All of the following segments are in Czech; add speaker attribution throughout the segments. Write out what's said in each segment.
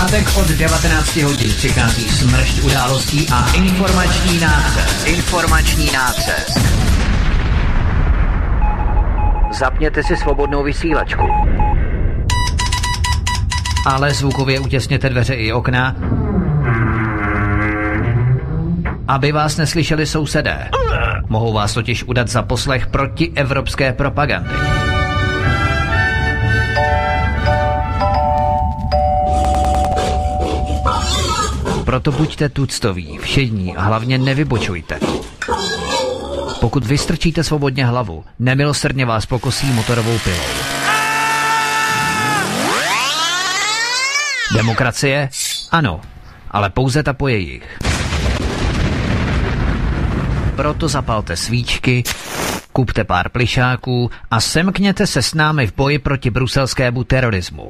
Speaker 1: pátek od 19 hodin přichází smršť událostí a informační nácest. Zapněte si svobodnou vysílačku. Ale zvukově utěsněte dveře i okna, aby vás neslyšeli sousedé. Mohou vás totiž udat za poslech protievropské propagandy. Proto buďte tuctoví, všední a hlavně nevybočujte. Pokud vystrčíte svobodně hlavu, nemilosrdně vás pokosí motorovou pilou. Demokracie? Ano, ale pouze ta po jejich. Proto zapalte svíčky, kupte pár plišáků a semkněte se s námi v boji proti bruselskému terorismu.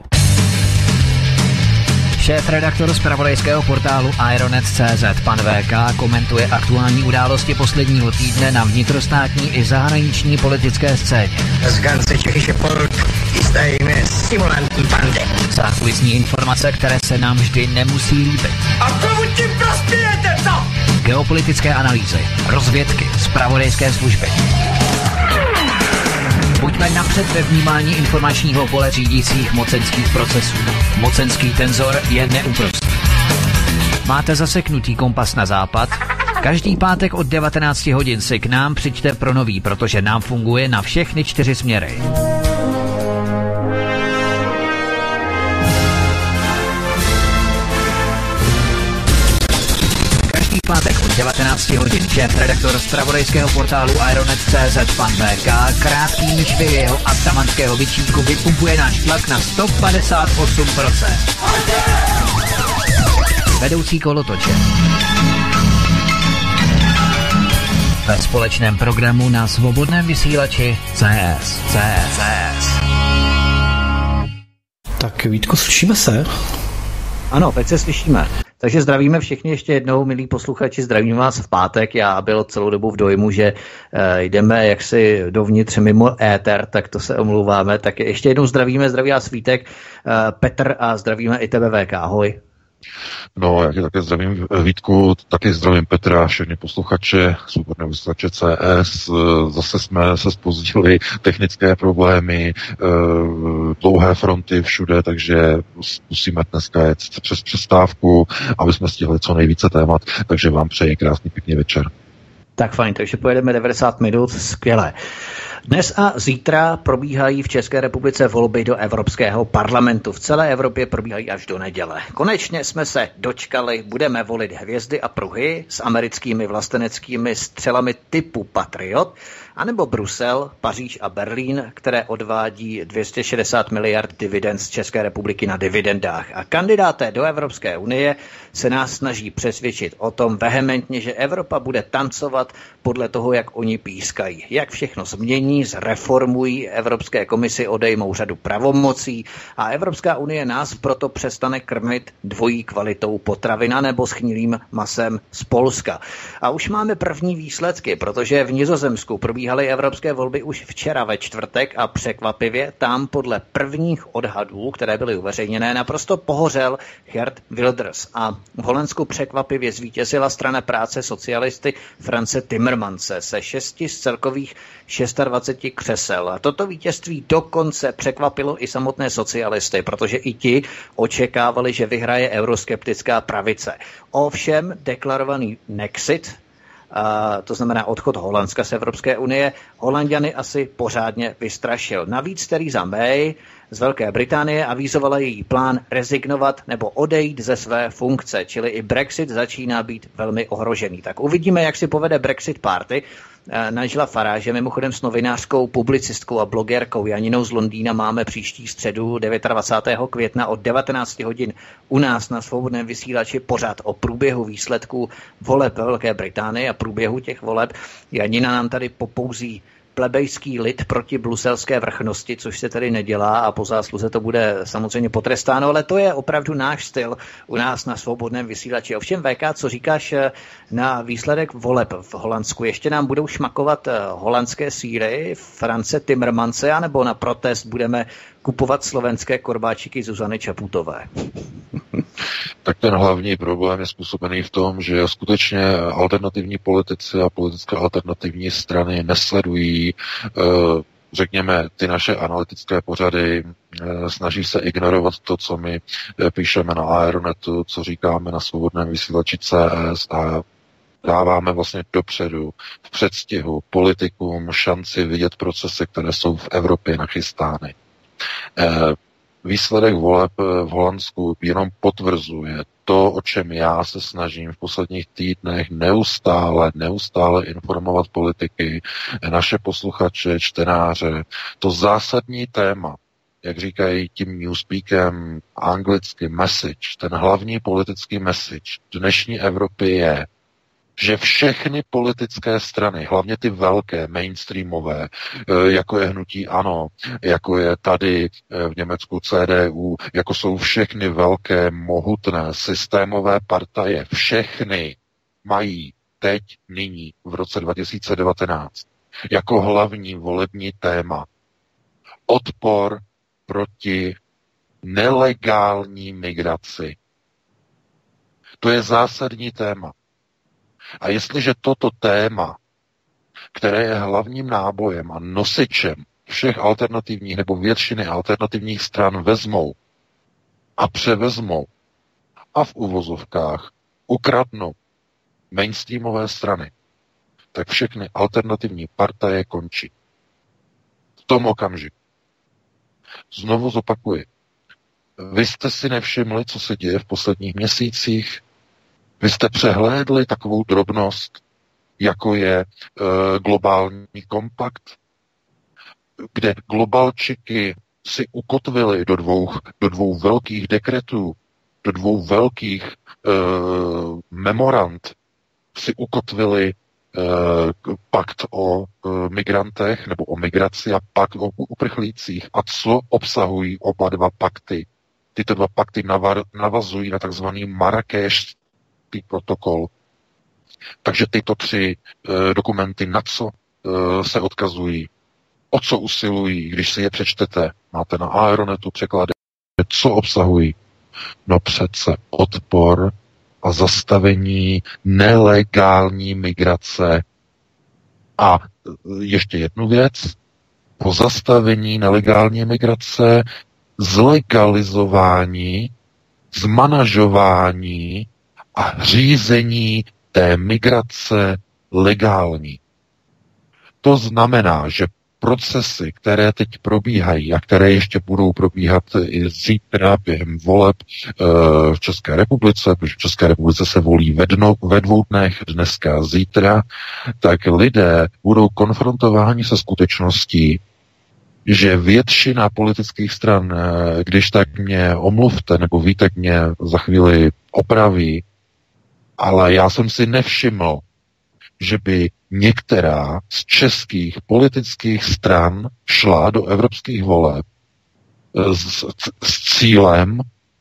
Speaker 1: Šéf-redaktor zpravodajského portálu Ironet.cz pan VK komentuje aktuální události posledního týdne na vnitrostátní i zahraniční politické scéně.
Speaker 2: Z ganze Čechy jistajíme simulantní bande.
Speaker 1: Zákulisní informace, které se nám vždy nemusí líbit.
Speaker 2: A komu tím prospějete, co?
Speaker 1: Geopolitické analýzy, rozvědky, zpravodajské služby. Buďme napřed ve vnímání informačního pole řídících mocenských procesů. Mocenský tenzor je neúprostný. Máte zaseknutý kompas na západ? Každý pátek od 19 hodin si k nám přijďte pro nový, protože nám funguje na všechny 4 směry. Pátek od 19 hodin šéf-redaktor zpravodajského portálu Ironet.cz pan VK krátkými švy jeho atamanského vyčínku vypumpuje náš tlak na 158%. Vedoucí kolotoče. Ve společném programu na svobodném vysílači CS.
Speaker 3: Tak Vítku, slyšíme se?
Speaker 4: Ano, teď se slyšíme. Takže zdravíme všichni ještě jednou, milí posluchači, zdravím vás v pátek. Já byl celou dobu v dojmu, že jdeme jaksi dovnitř mimo éter, tak to se omlouváme. Tak ještě jednou zdravíme, zdraví vás Vítek, Petr a zdravíme i tebe VK, ahoj.
Speaker 5: No, já tě také zdravím Vítku, taky zdravím Petra, všechny posluchače, svobodné vysílače CS, zase jsme se zpozdili, technické problémy, dlouhé fronty všude, takže musíme dneska jet přes přestávku, aby jsme stihli co nejvíce témat, takže vám přeji krásný pěkný večer.
Speaker 4: Tak fajn, takže pojedeme 90 minut, skvěle. Dnes a zítra probíhají v České republice volby do Evropského parlamentu. V celé Evropě probíhají až do neděle. Konečně jsme se dočkali, budeme volit hvězdy a pruhy s americkými vlasteneckými střelami typu Patriot, anebo Brusel, Paříž a Berlín, které odvádí 260 miliard dividend z České republiky na dividendách. A kandidáté do Evropské unie se nás snaží přesvědčit o tom vehementně, že Evropa bude tancovat podle toho, jak oni pískají. Jak všechno změní, zreformují, Evropské komisi odejmou řadu pravomocí a Evropská unie nás proto přestane krmit dvojí kvalitou potravina nebo schnilým masem z Polska. A už máme první výsledky, protože v Nizozemsku probíhaly evropské volby už včera ve čtvrtek a překvapivě tam podle prvních odhadů, které byly uveřejněné, naprosto pohořel Geert Wilders a v Holandsku překvapivě zvítězila strana práce socialisty France Timmermanse se 6 z celkových 26 křesel. A toto vítězství dokonce překvapilo i samotné socialisty, protože i ti očekávali, že vyhraje euroskeptická pravice. Ovšem deklarovaný Nexit, to znamená odchod Holandska z Evropské unie, Holanďany asi pořádně vystrašil. Navíc Theresa May z Velké Británie avizovala její plán rezignovat nebo odejít ze své funkce, čili i Brexit začíná být velmi ohrožený. Tak uvidíme, jak si povede Brexit Party. Nigela Farage, mimochodem s novinářskou, publicistkou a blogerkou Janinou z Londýna máme příští středu 29. května od 19 hodin u nás na svobodném vysílači pořád o průběhu výsledků voleb ve Velké Británii a průběhu těch voleb. Janina nám tady popouzí plebejský lid proti bruselské vrchnosti, což se tady nedělá a po zásluze to bude samozřejmě potrestáno, ale to je opravdu náš styl u nás na svobodném vysílači. Ovšem VK, co říkáš na výsledek voleb v Holandsku? Ještě nám budou šmakovat holandské síly France Timmermanse, anebo na protest budeme kupovat slovenské korbáčiky Zuzany Čaputové?
Speaker 5: Tak ten hlavní problém je způsobený v tom, že skutečně alternativní politici a politické alternativní strany nesledují, řekněme, ty naše analytické pořady, snaží se ignorovat to, co my píšeme na Aeronetu, co říkáme na svobodném vysílači CS a dáváme vlastně dopředu, v předstihu politikům šanci vidět procesy, které jsou v Evropě nachystány. Výsledek voleb v Holandsku jenom potvrzuje to, o čem já se snažím v posledních týdnech neustále informovat politiky, naše posluchače, čtenáře. To zásadní téma, jak říkají tím newspeakem anglicky message, ten hlavní politický message dnešní Evropy je, že všechny politické strany, hlavně ty velké, mainstreamové, jako je hnutí ANO, jako je tady v Německu CDU, jako jsou všechny velké, mohutné, systémové partaje, všechny mají teď, nyní, v roce 2019, jako hlavní volební téma odpor proti nelegální migraci. To je zásadní téma. A jestliže toto téma, které je hlavním nábojem a nosičem všech alternativních nebo většiny alternativních stran vezmou a převezmou a v uvozovkách ukradnou mainstreamové strany, tak všechny alternativní partaje končí. V tom okamžiku. Znovu zopakuji. Vy jste si nevšimli, co se děje v posledních měsících? Vy jste přehlédli takovou drobnost, jako je globální kompakt, kde globalčiky si ukotvili do dvou velkých dekretů, do dvou velkých memorand, si ukotvili pakt o migrantech nebo o migraci a pakt o uprchlících. A co obsahují oba dva pakty? Tyto dva pakty navazují na takzvaný Marrákešský protokol. Takže tyto tři dokumenty na co se odkazují, o co usilují, když si je přečtete, máte na Aeronetu překlady, co obsahují? No přece odpor a zastavení nelegální migrace. A ještě jednu věc, po zastavení nelegální migrace, zlegalizování, zmanažování a řízení té migrace legální. To znamená, že procesy, které teď probíhají a které ještě budou probíhat i zítra během voleb v České republice, protože v České republice se volí ve 2 dnech, dneska a zítra, tak lidé budou konfrontováni se skutečností, že většina politických stran, když tak mě omluvte, nebo Vítek mě za chvíli opraví, ale já jsem si nevšiml, že by některá z českých politických stran šla do evropských voleb s cílem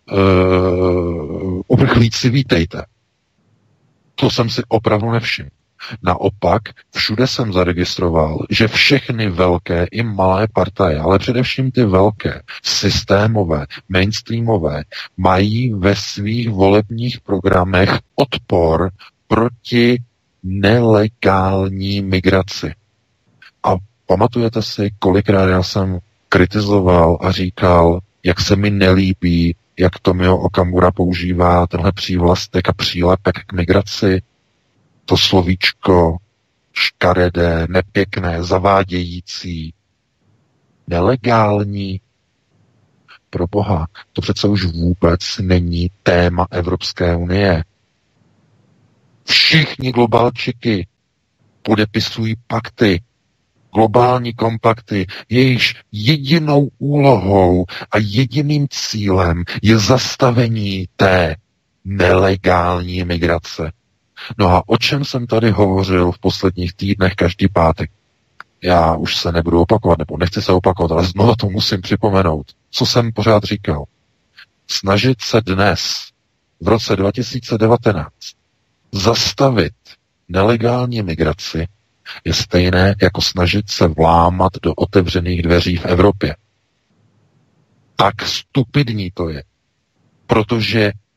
Speaker 5: uprchlíci vítejte. To jsem si opravdu nevšiml. Naopak, všude jsem zaregistroval, že všechny velké i malé partaje, ale především ty velké, systémové, mainstreamové, mají ve svých volebních programech odpor proti nelegální migraci. A pamatujete si, kolikrát já jsem kritizoval a říkal, jak se mi nelíbí, jak Tomio Okamura používá tenhle přívlastek a přílepek k migraci, to slovíčko škaredé, nepěkné, zavádějící, nelegální. Pro Boha, to přece už vůbec není téma Evropské unie. Všichni globalčiky podepisují pakty, globální kompakty, jejichž jedinou úlohou a jediným cílem je zastavení té nelegální migrace. No a o čem jsem tady hovořil v posledních týdnech každý pátek? Já už se nebudu opakovat, nebo nechci se opakovat, ale znovu to musím připomenout. Co jsem pořád říkal? Snažit se dnes, v roce 2019, zastavit nelegální migraci je stejné, jako snažit se vlámat do otevřených dveří v Evropě. Tak stupidní to je. Protože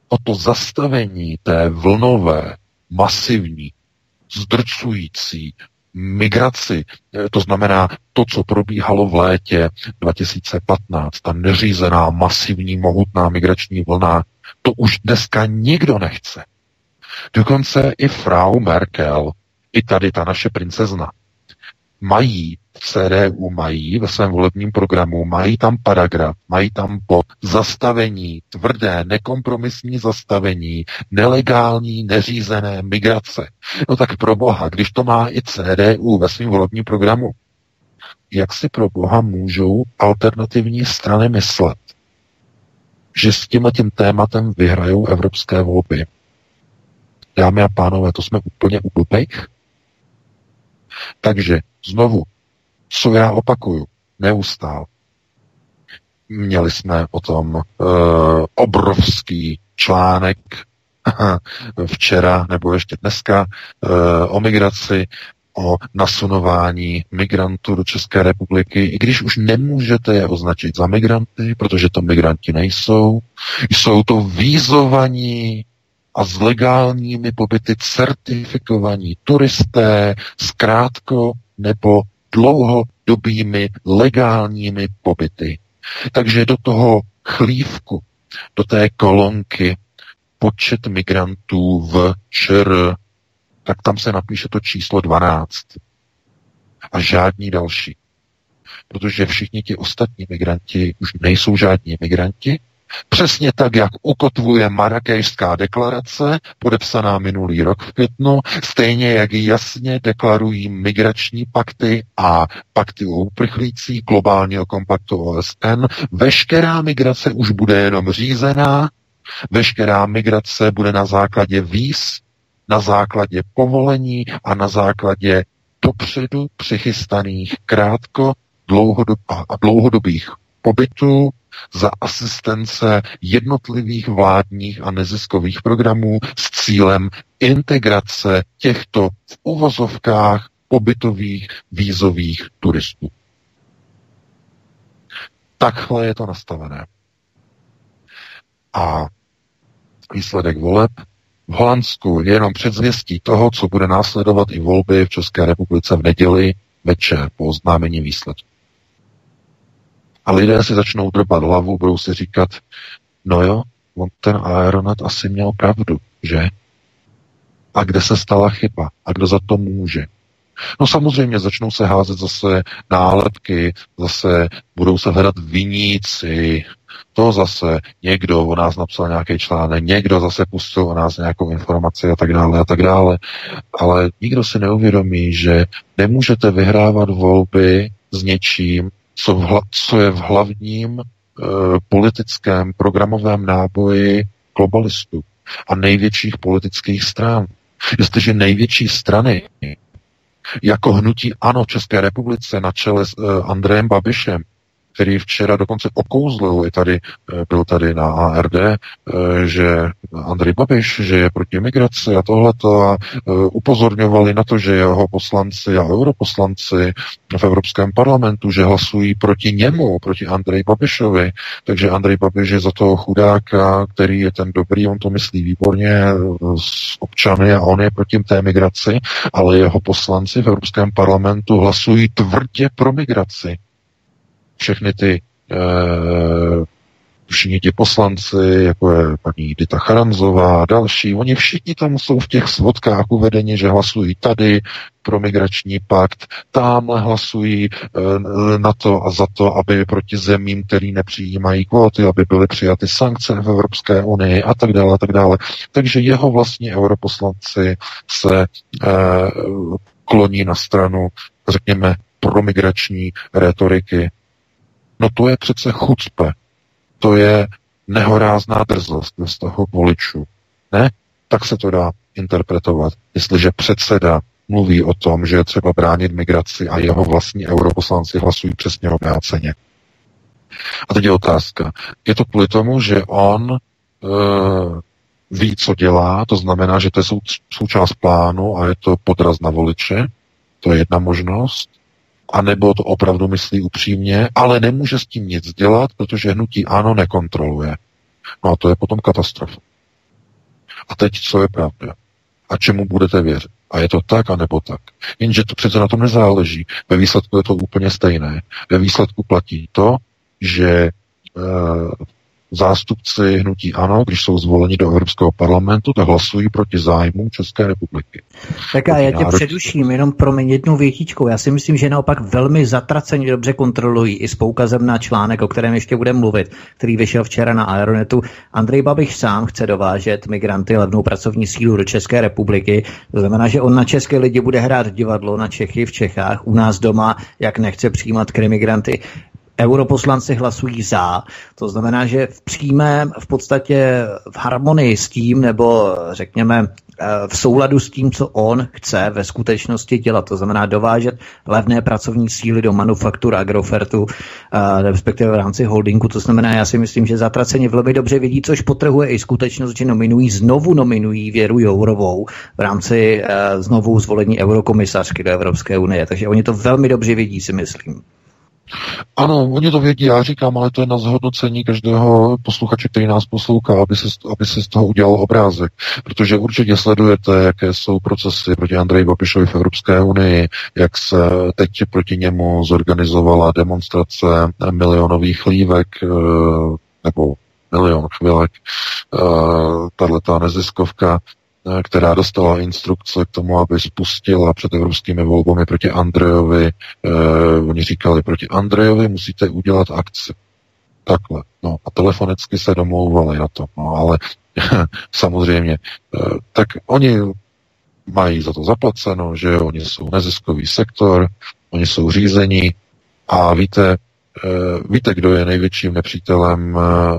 Speaker 5: o to zastavení té vlnové, masivní, zdrcující migraci, to znamená to, co probíhalo v létě 2015, ta neřízená, masivní, mohutná migrační vlna, to už dneska nikdo nechce. Dokonce i Frau Merkel, i tady ta naše princezna, mají v CDU, mají ve svém volebním programu, mají tam paragraf, mají tam bod zastavení, tvrdé, nekompromisní zastavení, nelegální, neřízené migrace. No tak pro boha, když to má i CDU ve svém volebním programu, jak si pro boha můžou alternativní strany myslet, že s tímhletím tématem vyhrajou evropské volby? Dámy a pánové, to jsme úplně u blbejch. Takže znovu, co já opakuju neustále. Měli jsme o tom obrovský článek včera nebo ještě dneska o migraci, o nasunování migrantů do České republiky, i když už nemůžete je označit za migranty, protože to migranti nejsou. Jsou to vízovaní a s legálními pobyty certifikovaní turisté s krátko nebo dlouhodobými legálními pobyty. Takže do toho chlívku, do té kolonky počet migrantů v ČR, tak tam se napíše to číslo 12. A žádní další. Protože všichni ti ostatní migranti už nejsou žádní migranti, přesně tak, jak ukotvuje Marrákešská deklarace, podepsaná minulý rok v květnu, stejně jak jasně deklarují migrační pakty a pakty o uprchlících globálního kompaktu OSN. Veškerá migrace už bude jenom řízená, veškerá migrace bude na základě víz, na základě povolení a na základě dopředu přichystaných dlouhodobých pobytů za asistence jednotlivých vládních a neziskových programů s cílem integrace těchto v uvozovkách pobytových vízových turistů. Takhle je to nastavené. A výsledek voleb v Holandsku je jenom předzvěstí toho, co bude následovat i volby v České republice v neděli večer po oznámení výsledku. A lidé si začnou drbat hlavu, budou si říkat, no jo, on ten Aeronet asi měl pravdu, že? A kde se stala chyba? A kdo za to může? No samozřejmě začnou se házet zase nálepky, zase budou se hledat viníci, to zase někdo o nás napsal nějaký článek, někdo zase pustil o nás nějakou informaci a tak dále, ale nikdo si neuvědomí, že nemůžete vyhrávat volby s něčím, co je v hlavním politickém programovém náboji globalistů a největších politických stran. Jestliže největší strany jako hnutí ANO v České republice na čele s Andrejem Babišem, který včera dokonce okouzlil, byl tady na ARD, že Andrej Babiš, že je proti migraci a tohleto a upozorňovali na to, že jeho poslanci a europoslanci v Evropském parlamentu, že hlasují proti němu, proti Andreji Babišovi. Takže Andrej Babiš je za toho chudáka, který je ten dobrý, on to myslí výborně s občany a on je proti té migraci, ale jeho poslanci v Evropském parlamentu hlasují tvrdě pro migraci. Všichni ti poslanci, jako je paní Dita Charanzová a další, oni všichni tam jsou v těch svodkách uvedeni, že hlasují tady pro migrační pakt, tamhle hlasují na to a za to, aby proti zemím, který nepřijímají kvóty, aby byly přijaty sankce v Evropské unii a tak dále, a tak dále. Takže jeho vlastní europoslanci se kloní na stranu, řekněme, promigrační retoriky. No to je přece chucpe. To je nehorázná drzost ve vztahu k voličů. Ne? Tak se to dá interpretovat. Jestliže předseda mluví o tom, že je třeba bránit migraci a jeho vlastní europoslanci hlasují přesně obráceně. A teď je otázka. Je to kvůli tomu, že on ví, co dělá, to znamená, že to je součást plánu a je to podraz na voliče. To je jedna možnost. A nebo to opravdu myslí upřímně, ale nemůže s tím nic dělat, protože hnutí ANO nekontroluje. No a to je potom katastrofa. A teď, co je pravda? A čemu budete věřit? A je to tak, anebo tak. Jenže to přece na tom nezáleží. Ve výsledku je to úplně stejné. Ve výsledku platí to, že zástupci hnutí ANO, když jsou zvoleni do Evropského parlamentu, tak hlasují proti zájmům České republiky.
Speaker 4: Tak a já tě předuším, jenom promiň jednou větičkou. Já si myslím, že naopak velmi zatraceně dobře kontrolují i s poukazem na článek, o kterém ještě budeme mluvit, který vyšel včera na Aeronetu. Andrej Babiš sám chce dovážet migranty, levnou pracovní sílu do České republiky. To znamená, že on na české lidi bude hrát divadlo, na Čechy v Čechách, u nás doma, jak nechce přijímat migranty. Europoslanci hlasují za, to znamená, že v přímém, v podstatě v harmonii s tím, nebo řekněme v souladu s tím, co on chce ve skutečnosti dělat, to znamená dovážet levné pracovní síly do manufaktur Agrofertu, respektive v rámci holdingu, to znamená, já si myslím, že zatraceně velmi dobře vidí, což potrhuje i skutečnost, že znovu nominují Věru Jourovou v rámci znovu zvolení eurokomisařky do Evropské unie, takže oni to velmi dobře vidí, si myslím.
Speaker 5: Ano, oni to vědí, já říkám, ale to je na zhodnocení každého posluchače, který nás poslouchá, aby se z toho udělal obrázek. Protože určitě sledujete, jaké jsou procesy proti Andreji Babišovi v Evropské unii, jak se teď proti němu zorganizovala demonstrace milionových chlívek, nebo milion chvilek, tato neziskovka, která dostala instrukce k tomu, aby spustila před evropskými volbami proti Andrejovi. Oni říkali, proti Andrejovi musíte udělat akci. Takhle. No a telefonicky se domlouvali na to. No ale samozřejmě. Tak oni mají za to zaplaceno, že oni jsou neziskový sektor, oni jsou řízení a víte, kdo je největším nepřítelem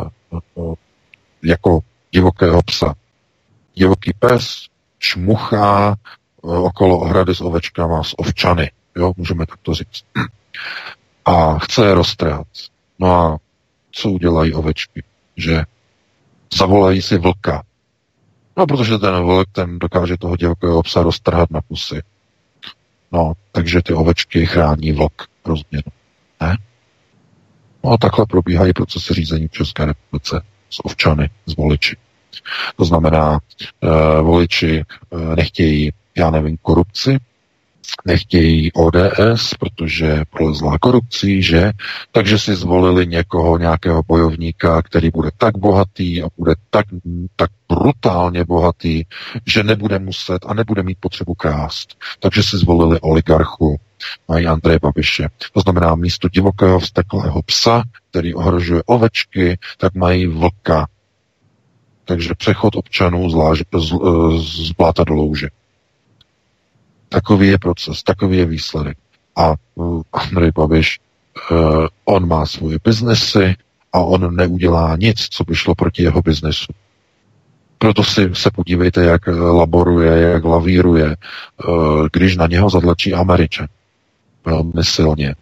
Speaker 5: jako divokého psa. Divoký pes čmuchá okolo ohrady s ovečkama, s ovčany. Jo, můžeme takto říct. A chce je roztrhat. No a co udělají ovečky? Že zavolají si vlka. No, protože ten vlk, ten dokáže toho divokého psa roztrhat na kusy. No, takže ty ovečky chrání vlk rozměru. Ne? No a takhle probíhají procesy řízení v České republice s ovčany, s voliči. To znamená, voliči nechtějí, já nevím, korupci, nechtějí ODS, protože prolezlá korupcí, že? Takže si zvolili nějakého bojovníka, který bude tak bohatý a bude tak brutálně bohatý, že nebude muset a nebude mít potřebu krást. Takže si zvolili oligarchu, mají Andreje Babiše. To znamená, místo divokého vzteklého psa, který ohrožuje ovečky, tak mají vlka. Takže přechod občanů z bláta do louže. Takový je proces, takový je výsledek. A Andrej Babiš, on má svoje biznesy a on neudělá nic, co by šlo proti jeho biznesu. Proto si se podívejte, jak laboruje, jak lavíruje, když na něho zatlačí Američan. Velmi silně.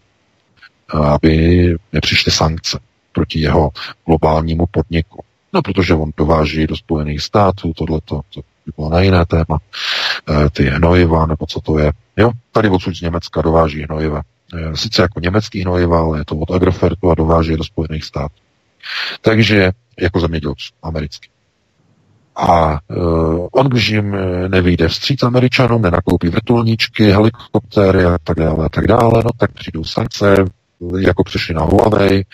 Speaker 5: Aby nepřišly sankce proti jeho globálnímu podniku. No, protože on dováží do Spojených států, to by bylo na jiné téma, ty hnojiva, nebo co to je. Jo, tady odsud z Německa dováží hnojiva. Sice jako německý hnojiva, ale je to od Agrofertu a dováží do Spojených států. Takže jako zemědělců americký. A on, když jim nevyjde vstříc Američanům, nenakoupí vrtulníčky, helikoptéry a tak dále, no tak přijdou sankce, jako přišli na Huawei,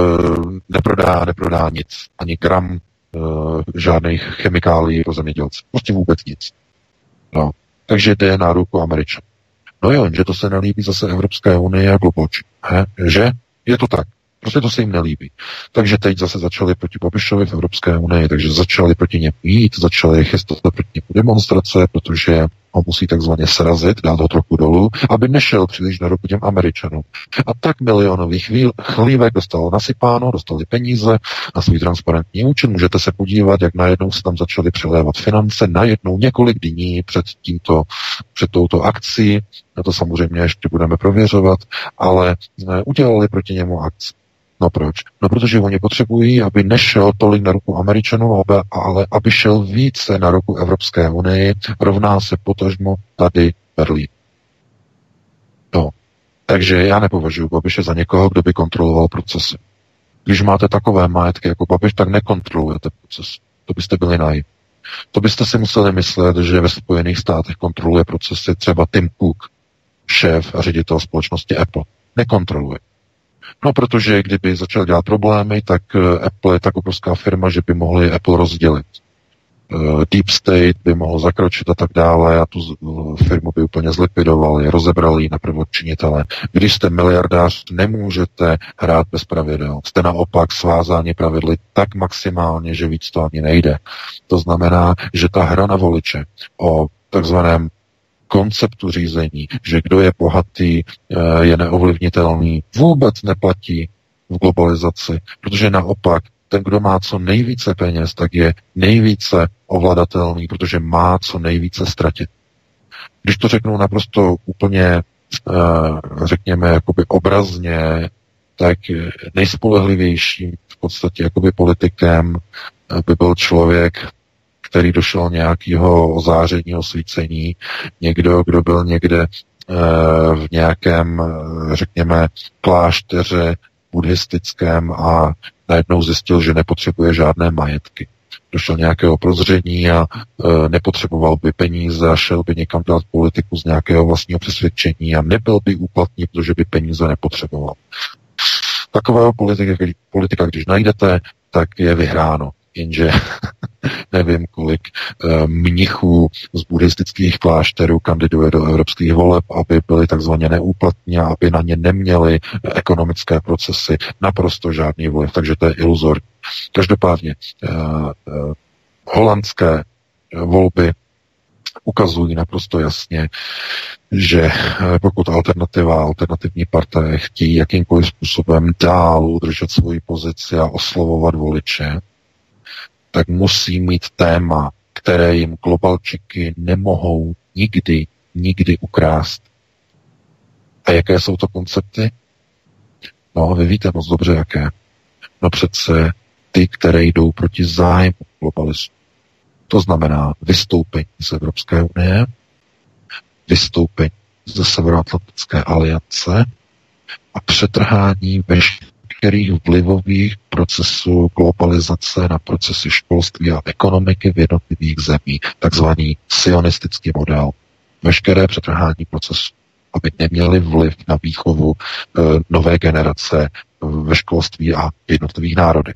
Speaker 5: neprodá nic, ani gram žádných chemikálií pro zemědělce. Prostě vůbec nic. No. Takže jde na ruku Američanů. No jo, že to se nelíbí zase Evropské unii a globalči. Že? Je to tak. Prostě to se jim nelíbí. Takže teď zase začali proti Babišovi v Evropské unii, takže začali proti němu jít, začali chystat proti němu demonstrace, protože ho musí takzvaně srazit, dát ho trochu dolů, aby nešel příliš na ruku těm Američanům. A tak milionových chlívek dostalo nasypáno, dostali peníze na svůj transparentní účet. Můžete se podívat, jak najednou se tam začaly přilévat finance, najednou několik dní před touto akcí. Na to samozřejmě ještě budeme prověřovat, ale udělali proti němu akci. No proč? No protože oni potřebují, aby nešel tolik na ruku Američanů, ale aby šel více na ruku Evropské unii, rovná se potažmo tady Berlín. No. Takže já nepovažuji Babiše za někoho, kdo by kontroloval procesy. Když máte takové majetky jako Babiš, tak nekontrolujete proces. To byste byli naivní. To byste si museli myslet, že ve Spojených státech kontroluje procesy třeba Tim Cook, šéf a ředitel společnosti Apple. Nekontroluje. No, protože kdyby začal dělat problémy, tak Apple je tak obrovská firma, že by mohli Apple rozdělit. Deep State by mohl zakročit a tak dále a tu firmu by úplně zlikvidovali, rozebrali ji na prvočinitele. Když jste miliardář, nemůžete hrát bez pravidel. Jste naopak svázáni pravidly tak maximálně, že víc to ani nejde. To znamená, že ta hra na voliče o takzvaném konceptu řízení, že kdo je bohatý, je neovlivnitelný, vůbec neplatí v globalizaci, protože naopak ten, kdo má co nejvíce peněz, tak je nejvíce ovladatelný, protože má co nejvíce ztratit. Když to řeknu naprosto úplně, řekněme, jakoby obrazně, tak nejspolehlivějším v podstatě jakoby politikem by byl člověk, který došel nějakého ozáření, osvícení, někdo, kdo byl někde v nějakém, řekněme, klášteře buddhistickém a najednou zjistil, že nepotřebuje žádné majetky. Došel nějakého prozření a nepotřeboval by peníze a šel by někam dělat politiku z nějakého vlastního přesvědčení a nebyl by úplatný, protože by peníze nepotřeboval. Takového politika, když najdete, tak je vyhráno. Jenže nevím, kolik mnichů z buddhistických klášterů kandiduje do evropských voleb, aby byli takzvaně neúplatní a aby na ně neměli ekonomické procesy naprosto žádný vliv. Takže to je iluzorní. Každopádně holandské volby ukazují naprosto jasně, že pokud alternativní partaje chtějí jakýmkoliv způsobem dál udržet svoji pozici a oslovovat voliče, tak musí mít téma, které jim globalčiky nemohou nikdy ukrást. A jaké jsou to koncepty? No, vy víte moc dobře, jaké. No přece ty, které jdou proti zájmu globalistů. To znamená vystoupení z Evropské unie, vystoupení ze Severoatlantické aliance a přetrhání veškerých vlivových procesů globalizace na procesy školství a ekonomiky v jednotlivých zemích, takzvaný sionistický model. Veškeré přetrhání procesů, aby neměli vliv na výchovu nové generace ve školství a jednotlivých národech.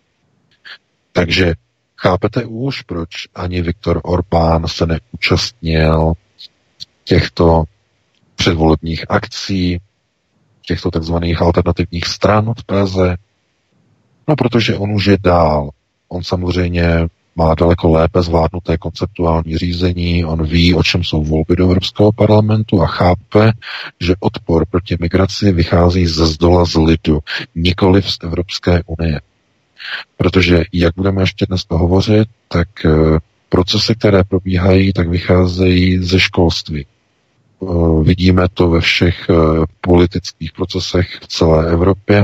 Speaker 5: Takže chápete už, proč ani Viktor Orbán se neúčastnil těchto předvolebních akcí, těchto takzvaných alternativních stran v Praze? No, protože on už je dál. On samozřejmě má daleko lépe zvládnuté konceptuální řízení, on ví, o čem jsou volby do Evropského parlamentu a chápe, že odpor proti migraci vychází ze zdola z lidu, nikoliv z Evropské unie. Protože, jak budeme ještě dnes hovořit, tak procesy, které probíhají, tak vycházejí ze školství. Vidíme to ve všech politických procesech v celé Evropě,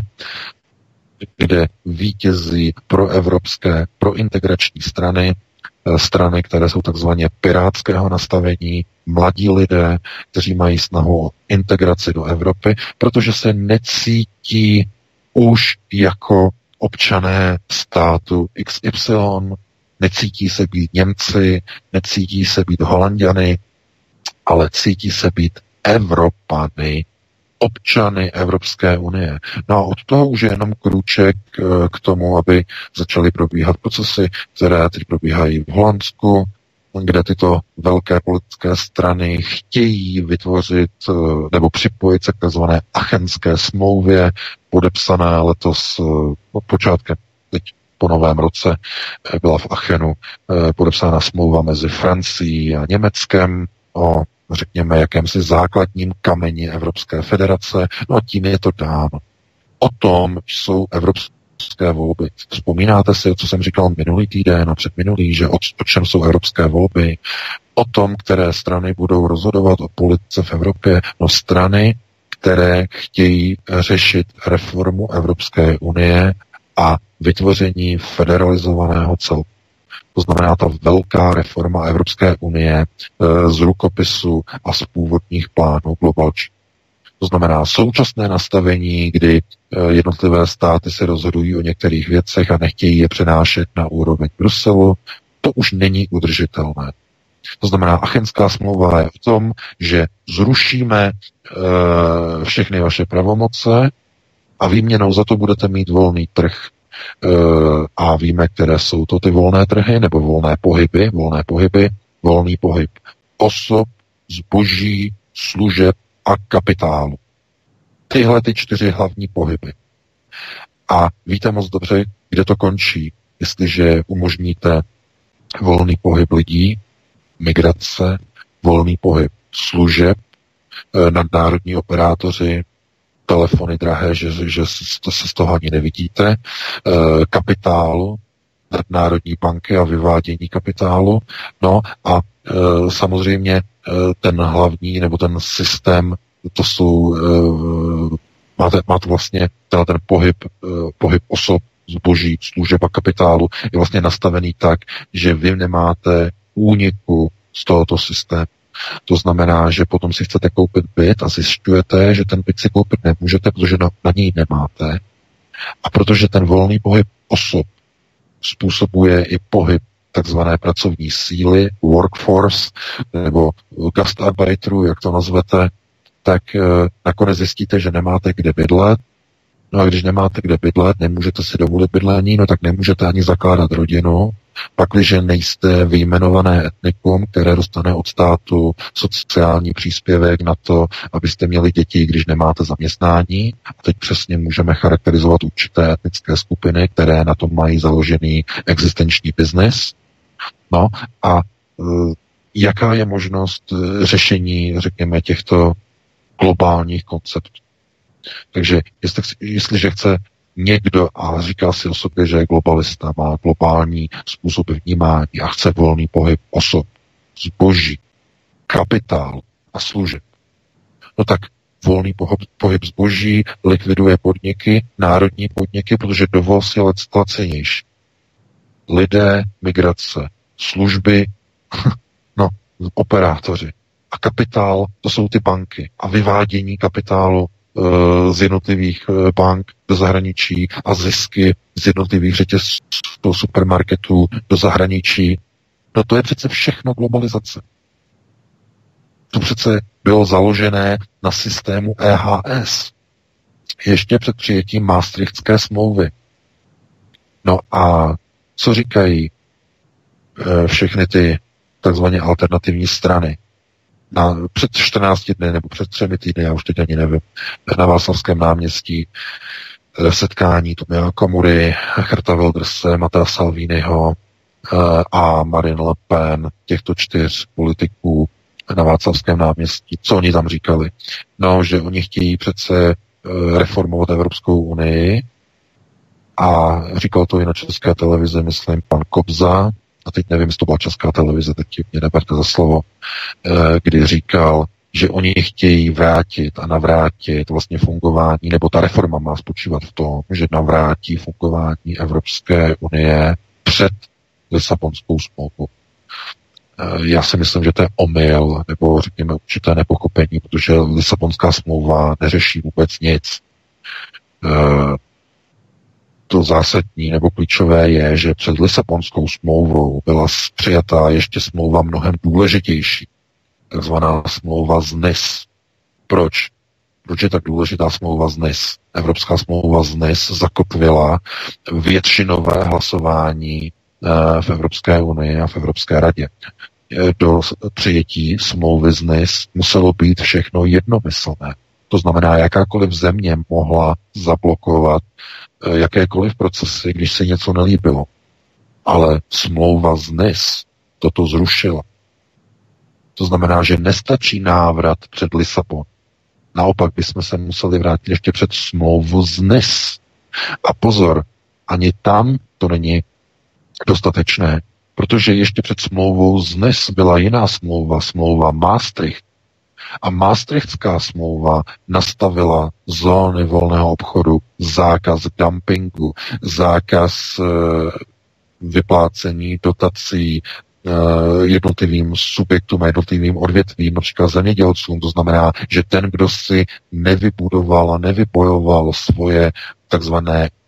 Speaker 5: kde vítězí proevropské, prointegrační strany, které jsou takzvaně pirátského nastavení, mladí lidé, kteří mají snahu o integraci do Evropy, protože se necítí už jako občané státu XY, necítí se být Němci, necítí se být Holanďany, ale cítí se být Evropany, občany Evropské unie. No a od toho už je jenom krůček k tomu, aby začaly probíhat procesy, které teď probíhají v Holandsku, kde tyto velké politické strany chtějí vytvořit nebo připojit se k tzv. Achenské smlouvě, podepsané letos počátkem, teď po novém roce byla v Achenu podepsána smlouva mezi Francií a Německem o, řekněme, jakémsi základním kameni Evropské federace. No a tím je to dáno. O tom jsou evropské volby. Vzpomínáte si, co jsem říkal minulý týden a předminulý, že o čem jsou evropské volby? O tom, které strany budou rozhodovat o politice v Evropě. No strany, které chtějí řešit reformu Evropské unie a vytvoření federalizovaného celku. To znamená ta velká reforma Evropské unie z rukopisu a z původních plánů globalčí. To znamená současné nastavení, kdy jednotlivé státy se rozhodují o některých věcech a nechtějí je přenášet na úroveň Bruselu, To už není udržitelné. To znamená, Achenská smlouva je v tom, že zrušíme všechny vaše pravomoce a výměnou za to budete mít volný trh. A víme, které jsou to ty volné trhy, nebo volné pohyby, volný pohyb osob, zboží, služeb a kapitálu. Tyhle ty 4 hlavní pohyby. A víte moc dobře, kde to končí, jestliže umožníte volný pohyb lidí, migrace, volný pohyb služeb, nadnárodní operátoři, telefony drahé, že se z toho ani nevidíte, kapitálu, nadnárodní banky a vyvádění kapitálu. No a samozřejmě ten hlavní, nebo ten systém, to jsou, máte vlastně ten pohyb osob, zboží, služeb a kapitálu je vlastně nastavený tak, že vy nemáte úniku z tohoto systému. To znamená, že potom si chcete koupit byt a zjišťujete, že ten byt si koupit nemůžete, protože na něj nemáte. A protože ten volný pohyb osob způsobuje i pohyb takzvané pracovní síly, workforce, nebo Gastarbeiterů, jak to nazvete, tak nakonec zjistíte, že nemáte kde bydlet. No a když nemáte kde bydlet, nemůžete si dovolit bydlení, no tak nemůžete ani zakládat rodinu, pakliže nejste vyjmenované etnikum, které dostane od státu sociální příspěvek na to, abyste měli děti, když nemáte zaměstnání. A teď přesně můžeme charakterizovat určité etnické skupiny, které na tom mají založený existenční biznis. No a jaká je možnost řešení, řekněme, těchto globálních konceptů? Takže jestliže chce někdo a říká si o sobě, že je globalista, má globální způsob vnímání a chce volný pohyb osob, zboží, kapitál a služeb, no tak volný pohyb zboží likviduje podniky, národní podniky, protože dovoz je lacinější. Lidé, migrace, služby, no, operátoři a kapitál, to jsou ty banky a vyvádění kapitálu z jednotlivých bank do zahraničí a zisky z jednotlivých řetězců supermarketů do zahraničí. No to je přece všechno globalizace. To přece bylo založené na systému EHS. Ještě před přijetím Maastrichtské smlouvy. No a co říkají všechny ty takzvané alternativní strany? Před 14 dny nebo před 3 týdny, já už teď ani nevím, na Václavském náměstí setkání Tomia Okamury, Gerta Wilderse, Matea Salviniho a Marine Le Pen, těchto 4 politiků na Václavském náměstí. Co oni tam říkali? No, že oni chtějí přece reformovat Evropskou unii a říkal to i na České televizi, myslím, pan Kobza, a teď nevím, jestli to byla Česká televize, teď mě neberte za slovo, kdy říkal, že oni chtějí vrátit a navrátit vlastně fungování, nebo ta reforma má spočívat v tom, že navrátí fungování Evropské unie před Lisabonskou smlouvou. Já si myslím, že to je omyl, nebo řekněme určité nepochopení, protože Lisabonská smlouva neřeší vůbec nic. To zásadní nebo klíčové je, že před Lisabonskou smlouvou byla přijatá ještě smlouva mnohem důležitější, takzvaná smlouva z Nice. Proč? Proč je tak důležitá smlouva z Nice? Evropská smlouva z Nice zakotvila většinové hlasování v Evropské unii a v Evropské radě. Do přijetí smlouvy z Nice muselo být všechno jednomyslné. To znamená, jakákoliv země mohla zablokovat jakékoliv procesy, když se něco nelíbilo. Ale smlouva z Nice toto zrušila. To znamená, že nestačí návrat před Lisabon. Naopak bychom se museli vrátit ještě před smlouvu z Nice. A pozor, ani tam to není dostatečné, protože ještě před smlouvou z Nice byla jiná smlouva Maastricht. A Maastrichtská smlouva nastavila zóny volného obchodu, zákaz dumpingu, zákaz vyplácení dotací jednotlivým subjektům a jednotlivým odvětvím, například zemědělcům. To znamená, že ten, kdo si nevybudoval a nevybojoval svoje takzvané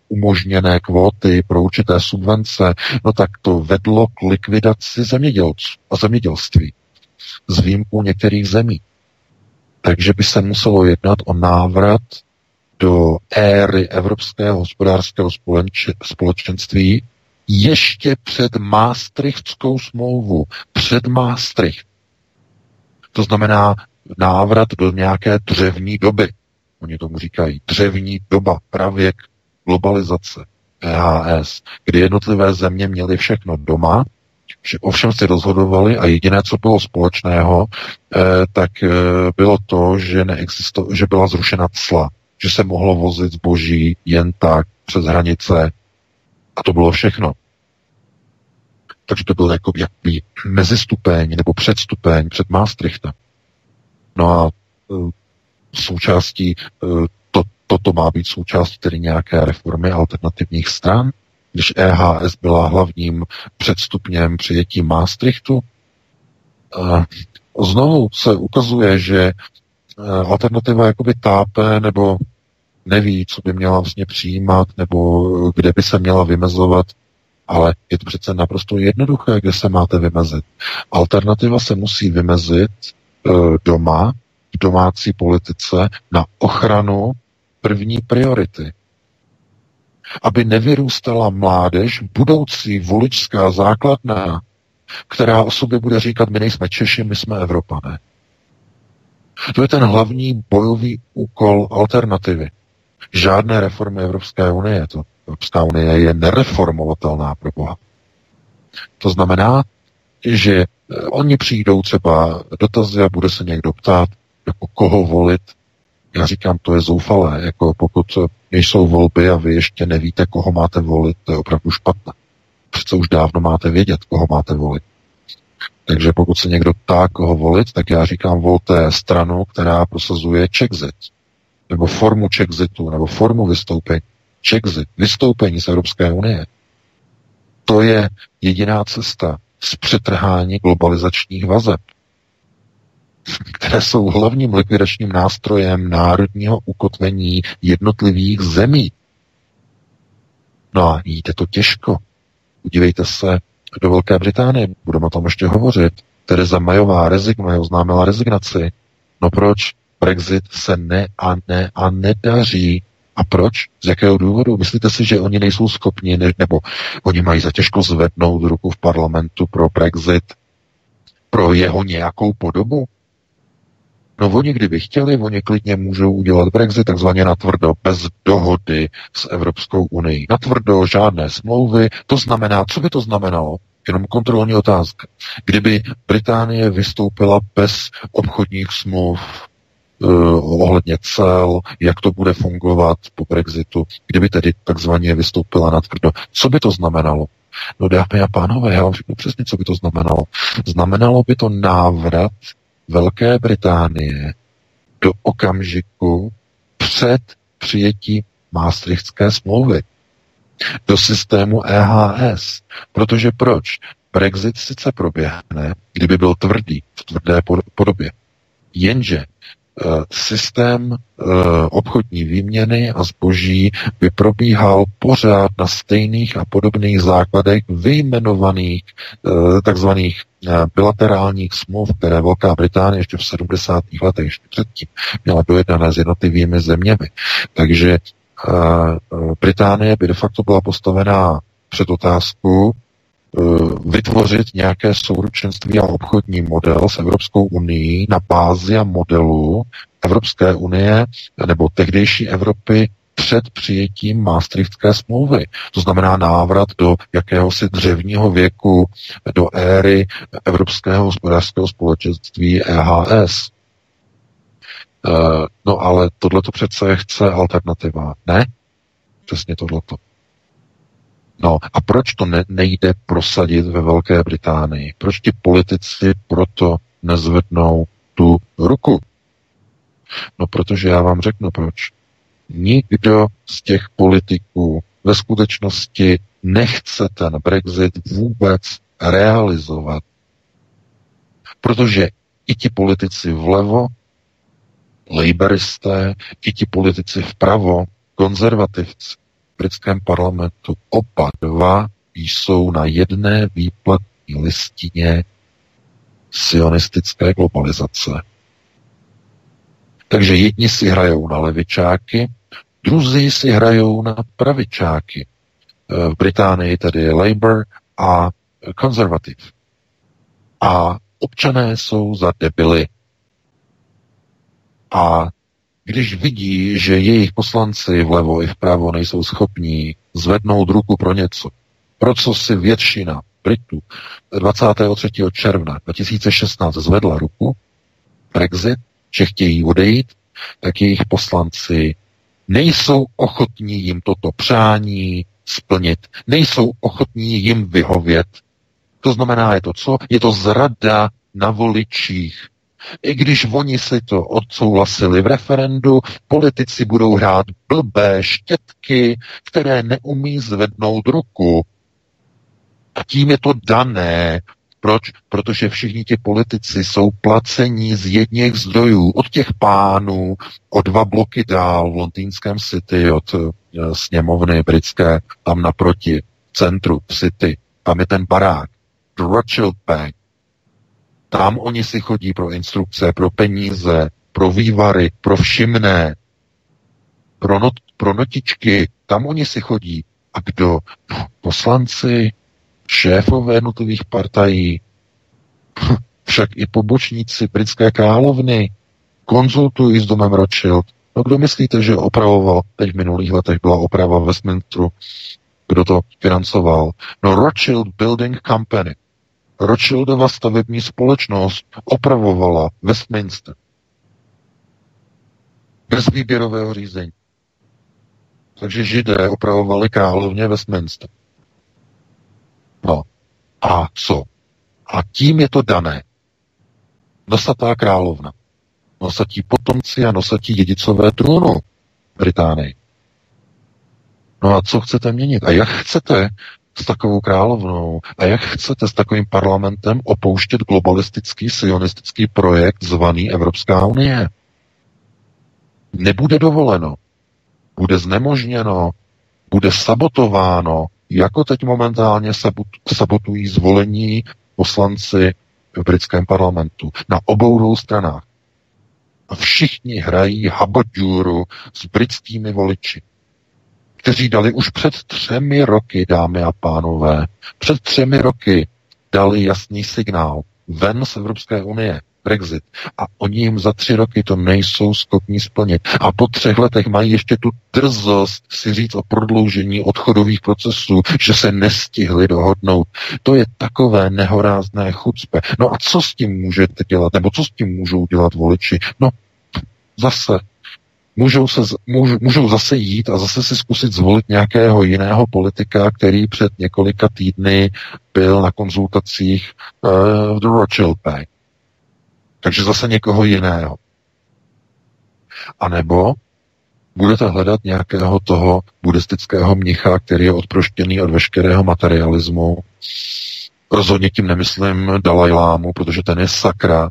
Speaker 5: umožněné kvóty pro určité subvence, no tak to vedlo k likvidaci zemědělců a zemědělství s výjimkou některých zemí. Takže by se muselo jednat o návrat do éry Evropského hospodářského společenství ještě před Maastrichtskou smlouvu. Před Maastricht. To znamená návrat do nějaké dřevní doby. Oni tomu říkají dřevní doba, pravěk globalizace, EHS, kdy jednotlivé země měly všechno doma, že ovšem si rozhodovali a jediné, co bylo společného, tak bylo to, že byla zrušena cla, že se mohlo vozit zboží jen tak přes hranice a to bylo všechno. Takže to byl jako jaký mezistupeň nebo předstupeň před Maastrichtem. No a součástí, toto má být součástí tedy nějaké reformy alternativních stran, když EHS byla hlavním předstupněm přijetí Maastrichtu. Znovu se ukazuje, že alternativa jakoby tápe nebo neví, co by měla vlastně přijímat nebo kde by se měla vymezovat, ale je to přece naprosto jednoduché, kde se máte vymezit. Alternativa se musí vymezit doma, v domácí politice na ochranu první priority. Aby nevyrůstala mládež, budoucí voličská základna, která o sobě bude říkat, my nejsme Češi, my jsme Evropané. To je ten hlavní bojový úkol alternativy. Žádné reformy Evropské unie. Evropská unie je nereformovatelná pro Boha. To znamená, že oni přijdou třeba dotazy a bude se někdo ptát, jako koho volit. Já říkám, to je zoufalé, jako pokud nejsou volby a vy ještě nevíte, koho máte volit, to je opravdu špatné. Přece už dávno máte vědět, koho máte volit. Takže pokud se někdo ptá, koho volit, tak já říkám, volte stranu, která prosazuje Czexit, nebo formu Czexitu, nebo formu vystoupení. Czexit, vystoupení z Evropské unie. To je jediná cesta z přetrhání globalizačních vazeb, které jsou hlavním likvidačním nástrojem národního ukotvení jednotlivých zemí. No a jde to těžko. Podívejte se do Velké Británie, budeme o tom ještě hovořit. Theresa Mayová oznámila rezignaci. No proč? Brexit se nedaří. A proč? Z jakého důvodu? Myslíte si, že oni nejsou schopni, nebo oni mají za těžko zvednout ruku v parlamentu pro Brexit, pro jeho nějakou podobu? No oni kdyby chtěli, oni klidně můžou udělat Brexit takzvaně natvrdo, bez dohody s Evropskou unii. Natvrdo, žádné smlouvy, to znamená, co by to znamenalo? Jenom kontrolní otázka. Kdyby Británie vystoupila bez obchodních smluv, ohledně cel, jak to bude fungovat po Brexitu, kdyby tedy takzvaně vystoupila natvrdo, co by to znamenalo? No dámy a pánové, já vám řeknu přesně, co by to znamenalo. Znamenalo by to návrat Velké Británie do okamžiku před přijetím Maastrichtské smlouvy, do systému EHS. Protože proč? Brexit sice proběhne, kdyby byl tvrdý, v tvrdé podobě. Jenže systém obchodní výměny a zboží by probíhal pořád na stejných a podobných základech vyjmenovaných takzvaných bilaterálních smluv, které Velká Británie ještě v 70. letech, ještě předtím, měla dojednané s jednotlivými zeměmi. Takže Británie by de facto byla postavená před otázku vytvořit nějaké souručenství a obchodní model s Evropskou unii na bázi a modelu Evropské unie nebo tehdejší Evropy před přijetím Maastrichtské smlouvy. To znamená návrat do jakéhosi dřevního věku, do éry Evropského hospodářského společenství EHS. No ale tohleto přece chce alternativa. Ne? Přesně tohleto. No a proč to nejde prosadit ve Velké Británii? Proč ti politici proto nezvednou tu ruku? No protože já vám řeknu proč. Nikdo z těch politiků ve skutečnosti nechce ten Brexit vůbec realizovat. Protože i ti politici vlevo, laboristé, i ti politici vpravo, konzervativci, britském parlamentu oba dva jsou na jedné výplatní listině sionistické globalizace. Takže jedni si hrajou na levičáky, druzí si hrajou na pravičáky. V Británii tedy Labour a konzervativ. A občané jsou za debily. A když vidí, že jejich poslanci vlevo i vpravo nejsou schopní zvednout ruku pro něco, pro co si většina Britů 23. června 2016 zvedla ruku, Brexit, že chtějí odejít, tak jejich poslanci nejsou ochotní jim toto přání splnit, nejsou ochotní jim vyhovět. To znamená, je to co? Je to zrada na voličích. I když oni si to odsouhlasili v referendu, politici budou hrát blbé štětky, které neumí zvednout ruku. A tím je to dané. Proč? Protože všichni ti politici jsou placení z jedněch zdrojů, od těch pánů, o 2 bloky dál v londýnském City, od sněmovny britské, tam naproti, v centru, v City, tam je ten barák, Rothschild Bank. Tam oni si chodí pro instrukce, pro peníze, pro vývary, pro všimné, pro notičky, tam oni si chodí. A kdo? Poslanci, šéfové jednotlivých partají, však i pobočníci britské královny konzultují s domem Rothschild. No kdo myslíte, že opravoval, teď v minulých letech byla oprava Westminsteru, kdo to financoval? No Rothschild Building Company. Rothschildova stavební společnost opravovala Westminster. Bez výběrového řízení. Takže Židé opravovali královně Westminster. No. A co? A tím je to dané. Nosatá královna. Nosatí potomci a nosatí dědicové trůnu Británii. No a co chcete měnit? A jak chcete s takovou královnou a jak chcete s takovým parlamentem opouštět globalistický, sionistický projekt zvaný Evropská unie? Nebude dovoleno. Bude znemožněno. Bude sabotováno, jako teď momentálně sabotují zvolení poslanci v britském parlamentu. Na obou dvou stranách. A všichni hrají habadžůru s britskými voliči, kteří dali už před 3 roky, dámy a pánové, před 3 roky dali jasný signál ven z Evropské unie, Brexit. A oni jim za 3 roky to nejsou schopni splnit. A po 3 letech mají ještě tu drzost si říct o prodloužení odchodových procesů, že se nestihli dohodnout. To je takové nehorázné chucpe. No a co s tím můžete dělat? Nebo co s tím můžou dělat voliči? No zase můžou zase jít a zase si zkusit zvolit nějakého jiného politika, který před několika týdny byl na konzultacích v The Rothschild Bank. Takže zase někoho jiného. A nebo budete hledat nějakého toho buddhistického mnicha, který je odproštěný od veškerého materialismu. Rozhodně tím nemyslím Dalajlámu, protože ten je sakra,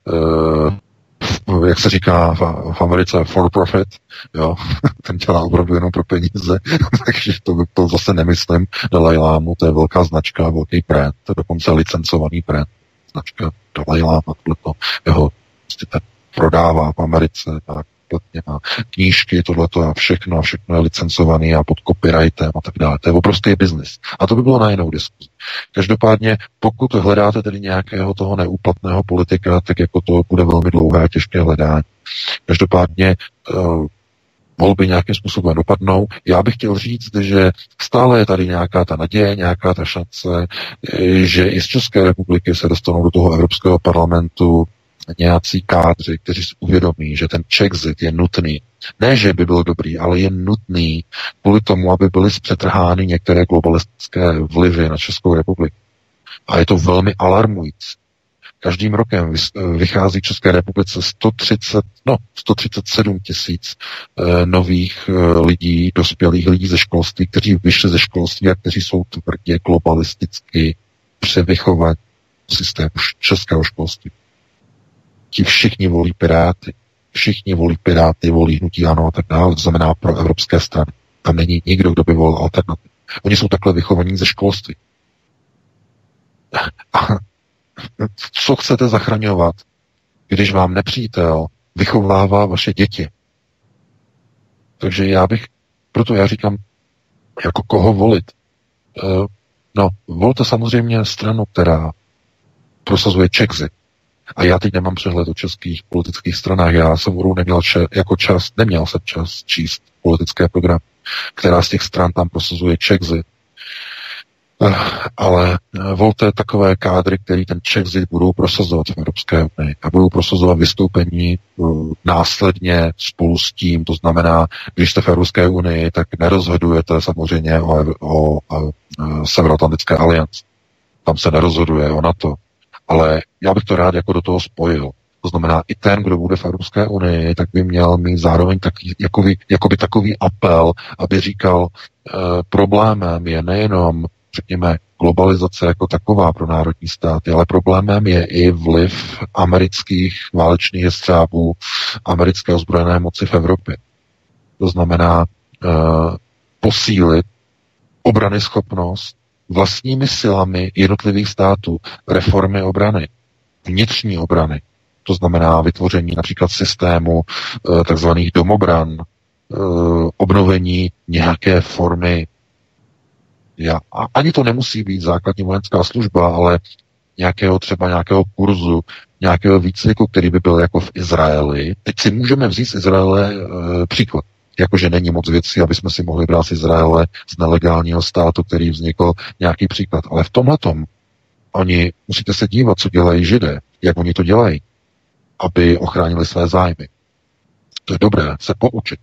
Speaker 5: jak se říká v Americe, for profit, jo, ten dělá opravdu jenom pro peníze, takže to zase nemyslím Dalajlámu, to je velká značka, velký brand, to je dokonce licencovaný brand, značka Dalajláma, tohleto, jeho prostě ten prodává v Americe, tak má knížky, tohleto a všechno je licencovaný a pod copyrightem a tak dále. To je opravdu biznis. A to by bylo na jinou diskuzi. Každopádně, pokud hledáte tedy nějakého toho neúplatného politika, tak jako to bude velmi dlouhé a těžké hledání. Každopádně volby nějakým způsobem dopadnou. Já bych chtěl říct, že stále je tady nějaká ta naděje, nějaká ta šance, že i z České republiky se dostanou do toho Evropského parlamentu nějací kádři, kteří si uvědomí, že ten Czexit je nutný. Ne, že by byl dobrý, ale je nutný kvůli tomu, aby byly zpřetrhány některé globalistické vlivy na Českou republiku. A je to velmi alarmující. Každým rokem vychází v České republice 137 tisíc nových lidí, dospělých lidí ze školství, kteří vyšli ze školství a kteří jsou tvrdě globalisticky převychovaní v systému českého školství. Ti všichni volí Piráty. Všichni volí Piráty, volí hnutí ANO a tak dále, to znamená pro evropské strany. Tam není nikdo, kdo by volil alternativu. Oni jsou takhle vychovaní ze školství. A co chcete zachraňovat, když vám nepřítel vychovává vaše děti? Takže proto já říkám, jako koho volit. Volte samozřejmě stranu, která prosazuje Czexit. A já teď nemám přehled o českých politických stranách. Já jsem neměl jsem čas číst politické programy, která z těch stran tam prosazuje Czexit. Ale volte takové kádry, který ten Czexit budou prosazovat v Evropské unii a budou prosazovat vystoupení následně spolu s tím. To znamená, když jste v Evropské unii, tak nerozhodujete samozřejmě o Severoatlantické alianci. Tam se nerozhoduje o NATO. Ale já bych to rád jako do toho spojil. To znamená, i ten, kdo bude v Evropské unii, tak by měl mít zároveň jakoby takový apel, aby říkal, problémem je nejenom, řekněme, globalizace jako taková pro národní státy, ale problémem je i vliv amerických válečných jestřábů, americké ozbrojené moci v Evropě. To znamená posílit obranyschopnost vlastními silami jednotlivých států, reformy obrany, vnitřní obrany. To znamená vytvoření například systému takzvaných domobran, obnovení nějaké formy. Ani to nemusí být základní vojenská služba, ale nějakého kurzu, nějakého výcviku, který by byl jako v Izraeli. Teď si můžeme vzít z Izraele příklad. Jakože není moc věcí, aby jsme si mohli brát z Izraele, z nelegálního státu, který vznikl, nějaký příklad. Ale v tomhletom musíte se dívat, co dělají Židé, jak oni to dělají, aby ochránili své zájmy. To je dobré, se poučit.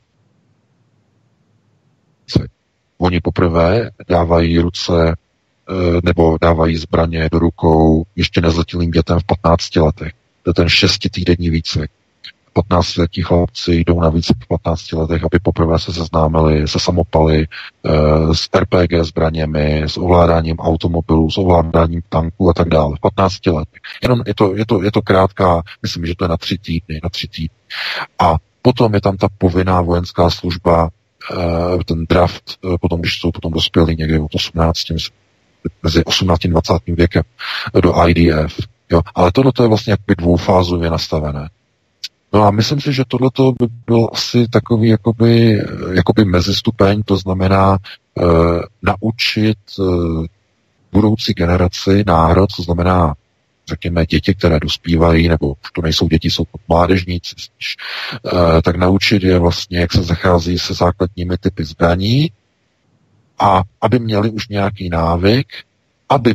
Speaker 5: Oni poprvé dávají dávají zbraně do rukou ještě nezletilým dětem v 15 letech. To je ten 6týdenní výcvik. 15letí chlapci jdou na výcvik v 15 letech, aby poprvé se seznámili se samopaly, s RPG zbraněmi, s ovládáním automobilů, s ovládáním tanků a tak dále. V 15 letech. Jenom je to krátká, myslím, že to je na 3 týdny. A potom je tam ta povinná vojenská služba, ten draft, potom, když jsou potom dospělí někdy od 18, mezi 18. a 20. věkem do IDF. Jo? Ale tohle je vlastně jakoby dvoufázově nastavené. No a myslím si, že tohleto by byl asi takový jakoby mezistupeň, to znamená naučit budoucí generaci, národ, to znamená řekněme děti, které dospívají, nebo už to nejsou děti, jsou to mládežníci, tak naučit je vlastně, jak se zachází se základními typy zbraní a aby měli už nějaký návyk, aby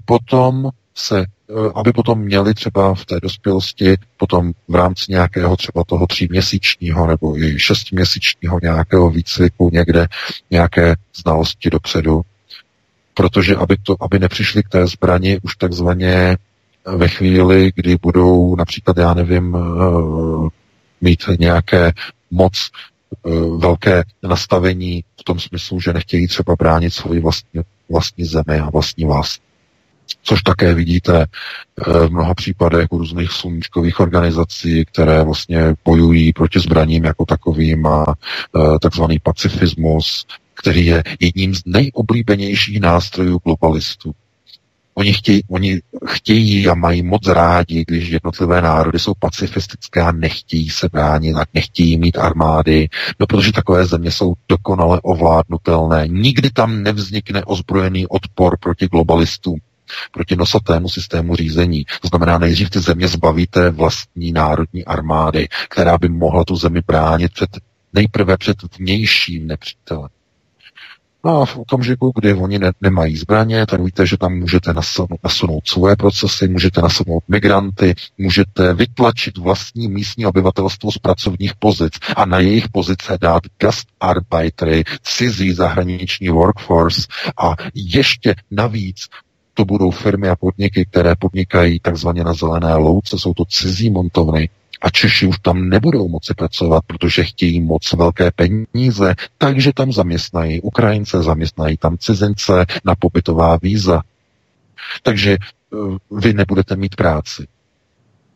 Speaker 5: potom měli třeba v té dospělosti potom v rámci nějakého třeba toho 3měsíčního nebo i 6měsíčního nějakého výcviku někde nějaké znalosti dopředu, protože aby nepřišli k té zbrani už takzvaně ve chvíli, kdy budou například, já nevím, mít nějaké moc velké nastavení v tom smyslu, že nechtějí třeba bránit svoji vlastní zemi a vlastní vlast. Což také vidíte v mnoha případech u různých sluníčkových organizací, které vlastně bojují proti zbraním jako takovým a takzvaný pacifismus, který je jedním z nejoblíbenějších nástrojů globalistů. Oni chtějí a mají moc rádi, když jednotlivé národy jsou pacifistické a nechtějí se bránit a nechtějí mít armády, no protože takové země jsou dokonale ovládnutelné. Nikdy tam nevznikne ozbrojený odpor proti globalistům, proti nosatému systému řízení. To znamená, nejdřív ty země zbavíte vlastní národní armády, která by mohla tu zemi bránit nejprve před vnějším nepřítelem. No a v okamžiku, kdy oni nemají zbraně, tak víte, že tam můžete nasunout svoje procesy, můžete nasunout migranty, můžete vytlačit vlastní místní obyvatelstvo z pracovních pozic a na jejich pozice dát gastarbeitery, cizí zahraniční workforce a ještě navíc to budou firmy a podniky, které podnikají takzvaně na zelené louce, jsou to cizí montovny, a Češi už tam nebudou moci pracovat, protože chtějí moc velké peníze, takže tam zaměstnají Ukrajince, zaměstnají tam cizince na pobytová víza. Takže vy nebudete mít práci.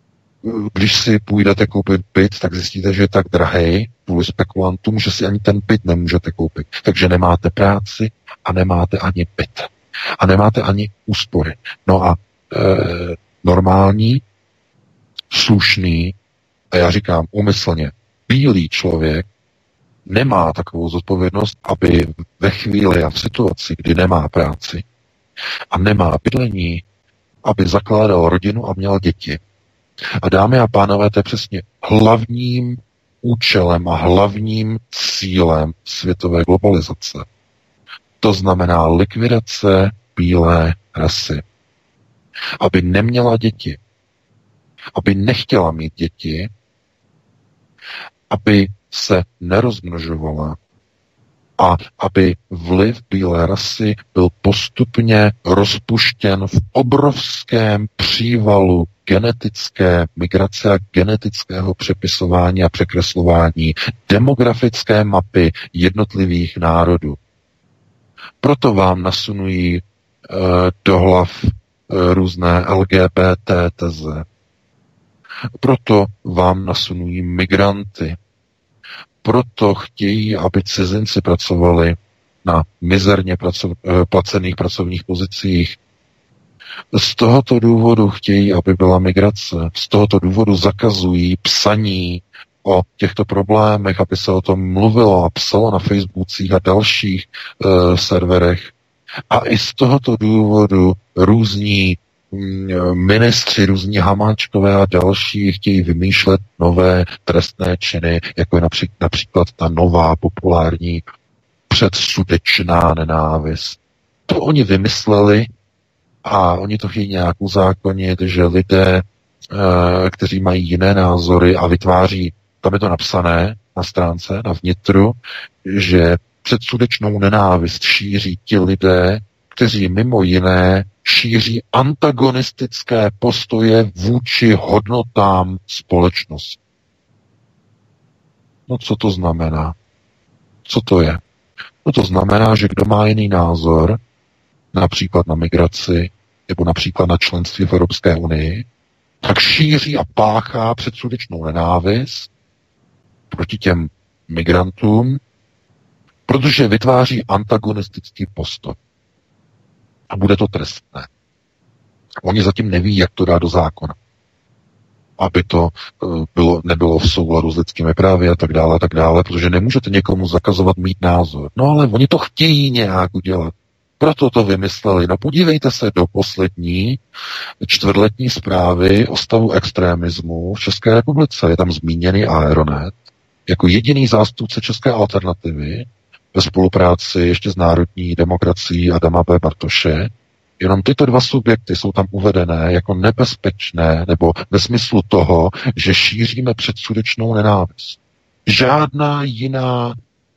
Speaker 5: když si půjdete koupit byt, tak zjistíte, že je tak drahej kvůli spekulantům, že si ani ten byt nemůžete koupit. Takže nemáte práci a nemáte ani byt. A nemáte ani úspory. No a normální, slušný, a já říkám úmyslně, bílý člověk nemá takovou zodpovědnost, aby ve chvíli a v situaci, kdy nemá práci a nemá bydlení, aby zakládal rodinu a měl děti. A dámy a pánové, to je přesně hlavním účelem a hlavním cílem světové globalizace. To znamená likvidace bílé rasy. Aby neměla děti, aby nechtěla mít děti, aby se nerozmnožovala a aby vliv bílé rasy byl postupně rozpuštěn v obrovském přívalu genetické migrace a genetického přepisování a překreslování demografické mapy jednotlivých národů. Proto vám nasunují do hlav různé LGBT teze. Proto vám nasunují migranty. Proto chtějí, aby cizinci pracovali na mizerně placených pracovních pozicích. Z tohoto důvodu chtějí, aby byla migrace. Z tohoto důvodu zakazují psaní o těchto problémech, aby se o tom mluvilo a psalo na Facebookích a dalších serverech. A i z tohoto důvodu různí ministři, různí Hamáčkové a další chtějí vymýšlet nové trestné činy, jako je například ta nová populární předsudečná nenávist. To oni vymysleli a oni to chtějí nějak uzákonit, že lidé, kteří mají jiné názory a vytváří, tam je to napsané na stránce, na vnitru, že předsudečnou nenávist šíří ti lidé, kteří mimo jiné šíří antagonistické postoje vůči hodnotám společnosti. No co to znamená? Co to je? No to znamená, že kdo má jiný názor, například na migraci, nebo například na členství v Evropské unii, tak šíří a páchá předsudečnou nenávist proti těm migrantům, protože vytváří antagonistický postoj. A bude to trestné. Oni zatím neví, jak to dát do zákona. Aby to nebylo v souladu s lidskými právy a tak dále, protože nemůžete někomu zakazovat mít názor. No ale oni to chtějí nějak udělat. Proto to vymysleli. No podívejte se do poslední čtvrtletní zprávy o stavu extremismu v České republice. Je tam zmíněný Aeronet jako jediný zástupce České alternativy ve spolupráci ještě s Národní demokracií Adama B. Bartoše. Jenom tyto dva subjekty jsou tam uvedené jako nebezpečné, nebo ve smyslu toho, že šíříme předsudečnou nenávist. Žádná jiná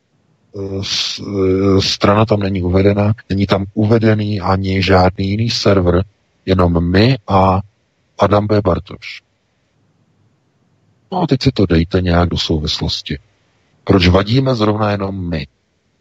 Speaker 5: strana tam není uvedena, není tam uvedený ani žádný jiný server, jenom my a Adam B. Bartoš. No a teď si to dejte nějak do souvislosti. Proč vadíme zrovna jenom my?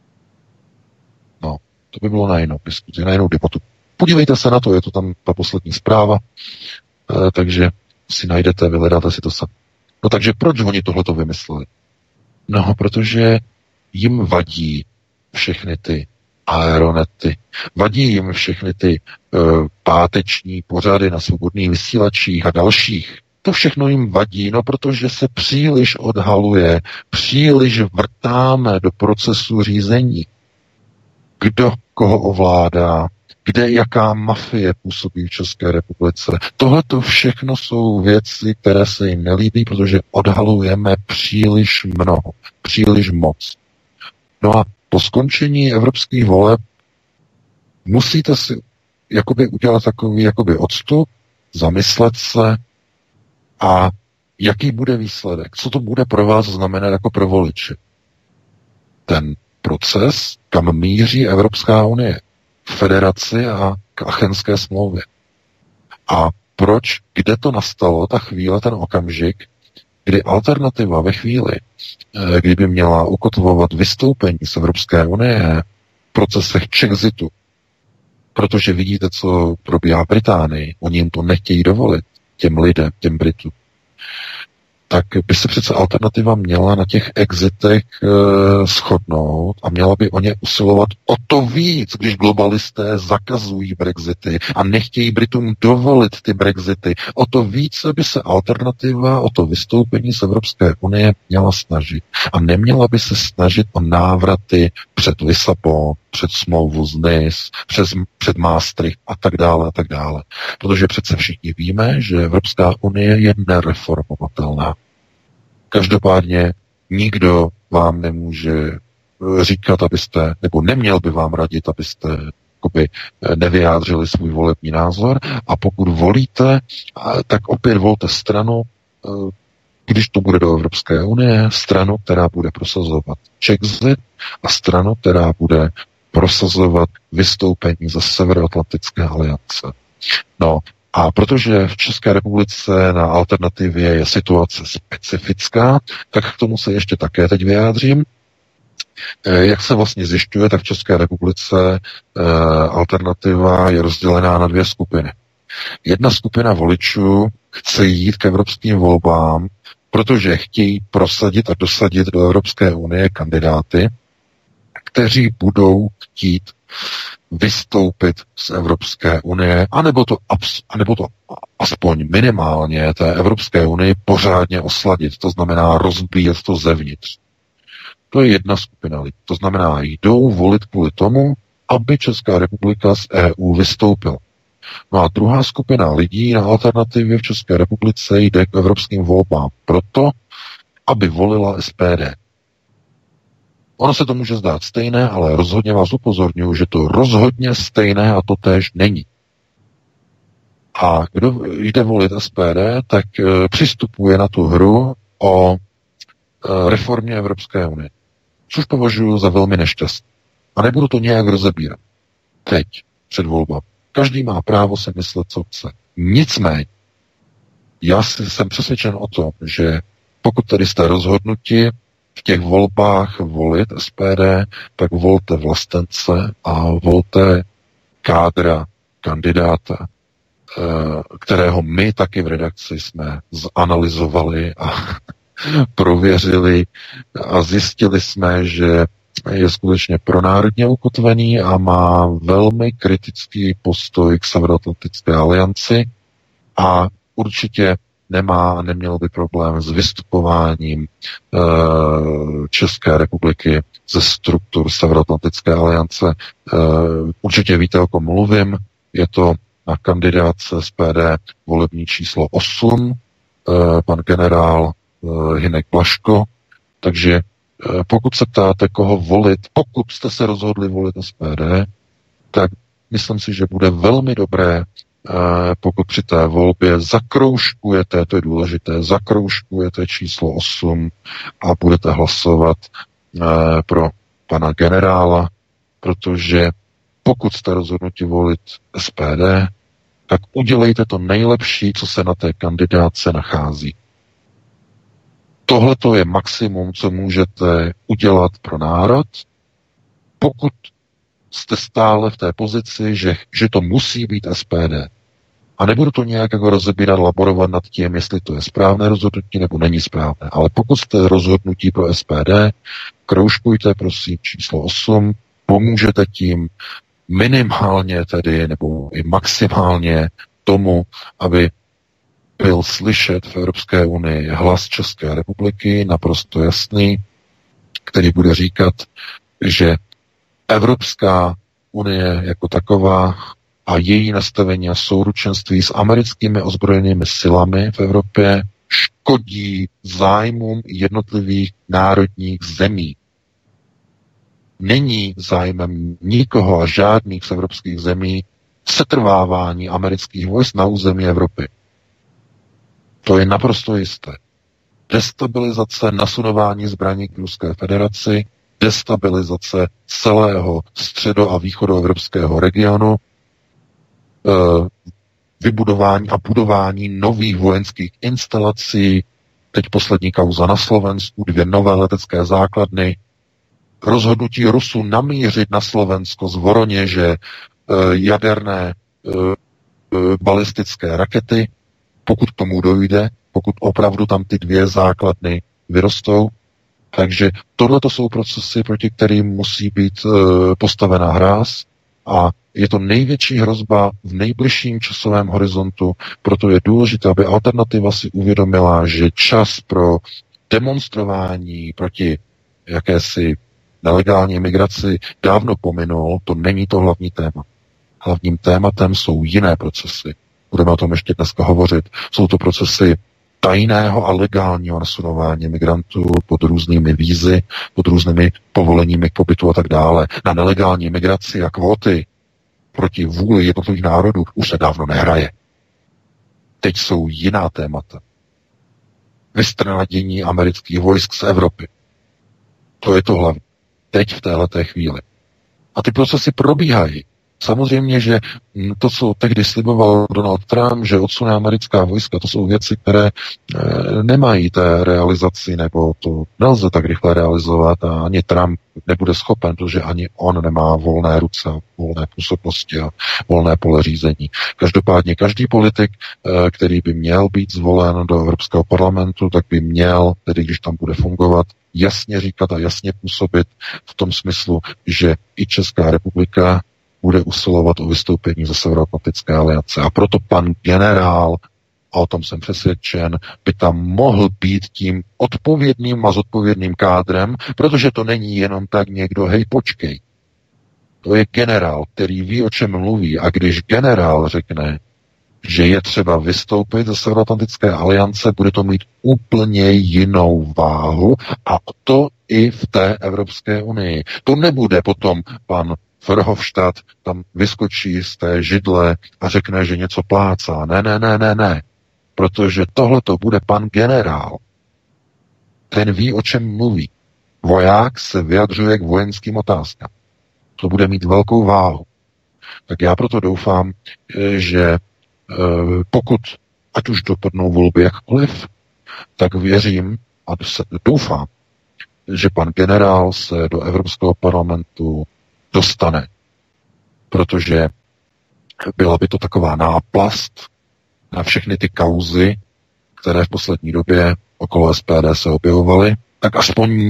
Speaker 5: No, to by bylo na jinou diskuzi, na jinou debatu. Podívejte se na to, je to tam ta poslední zpráva, takže si najdete, vyhledáte si to sami. No takže proč oni tohleto vymysleli? No, protože jim vadí všechny ty aeronety, vadí jim všechny ty páteční pořady na svobodných vysílačích a dalších. To všechno jim vadí, no protože se příliš odhaluje, příliš vrtáme do procesu řízení. Kdo koho ovládá, kde jaká mafie působí v České republice. Tohle to všechno jsou věci, které se jim nelíbí, protože odhalujeme příliš mnoho, příliš moc. No a po skončení evropských voleb musíte si jakoby udělat takový jakoby odstup, zamyslet se a jaký bude výsledek, co to bude pro vás znamenat jako pro voliče. Ten proces, kam míří Evropská unie, federaci a k Achenské smlouvě. A proč, kde to nastalo, ta chvíle, ten okamžik, kdy alternativa ve chvíli, kdyby měla ukotvovat vystoupení z Evropské unie v procesech Chexitu, protože vidíte, co probíhá v Británii, oni jim to nechtějí dovolit, těm lidem, těm Britům. tak by se přece alternativa měla na těch exitech shodnout a měla by o ně usilovat o to víc, když globalisté zakazují brexity a nechtějí Britům dovolit ty brexity. O to více by se alternativa o to vystoupení z Evropské unie měla snažit. A neměla by se snažit o návraty před Lisabon, před smlouvu z Nice, před Maastricht a tak dále a tak dále. Protože přece všichni víme, že Evropská unie je nereformovatelná. Každopádně nikdo vám nemůže říkat, abyste, nebo neměl by vám radit, abyste jakoby nevyjádřili svůj volební názor, a pokud volíte, tak opět volte stranu, když to bude do Evropské unie, stranu, která bude prosazovat Czexit a stranu, která bude prosazovat vystoupení ze Severoatlantické aliance. No, a protože v České republice na alternativě je situace specifická, tak k tomu se ještě také teď vyjádřím. Jak se vlastně zjišťuje, tak v České republice alternativa je rozdělená na dvě skupiny. Jedna skupina voličů chce jít k evropským volbám, protože chtějí prosadit a dosadit do Evropské unie kandidáty, kteří budou chtít vystoupit z Evropské unie, anebo to aspoň minimálně té Evropské unii pořádně osladit, to znamená rozbíjet to zevnitř. To je jedna skupina lidí. To znamená, jdou volit kvůli tomu, aby Česká republika z EU vystoupila. No a druhá skupina lidí na alternativě v České republice jde k evropským volbám proto, aby volila SPD. Ono se to může zdát stejné, ale rozhodně vás upozorňuji, že to rozhodně stejné a to též není. A kdo jde volit SPD, tak přistupuje na tu hru o reformě Evropské unie. Což považuji za velmi nešťastné. A nebudu to nějak rozebírat. Teď, před volbami. Každý má právo si myslet, co chce. Nicméně, já jsem přesvědčen o tom, že pokud tady jste rozhodnuti v těch volbách volit SPD, tak volte vlastence a volte kádra, kandidáta, kterého my taky v redakci jsme zanalyzovali a prověřili a zjistili jsme, že je skutečně pronárodně ukotvený a má velmi kritický postoj k Severoatlantické alianci a určitě nemá a neměl by problém s vystupováním České republiky ze struktur Severoatlantické aliance. Určitě víte, o kom mluvím. Je to na kandidátce SPD volební číslo 8, pan generál Hynek Blažko. Takže pokud se ptáte, koho volit, pokud jste se rozhodli volit SPD, tak myslím si, že bude velmi dobré, pokud při té volbě zakroužkujete, to je důležité, zakroužkujete číslo 8 a budete hlasovat pro pana generála, protože pokud jste rozhodnuti volit SPD, tak udělejte to nejlepší, co se na té kandidátce nachází. Tohle to je maximum, co můžete udělat pro národ, pokud jste stále v té pozici, že to musí být SPD. A nebudu to nějak jako rozebírat, laborovat nad tím, jestli to je správné rozhodnutí nebo není správné. Ale pokud jste rozhodnutí pro SPD, kroužkujte prosím číslo 8, pomůžete tím minimálně tedy, nebo i maximálně tomu, aby byl slyšet v Evropské unii hlas České republiky, naprosto jasný, který bude říkat, že Evropská unie jako taková a její nastavení a souručenství s americkými ozbrojenými silami v Evropě škodí zájmům jednotlivých národních zemí. Není zájmem nikoho a žádných z evropských zemí setrvávání amerických vojsk na území Evropy. To je naprosto jisté. Destabilizace, nasunování zbraní k Ruské federaci, destabilizace celého středo- a východoevropského regionu, vybudování a budování nových vojenských instalací, teď poslední kauza na Slovensku, 2 nové letecké základny, rozhodnutí Rusů namířit na Slovensko z Voroněže jaderné balistické rakety, pokud k tomu dojde, pokud opravdu tam ty dvě základny vyrostou. Takže tohleto jsou procesy, proti kterým musí být postavena hráz a je to největší hrozba v nejbližším časovém horizontu, proto je důležité, aby alternativa si uvědomila, že čas pro demonstrování proti jakési nelegální migraci dávno pominul, to není to hlavní téma. Hlavním tématem jsou jiné procesy. Budeme o tom ještě dneska hovořit. Jsou to procesy tajného a legálního nasunování migrantů pod různými vízy, pod různými povoleními k pobytu a tak dále. Na nelegální migraci a kvóty proti vůli jednotlivých národů už se dávno nehraje. Teď jsou jiná témata. Vystrnadění amerických vojsk z Evropy. To je to hlavní. Teď v téhleté chvíli. A ty procesy probíhají. Samozřejmě, že to, co tehdy sliboval Donald Trump, že odsune americká vojska, to jsou věci, které nemají té realizaci, nebo to nelze tak rychle realizovat a ani Trump nebude schopen, protože ani on nemá volné ruce, volné působnosti a volné pole řízení. Každopádně každý politik, který by měl být zvolen do Evropského parlamentu, tak by měl, tedy když tam bude fungovat, jasně říkat a jasně působit v tom smyslu, že i Česká republika bude usilovat o vystoupení ze Severoatlantické aliance. A proto pan generál, a o tom jsem přesvědčen, by tam mohl být tím odpovědným a zodpovědným kádrem, protože to není jenom tak někdo, hej, počkej. To je generál, který ví, o čem mluví. A když generál řekne, že je třeba vystoupit ze Severoatlantické aliance, bude to mít úplně jinou váhu a to i v té Evropské unii. To nebude potom pan Verhofstadt tam vyskočí z té židle a řekne, že něco plácá. Ne. Protože tohle to bude pan generál. Ten ví, o čem mluví. Voják se vyjadřuje k vojenským otázkám. To bude mít velkou váhu. Tak já proto doufám, že pokud, ať už dopadnou volby jakkoliv, tak věřím a doufám, že pan generál se do Evropského parlamentu dostane, protože byla by to taková náplast na všechny ty kauzy, které v poslední době okolo SPD se objevovaly, tak aspoň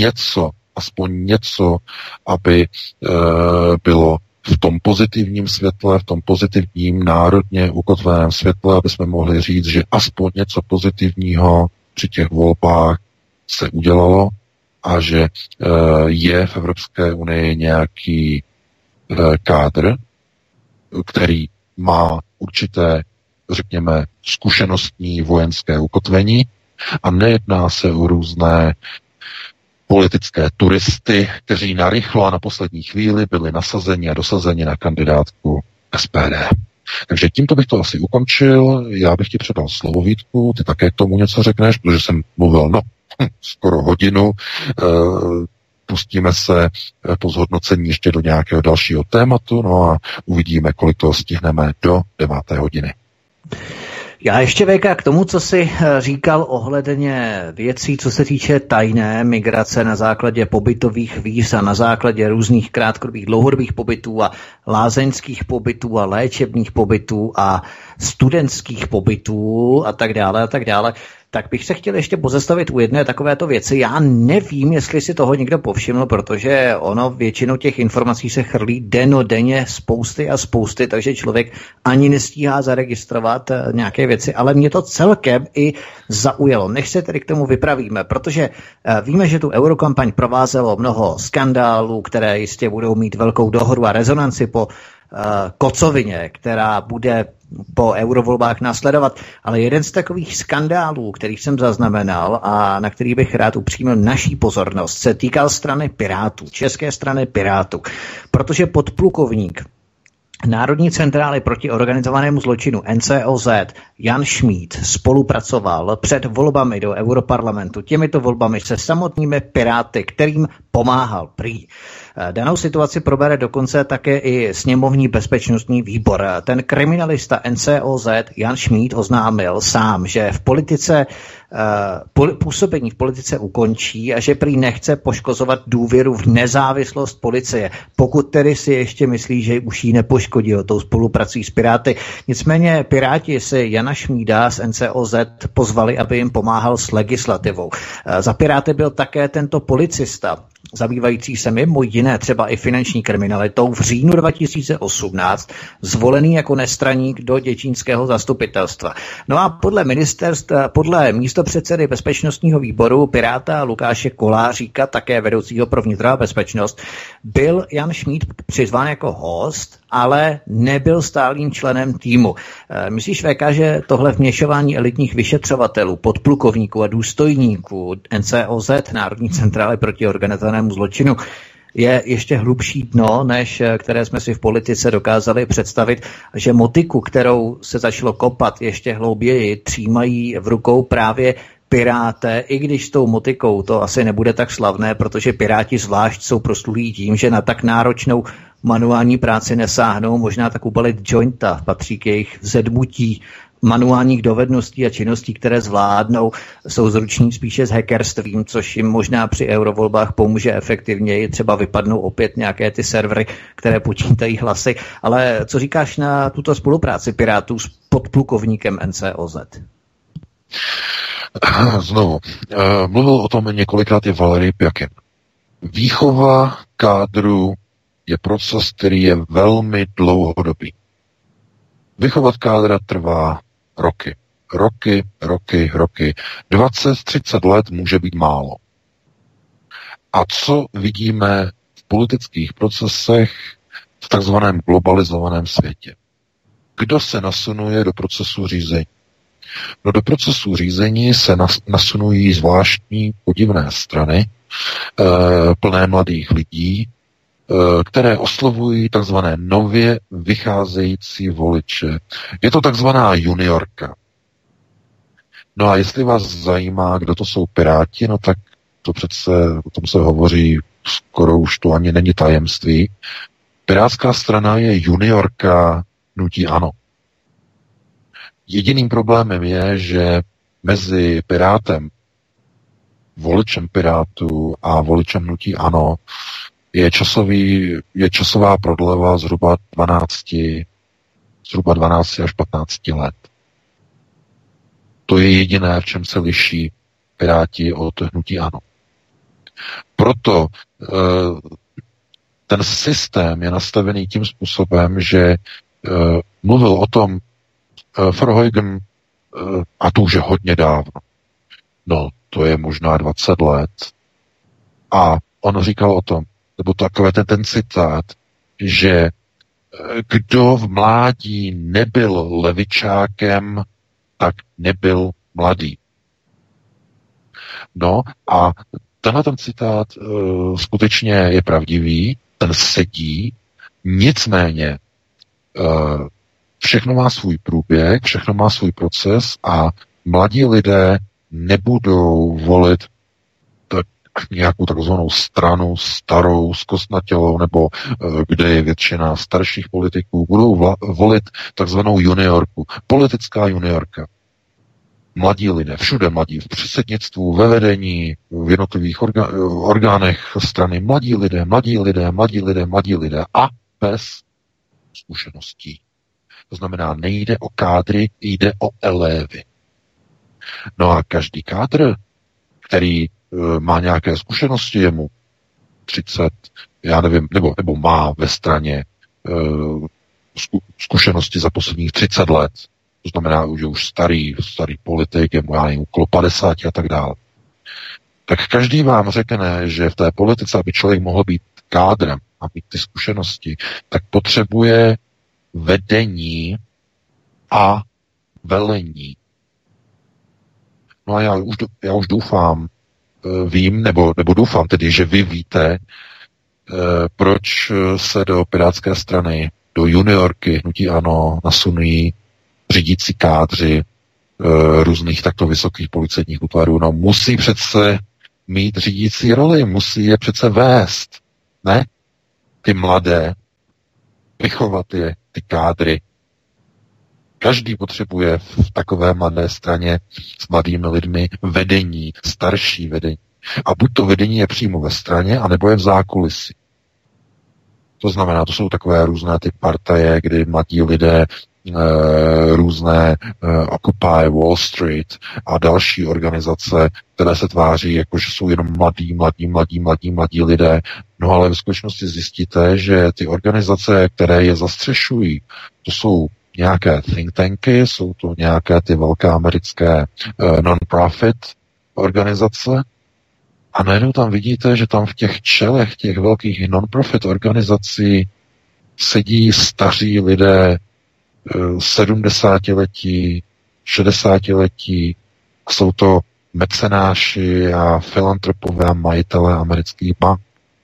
Speaker 5: něco, aby bylo v tom pozitivním světle, v tom pozitivním národně ukotveném světle, aby jsme mohli říct, že aspoň něco pozitivního při těch volbách se udělalo a že je v Evropské unii nějaký kádr, který má určité, řekněme, zkušenostní vojenské ukotvení a nejedná se o různé politické turisty, kteří narychlo a na poslední chvíli byli nasazeni a dosazeni na kandidátku SPD. Takže tímto bych to asi ukončil. Já bych ti předal slovo, Vítku, ty také k tomu něco řekneš, protože jsem mluvil, skoro hodinu. Pustíme se po zhodnocení ještě do nějakého dalšího tématu, a uvidíme, kolik toho stihneme do 9. hodiny.
Speaker 4: Já ještě, VK, k tomu, co jsi říkal ohledně věcí, co se týče tajné migrace na základě pobytových víz a na základě různých krátkodobých, dlouhodobých pobytů a lázeňských pobytů a léčebných pobytů a studentských pobytů a tak dále, tak bych se chtěl ještě pozastavit u jedné takovéto věci. Já nevím, jestli si toho někdo povšiml, protože ono většinou těch informací se chrlí dennodenně spousty a spousty, takže člověk ani nestíhá zaregistrovat nějaké věci, ale mě to celkem i zaujalo. Než se tedy k tomu vypravíme, protože víme, že tu eurokampaň provázelo mnoho skandálů, které jistě budou mít velkou dohodu a rezonanci po kocovině, která bude po eurovolbách následovat. Ale jeden z takových skandálů, který jsem zaznamenal a na který bych rád upřímil naší pozornost, se týkal strany Pirátů, České strany Pirátů. Protože podplukovník Národní centrály proti organizovanému zločinu NCOZ Jan Šmíd spolupracoval před volbami do Europarlamentu, těmito volbami se samotnými Piráty, kterým pomáhal prý. Danou situaci probere dokonce také i sněmovní bezpečnostní výbor. Ten kriminalista NCOZ Jan Šmíd oznámil sám, že v politice působení v politice ukončí a že prý nechce poškozovat důvěru v nezávislost policie, pokud tedy si ještě myslí, že už ji nepoškodil tou spoluprací s Piráty. Nicméně Piráti si Jana Šmída z NCOZ pozvali, aby jim pomáhal s legislativou. Za Piráty byl také tento policista, zabývající se mimo jiné třeba i finanční kriminalitou, v říjnu 2018 zvolený jako nestraník do děčínského zastupitelstva. No a podle místopředsedy bezpečnostního výboru Piráta Lukáše Koláříka, také vedoucího pro vnitro a bezpečnost, byl Jan Šmíd přizván jako host, ale nebyl stálým členem týmu. Myslíš, VK, že tohle vměšování elitních vyšetřovatelů, podplukovníků a důstojníků NCOZ, Národní centrály proti organizovanému zločinu, je ještě hlubší dno, než které jsme si v politice dokázali představit, že motiku, kterou se začalo kopat ještě hlouběji, třímají v rukou právě Piráté, i když s tou motikou to asi nebude tak slavné, protože Piráti zvlášť jsou proslulí tím, že na tak náročnou manuální práci nesáhnou, možná tak ubalit jointa, patří k jejich vzedmutí manuálních dovedností a činností, které zvládnou, jsou zruční spíše s hackerstvím, což jim možná při eurovolbách pomůže efektivněji, třeba vypadnou opět nějaké ty servery, které počítají hlasy. Ale co říkáš na tuto spolupráci Pirátů s podplukovníkem NCOZ?
Speaker 5: Znovu, mluvil o tom několikrát i Valerij Pjakin. Výchova kádru je proces, který je velmi dlouhodobý. Vychovat kádra trvá roky. 20-30 let může být málo. A co vidíme v politických procesech v takzvaném globalizovaném světě? Kdo se nasunuje do procesu řízení? No, do procesu řízení se nasunují zvláštní podivné strany, plné mladých lidí, které oslovují takzvané nově vycházející voliče. Je to takzvaná juniorka. No a jestli vás zajímá, kdo to jsou Piráti, no tak to přece, o tom se hovoří, skoro už to ani není tajemství. Pirátská strana je juniorka hnutí ANO. Jediným problémem je, že mezi Pirátem, voličem Pirátů a voličem hnutí ANO je časová prodleva zhruba 12 až 15 let. To je jediné, v čem se liší Piráti od hnutí ANO. Proto ten systém je nastavený tím způsobem, že mluvil o tom Verheugen, a to už je hodně dávno. No, to je možná 20 let. A on říkal o tom, nebo takové ten citát, že kdo v mládí nebyl levičákem, tak nebyl mladý. No a tenhle ten citát skutečně je pravdivý, ten sedí, nicméně všechno má svůj průběh, všechno má svůj proces a mladí lidé nebudou volit nějakou takzvanou stranu starou, zkostnatělou, nebo kde je většina starších politiků, budou volit takzvanou juniorku, politická juniorka. Mladí lidé, všude mladí, v předsednictvu, ve vedení, v jednotlivých orgánech strany, mladí lidé a bez zkušeností. To znamená, nejde o kádry, jde o elévy. No a každý kádr, který má nějaké zkušenosti, je mu 30, já nevím, nebo má ve straně zkušenosti za posledních 30 let. To znamená, že už starý politik, je mu, já nevím, okolo 50 a tak dále. Tak každý vám řekne, že v té politice, aby člověk mohl být kádrem a mít ty zkušenosti, tak potřebuje vedení a velení. No a já už doufám, vím, nebo doufám tedy, že vy víte, proč se do pirátské strany, do juniorky hnutí ANO nasunují řídící kádři různých takto vysokých policejních útvarů. No musí přece mít řídící roli, musí je přece vést, ne? Ty mladé, vychovat je, ty kádry. Každý potřebuje v takové mladé straně s mladými lidmi vedení, starší vedení. A buď to vedení je přímo ve straně, anebo je v zákulisí. To znamená, to jsou takové různé ty partaje, kdy mladí lidé, různé Occupy Wall Street a další organizace, které se tváří, jako že jsou jenom mladí lidé. No ale v skutečnosti zjistíte, že ty organizace, které je zastřešují, to jsou nějaké think tanky, jsou to nějaké ty velké americké non-profit organizace. A najednou tam vidíte, že tam v těch čelech těch velkých non-profit organizací sedí staří lidé, 70letí, 60letí, jsou to mecenáši a filantropové a majitelé amerických bank.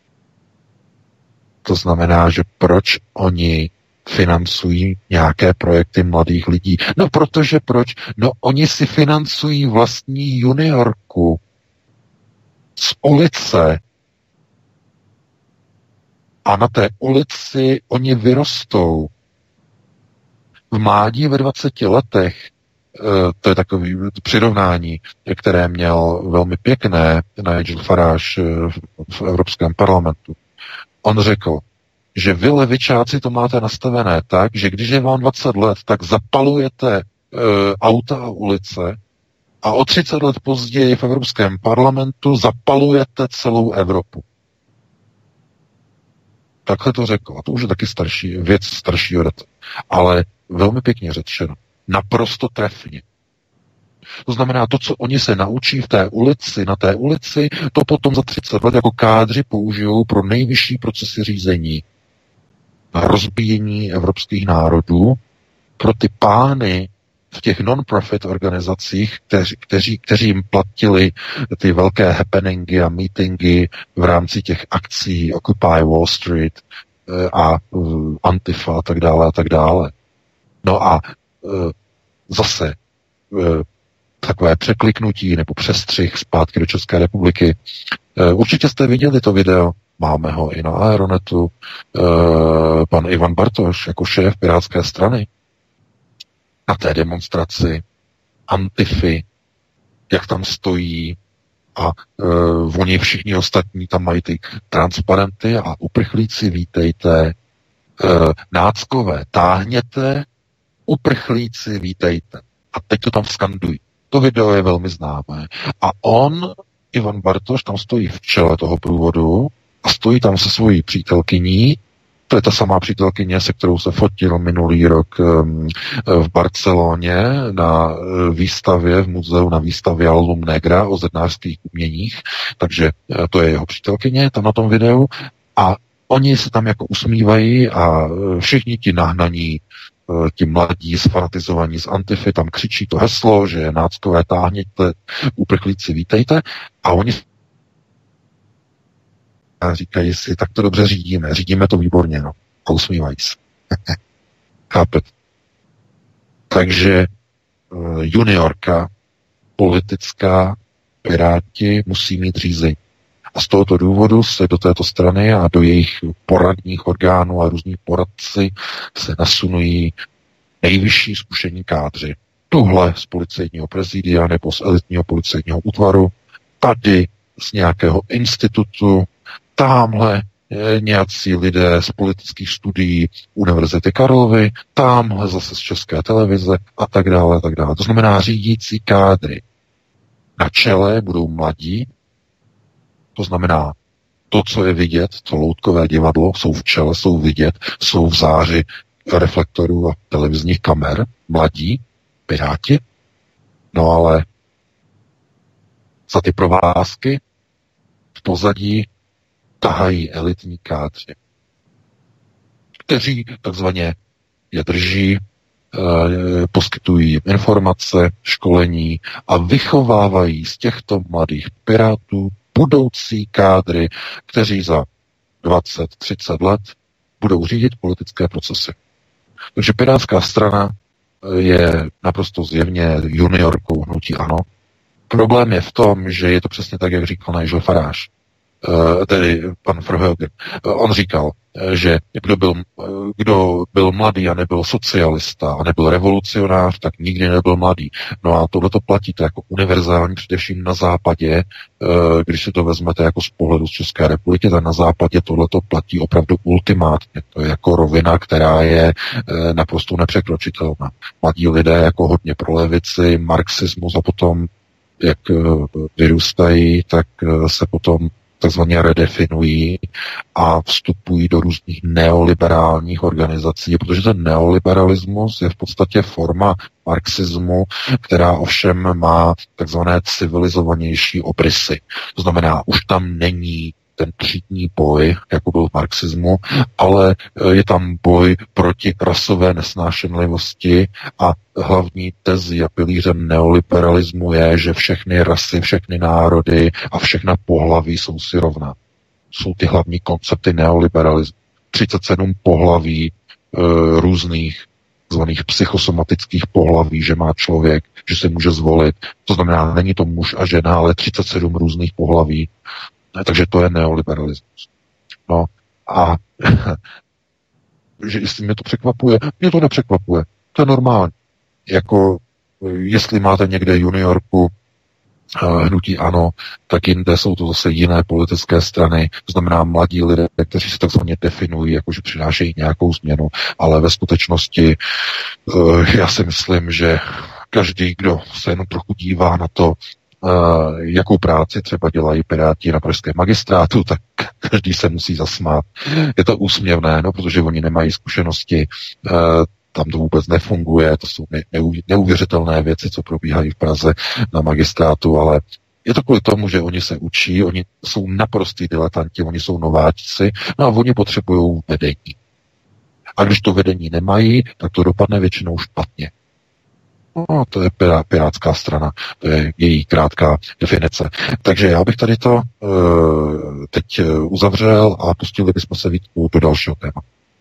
Speaker 5: To znamená, že proč oni financují nějaké projekty mladých lidí? No protože proč? No oni si financují vlastní juniorku z ulice. A na té ulici oni vyrostou. V mládí ve 20 letech, to je takové přirovnání, které měl velmi pěkné Nigel Farage v Evropském parlamentu. On řekl, že vy levičáci to máte nastavené tak, že když je vám 20 let, tak zapalujete auta a ulice a o 30 let později v Evropském parlamentu zapalujete celou Evropu. Takhle to řekl. A to už je taky věc staršího data. Ale velmi pěkně řečeno. Naprosto trefně. To znamená, to, co oni se naučí v té ulici, na té ulici, to potom za 30 let jako kádři použijou pro nejvyšší procesy řízení a rozbíjení evropských národů pro ty pány v těch non-profit organizacích, kteří jim platili ty velké happeningy a meetingy v rámci těch akcí Occupy Wall Street a Antifa a tak dále a tak dále. No a zase takové překliknutí nebo přestřih zpátky do České republiky. Určitě jste viděli to video, máme ho i na Aeronetu, pan Ivan Bartoš jako šéf Pirátské strany na té demonstraci Antify, jak tam stojí a oni všichni ostatní tam mají ty transparenty a uprchlíci vítejte, náckové táhněte, uprchlíci vítejte. A teď to tam skandují. To video je velmi známé. A on, Ivan Bartoš, tam stojí v čele toho průvodu a stojí tam se svojí přítelkyní. To je ta samá přítelkyně, se kterou se fotil minulý rok v Barceloně na výstavě, v muzeu na výstavě Album Negra o zednářských uměních. Takže to je jeho přítelkyně tam na tom videu. A oni se tam jako usmívají a všichni ti nahnaní, ti mladí sfanatizovaní z Antify tam křičí to heslo, že náckové táhněte, uprchlíci vítejte a oni říkají si, tak to dobře řídíme to výborně, no. A usmívají se. Chápete? Takže juniorka, politická, Piráti musí mít řízení. A z tohoto důvodu se do této strany a do jejich poradních orgánů a různých poradci se nasunují nejvyšší zkušení kádři. Tuhle z policejního prezidia nebo z elitního policejního útvaru, tady z nějakého institutu, tamhle nějací lidé z politických studií Univerzity Karlovy, tamhle zase z České televize a tak dále, a tak dále. To znamená řídící kádry. Na čele budou mladí, to znamená to, co je vidět, to loutkové divadlo, jsou v čele, jsou vidět, jsou v záři reflektorů a televizních kamer, mladí, Piráti, no ale za ty provázky v pozadí tahají elitní kádři, kteří takzvaně je drží, poskytují informace, školení a vychovávají z těchto mladých pirátů budoucí kádry, kteří za 20-30 let budou řídit politické procesy. Takže Pirátská strana je naprosto zjevně juniorkou hnutí ANO, Problém je v tom, že je to přesně tak, jak říkal Nigel Farage, tedy pan Verheugen. On říkal, že kdo byl mladý a nebyl socialista a nebyl revolucionář, tak nikdy nebyl mladý. No a tohle to platí, to jako univerzální, především na západě, když si to vezmete jako z pohledu z České republiky, tak na západě tohle to platí opravdu ultimátně. To je jako rovina, která je naprosto nepřekročitelná. Mladí lidé jako hodně pro levici, marxismus a potom, jak vyrůstají, tak se potom takzvaně redefinují a vstupují do různých neoliberálních organizací, protože ten neoliberalismus je v podstatě forma marxismu, která ovšem má takzvané civilizovanější obrysy. To znamená, už tam není ten třídní boj, jako byl v marxismu, ale je tam boj proti rasové nesnášenlivosti a hlavní tezi a pilířem neoliberalismu je, že všechny rasy, všechny národy a všechna pohlaví jsou si rovná. Jsou ty hlavní koncepty neoliberalismu. 37 pohlaví různých zvaných psychosomatických pohlaví, že má člověk, že se může zvolit. To znamená, není to muž a žena, ale 37 různých pohlaví. Takže to je neoliberalismus. No a že jestli mě to překvapuje, mě to nepřekvapuje. To je normální. Jako jestli máte někde juniorku hnutí ANO, tak jinde jsou to zase jiné politické strany, to znamená mladí lidé, kteří se takzvaně definují, jakože přinášejí nějakou změnu, ale ve skutečnosti já si myslím, že každý, kdo se jenom trochu dívá na to, jakou práci třeba dělají Piráti na pražském magistrátu, tak každý se musí zasmát. Je to úsměvné, no, protože oni nemají zkušenosti, tam to vůbec nefunguje, to jsou neuvěřitelné věci, co probíhají v Praze na magistrátu, ale je to kvůli tomu, že oni se učí, oni jsou naprostí diletanti, oni jsou nováčci, no a oni potřebují vedení. A když to vedení nemají, tak to dopadne většinou špatně. No, to je pirátská strana, to je její krátká definice. Takže já bych tady to teď uzavřel a pustili bychom se Vítku do dalšího téma.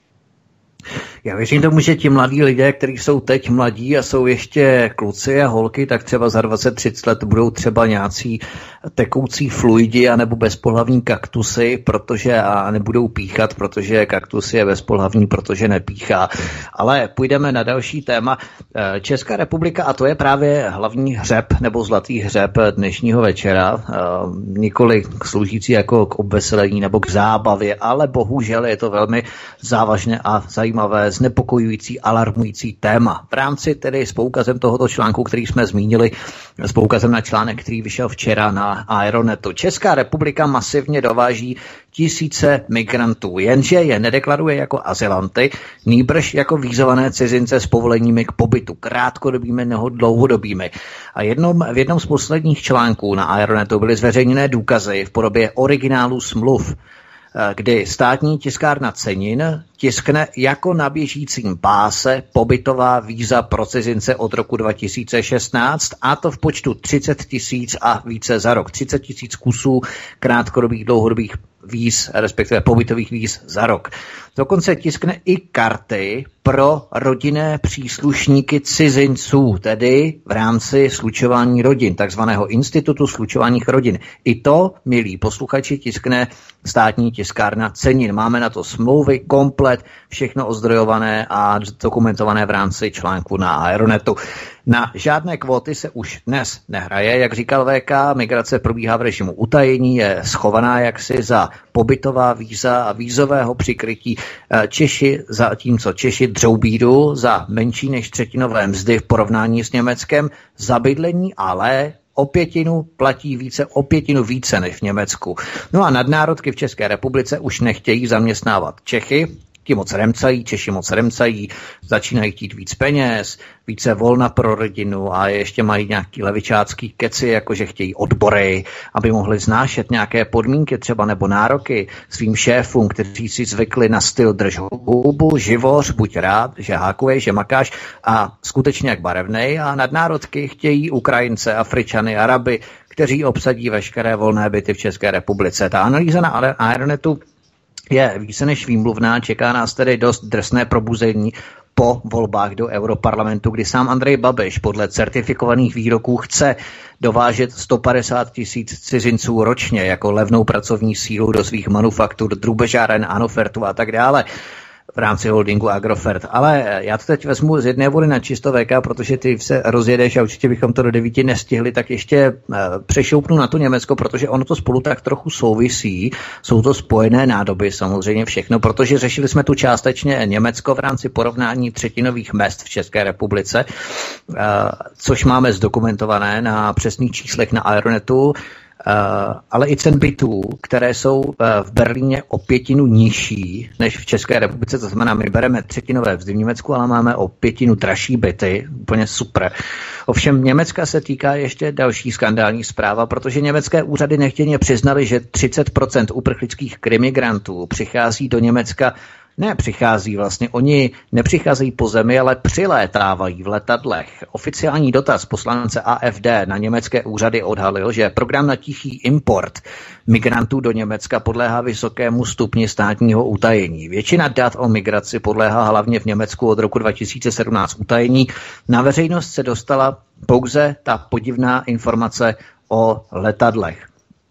Speaker 4: Já věřím tomu, že ti mladí lidé, kteří jsou teď mladí a jsou ještě kluci a holky, tak třeba za 20-30 let budou třeba nějací tekoucí fluidi anebo bezpohlavní kaktusy, protože a nebudou píchat, protože kaktus je bezpohlavní, protože nepíchá. Ale půjdeme na další téma. Česká republika, a to je právě hlavní hřeb nebo zlatý hřeb dnešního večera, nikoli sloužící jako k obveselení nebo k zábavě, ale bohužel je to velmi závažné a zajímavé, znepokojující, alarmující téma. V rámci tedy s poukazem tohoto článku, který jsme zmínili, s poukazem na článek, který vyšel včera na Aeronetu. Česká republika masivně dováží tisíce migrantů, jenže je nedeklaruje jako azylanty, nýbrž jako vízované cizince s povoleními k pobytu, krátkodobými nebo dlouhodobými. A v jednom z posledních článků na Aeronetu byly zveřejněné důkazy v podobě originálu smluv, kdy státní tiskárna cenin tiskne jako na běžícím páse pobytová víza pro cizince od roku 2016, a to v počtu 30 000 a více za rok. 30 000 kusů krátkodobých, dlouhodobých víz, respektive pobytových víz za rok. Dokonce tiskne i karty pro rodinné příslušníky cizinců, tedy v rámci slučování rodin, takzvaného institutu slučování rodin. I to, milí posluchači, tiskne státní tiskárna cenin. Máme na to smlouvy, komplet, všechno ozdrojované a dokumentované v rámci článku na Aeronetu. Na žádné kvóty se už dnes nehraje, jak říkal VK, migrace probíhá v režimu utajení, je schovaná jaksi za pobytová víza a vízového přikrytí. Zatímco Češi dřou bídu za menší než třetinové mzdy v porovnání s Německem, za bydlení ale o pětinu více než v Německu. No a nadnárodky v České republice už nechtějí zaměstnávat Čechy, ti moc remcají, Češi moc remcají, začínají chtít víc peněz, více volna pro rodinu a ještě mají nějaký levičácký keci, jakože chtějí odbory, aby mohli znášet nějaké podmínky třeba nebo nároky svým šéfům, kteří si zvykli na styl drž hubu, živoř, buď rád, že hákuješ, že makáš a skutečně jak barevnej, a nadnárodky chtějí Ukrajince, Afričany, Araby, kteří obsadí veškeré volné byty v České republice. Ta analýza na Aeronetu je více než výmluvná, čeká nás tedy dost drsné probuzení po volbách do Europarlamentu, kdy sám Andrej Babiš podle certifikovaných výroků chce dovážet 150 000 cizinců ročně jako levnou pracovní sílu do svých manufaktur, drůbežáren, Anofertu a tak dále v rámci holdingu Agrofert. Ale já to teď vezmu z jedné vody na čisto, VK, protože ty se rozjedeš a určitě bychom to do 9 nestihli, tak ještě přešoupnu na to Německo, protože ono to spolu tak trochu souvisí. Jsou to spojené nádoby samozřejmě všechno, protože řešili jsme tu částečně Německo v rámci porovnání třetinových mezd v České republice, což máme zdokumentované na přesných číslech na Aeronetu, ale i cen bytů, které jsou v Berlíně o 1/5 nižší než v České republice, to znamená, my bereme třetinové mzdy v Německu, ale máme o 1/5 dražší byty, úplně super. Ovšem Německa se týká ještě další skandální zpráva, protože německé úřady nechtěně přiznali, že 30% uprchlických krimigrantů přichází do Německa. Nepřichází vlastně, oni nepřicházejí po zemi, ale přilétávají v letadlech. Oficiální dotaz poslance AfD na německé úřady odhalil, že program na tichý import migrantů do Německa podléhá vysokému stupni státního utajení. Většina dat o migraci podléhá hlavně v Německu od roku 2017 utajení. Na veřejnost se dostala pouze ta podivná informace o letadlech.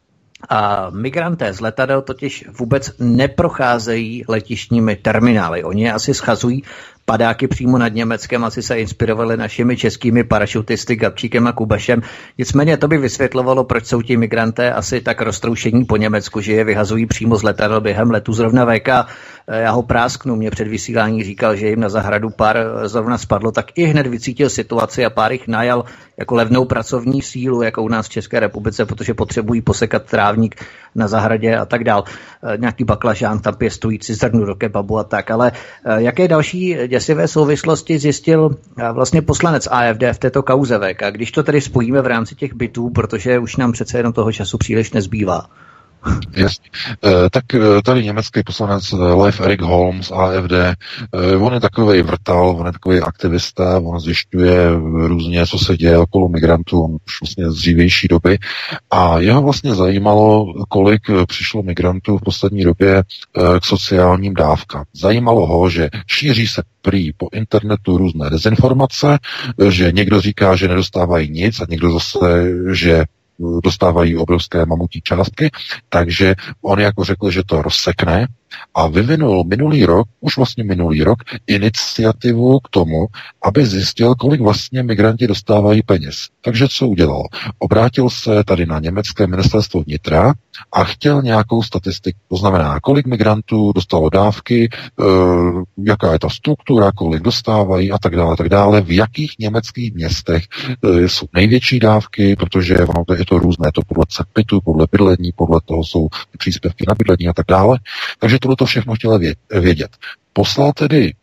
Speaker 4: A migranté z letadel totiž vůbec neprocházejí letištními terminály. Oni je asi schazují padáky přímo nad Německem, asi se inspirovali našimi českými parašutisty Gabčíkem a Kubašem. Nicméně to by vysvětlovalo, proč jsou ti migranté asi tak roztroušení po Německu, že je vyhazují přímo z letadel během letu. Zrovna VK, já ho prásknu, mě před vysílání říkal, že jim na zahradu pár zrovna spadlo, tak i hned vycítil situaci a pár jich najal jako levnou pracovní sílu, jako u nás v České republice, protože potřebují posekat trávník na zahradě a tak dál. Nějaký baklažán tam pěstující zrnu do kebabu a tak. Ale jaké další děsivé souvislosti zjistil vlastně poslanec AfD v této kauze VK, když to tedy spojíme v rámci těch bytů, protože už nám přece jenom toho času příliš nezbývá.
Speaker 5: Jasně. Tak tady německý poslanec Leif Erik Holmes, AfD, on je takovej vrtal, on je takový aktivista, on zjišťuje různě, co se děje okolo migrantů, on už vlastně z dřívější doby a jeho vlastně zajímalo, kolik přišlo migrantů v poslední době k sociálním dávkám. Zajímalo ho, že šíří se prý po internetu různé dezinformace, že někdo říká, že nedostávají nic a někdo zase, že dostávají obrovské mamutí částky, takže on jako řekl, že to rozsekne a vyvinul už vlastně minulý rok, iniciativu k tomu, aby zjistil, kolik vlastně migranti dostávají peněz. Takže co udělal? Obrátil se tady na německé ministerstvo vnitra a chtěl nějakou statistiku, to znamená, kolik migrantů dostalo dávky, jaká je ta struktura, kolik dostávají a tak dále, v jakých německých městech jsou největší dávky, protože ono je to různé, to podle bytu, podle bydlení, podle toho jsou příspěvky na bydlení a tak dále. Takže tohle všechno chtěl vědět. Poslal tedy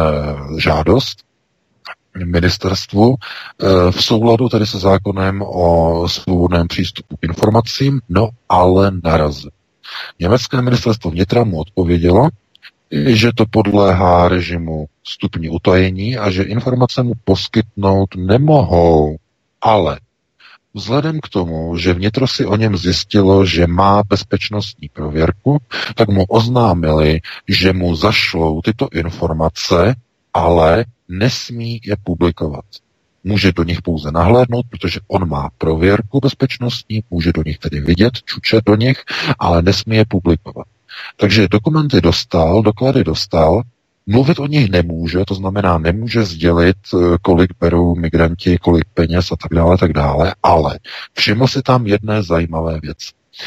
Speaker 5: žádost ministerstvu v souladu tedy se zákonem o svobodném přístupu k informacím, no ale narazil. Německé ministerstvo vnitra mu odpovědělo, že to podléhá režimu stupni utajení a že informace mu poskytnout nemohou, ale vzhledem k tomu, že vnitro si o něm zjistilo, že má bezpečnostní prověrku, tak mu oznámili, že mu zašlou tyto informace, ale nesmí je publikovat. Může do nich pouze nahlédnout, protože on má prověrku bezpečnostní, může do nich tedy vidět, čučet do nich, ale nesmí je publikovat. Takže dokumenty dostal, doklady dostal, mluvit o nich nemůže, to znamená nemůže sdělit, kolik berou migranti, kolik peněz a tak dále, ale všiml si tam jedné zajímavé věci.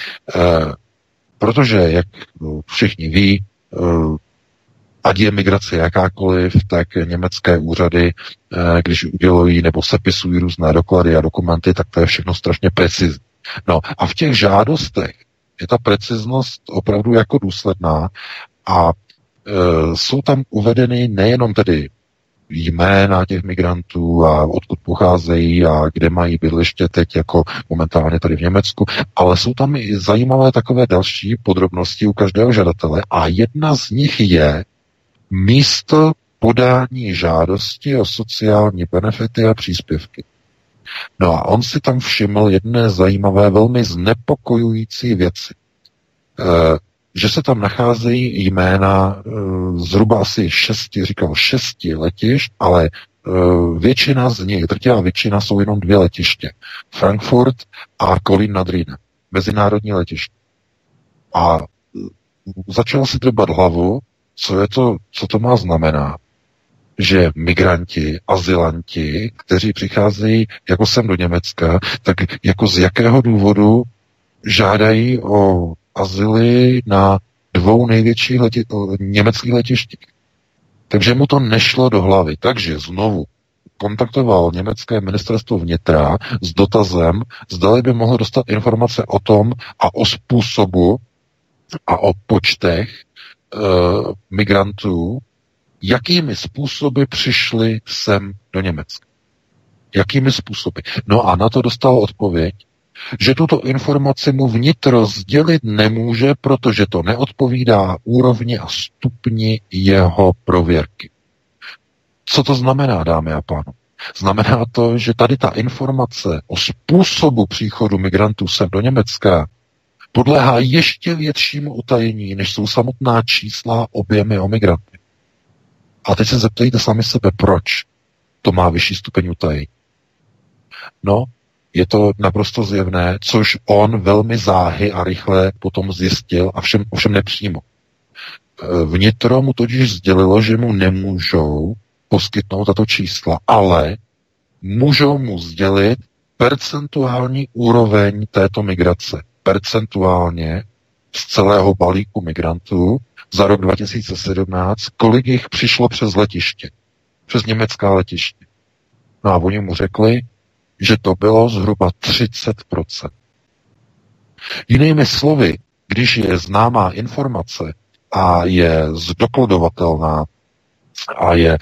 Speaker 5: Protože, jak všichni ví, ať je migrace jakákoliv, tak německé úřady, když udělují nebo sepisují různé doklady a dokumenty, tak to je všechno strašně precizní. No a v těch žádostech je ta preciznost opravdu jako důsledná a jsou tam uvedeny nejenom tedy jména těch migrantů a odkud pocházejí a kde mají bydliště teď jako momentálně tady v Německu, ale jsou tam i zajímavé takové další podrobnosti u každého žadatele a jedna z nich je místo podání žádosti o sociální benefity a příspěvky. No a on si tam všiml jedné zajímavé, velmi znepokojující věci. že se tam nacházejí jména zhruba asi 6 letišť, ale většina z nich, drtivá většina, jsou jenom 2 letiště. Frankfurt a Kolín nad Rýnem. Mezinárodní letiště. A začal si drbat hlavu, co to má znamenat, že migranti, azylanti, kteří přicházejí jako sem do Německa, tak jako z jakého důvodu žádají o azyly na 2 největších německých letištích. Takže mu to nešlo do hlavy. Takže znovu kontaktoval německé ministerstvo vnitra s dotazem, zdali by mohl dostat informace o tom a o způsobu a o počtech migrantů, jakými způsoby přišli sem do Německa. Jakými způsoby. No a na to dostal odpověď, že tuto informaci mu vnitro sdělit nemůže, protože to neodpovídá úrovni a stupni jeho prověrky. Co to znamená, dámy a pánové? Znamená to, že tady ta informace o způsobu příchodu migrantů sem do Německa podléhá ještě většímu utajení, než jsou samotná čísla, objemy o migranty. A teď se zeptejte sami sebe, proč to má vyšší stupeň utajení. No, je to naprosto zjevné, což on velmi záhy a rychle potom zjistil, a ovšem nepřímo. Vnitro mu totiž sdělilo, že mu nemůžou poskytnout tato čísla, ale můžou mu sdělit percentuální úroveň této migrace. Percentuálně z celého balíku migrantů za rok 2017, kolik jich přišlo přes letiště, přes německá letiště. No a oni mu řekli, že to bylo zhruba 30%. Jinými slovy, když je známá informace a je zdokladovatelná a je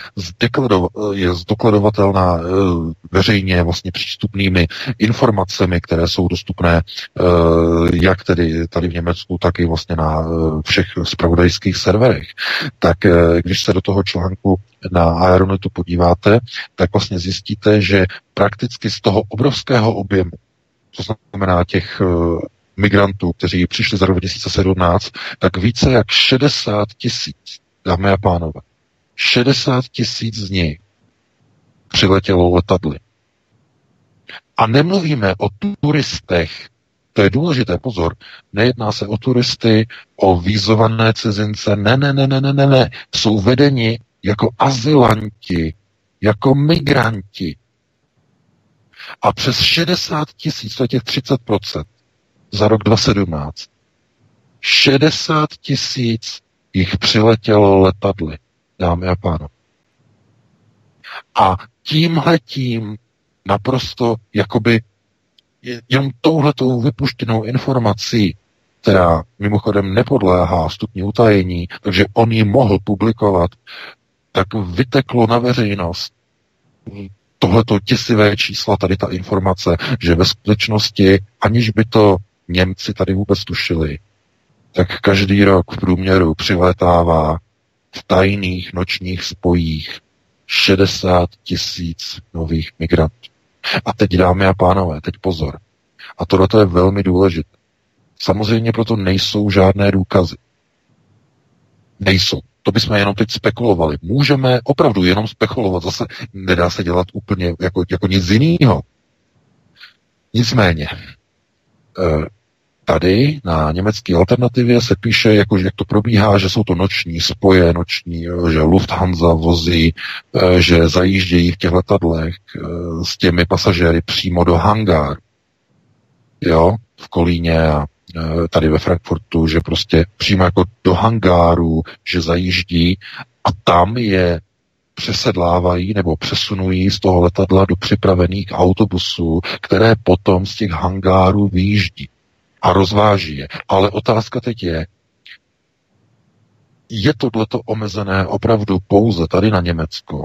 Speaker 5: zdokladovatelná veřejně vlastně přístupnými informacemi, které jsou dostupné jak tedy tady v Německu, tak i vlastně na všech zpravodajských serverech. Tak když se do toho článku na Aeronetu podíváte, tak vlastně zjistíte, že prakticky z toho obrovského objemu, to znamená těch migrantů, kteří přišli za rok 2017, tak více jak 60 000, dámy a pánové, 60 000 z nich přiletělo letadly. A nemluvíme o turistech, to je důležité, pozor, nejedná se o turisty, o vízované cizince, ne, jsou vedeni jako azylanti, jako migranti. A přes 60 000, to je těch 30% za rok 2017, 60 000 jich přiletělo letadly, dámy a pánové. A tímhletím naprosto jakoby jenom touhletou vypuštěnou informací, která mimochodem nepodléhá stupni utajení, takže on ji mohl publikovat, tak vyteklo na veřejnost tohleto děsivé čísla, tady ta informace, že ve skutečnosti, aniž by to Němci tady vůbec tušili, tak každý rok v průměru přilétává v tajných nočních spojích 60 000 nových migrantů. A teď, dámy a pánové, teď pozor. A tohle je velmi důležité. Samozřejmě proto nejsou žádné důkazy. Nejsou. To bychom jenom teď spekulovali. Můžeme opravdu jenom spekulovat. Zase nedá se dělat úplně jako nic jiného. Nicméně, tady na německé alternativě se píše, jak to probíhá, že jsou to noční spoje, že Lufthansa vozí, že zajíždějí v těch letadlech s těmi pasažéry přímo do hangáru. Jo, v Kolíně a tady ve Frankfurtu, že prostě přímo jako do hangáru, že zajíždí a tam je přesedlávají nebo přesunují z toho letadla do připravených autobusů, které potom z těch hangárů vyjíždí a rozváží je. Ale otázka teď je tohleto omezené opravdu pouze tady na Německo?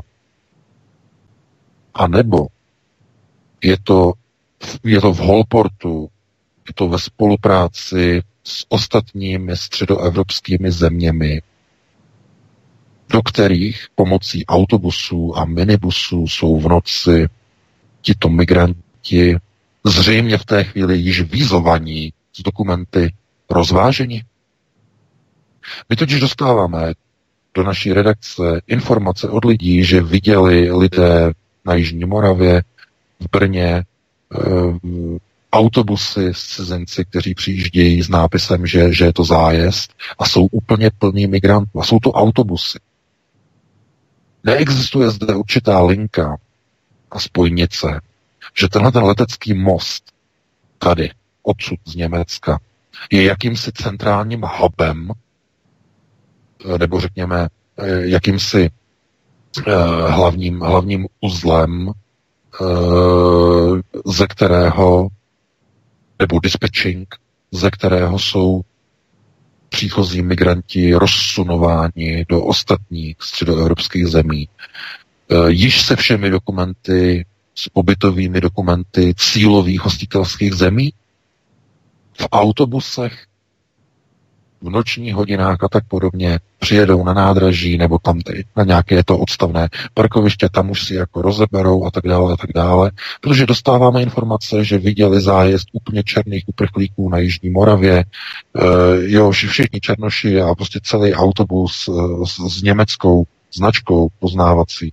Speaker 5: A nebo je to v Holportu, je to ve spolupráci s ostatními středoevropskými zeměmi, do kterých pomocí autobusů a minibusů jsou v noci tito migranti zřejmě v té chvíli již vízovaní s dokumenty rozváženi? My totiž dostáváme do naší redakce informace od lidí, že viděli lidé na Jižní Moravě, v Brně, autobusy s cizinci, kteří přijíždějí s nápisem, že je to zájezd a jsou úplně plní migrantů. A jsou to autobusy. Neexistuje zde určitá linka a spojnice, že tenhle ten letecký most tady, odsud z Německa, je jakýmsi centrálním hubem, nebo řekněme, jakýmsi hlavním uzlem, ze kterého, nebo dispatching, ze kterého jsou příchozí migranti rozsunováni do ostatních středoevropských zemí. Již se všemi dokumenty, s pobytovými dokumenty cílových hostitelských zemí, v autobusech, v nočních hodinách a tak podobně přijedou na nádraží nebo tam na nějaké to odstavné parkoviště, tam už si jako rozeberou a tak dále, protože dostáváme informace, že viděli zájezd úplně černých uprchlíků na Jižní Moravě, všichni černoši a prostě celý autobus s německou značkou poznávací.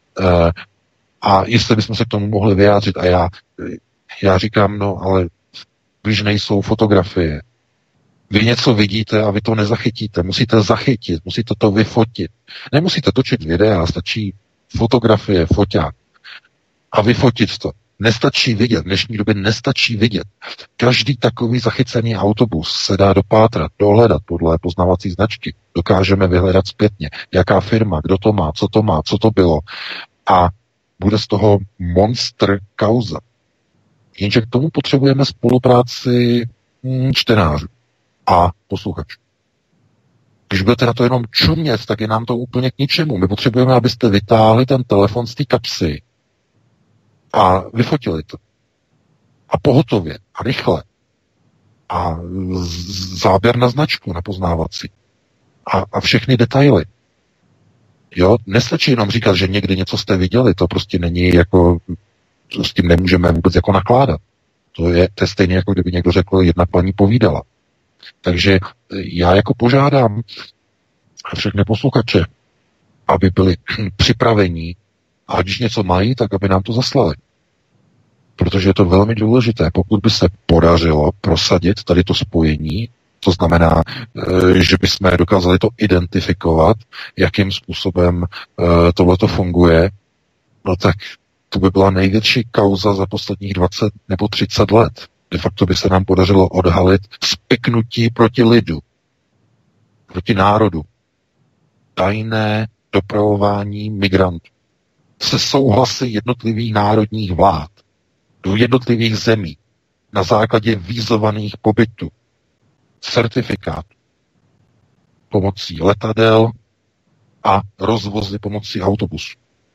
Speaker 5: A jestli bychom se k tomu mohli vyjádřit, a já říkám, no ale když nejsou fotografie, vy něco vidíte a vy to nezachytíte. Musíte zachytit, musíte to vyfotit. Nemusíte točit videa, stačí fotografie, foťák a vyfotit to. Nestačí vidět, v dnešní době nestačí vidět. Každý takový zachycený autobus se dá dopátrat, dohledat podle poznávací značky. Dokážeme vyhledat zpětně, jaká firma, kdo to má, co to bylo. A bude z toho monster kauza. Jenže k tomu potřebujeme spolupráci čtenářů a posluchačů. Když budete na to jenom čumět, tak je nám to úplně k ničemu. My potřebujeme, abyste vytáhli ten telefon z té kapsy a vyfotili to. A pohotově, a rychle. A záběr na značku, na poznávací. A všechny detaily. Jo, nestačí jenom říkat, že někdy něco jste viděli, to prostě není jako, s tím nemůžeme vůbec jako nakládat. To je stejně, jako kdyby někdo řekl, jedna paní povídala. Takže já jako požádám všechny posluchače, aby byli připravení a když něco mají, tak aby nám to zaslali. Protože je to velmi důležité. Pokud by se podařilo prosadit tady to spojení, to znamená, že bychom dokázali to identifikovat, jakým způsobem tohleto funguje, no tak to by byla největší kauza za posledních 20 nebo 30 let. De facto by se nám podařilo odhalit spiknutí proti lidu, proti národu, tajné dopravování migrantů se souhlasy jednotlivých národních vlád do jednotlivých zemí na základě vízovaných pobytů, certifikátů pomocí letadel a rozvozy pomocí autobusů.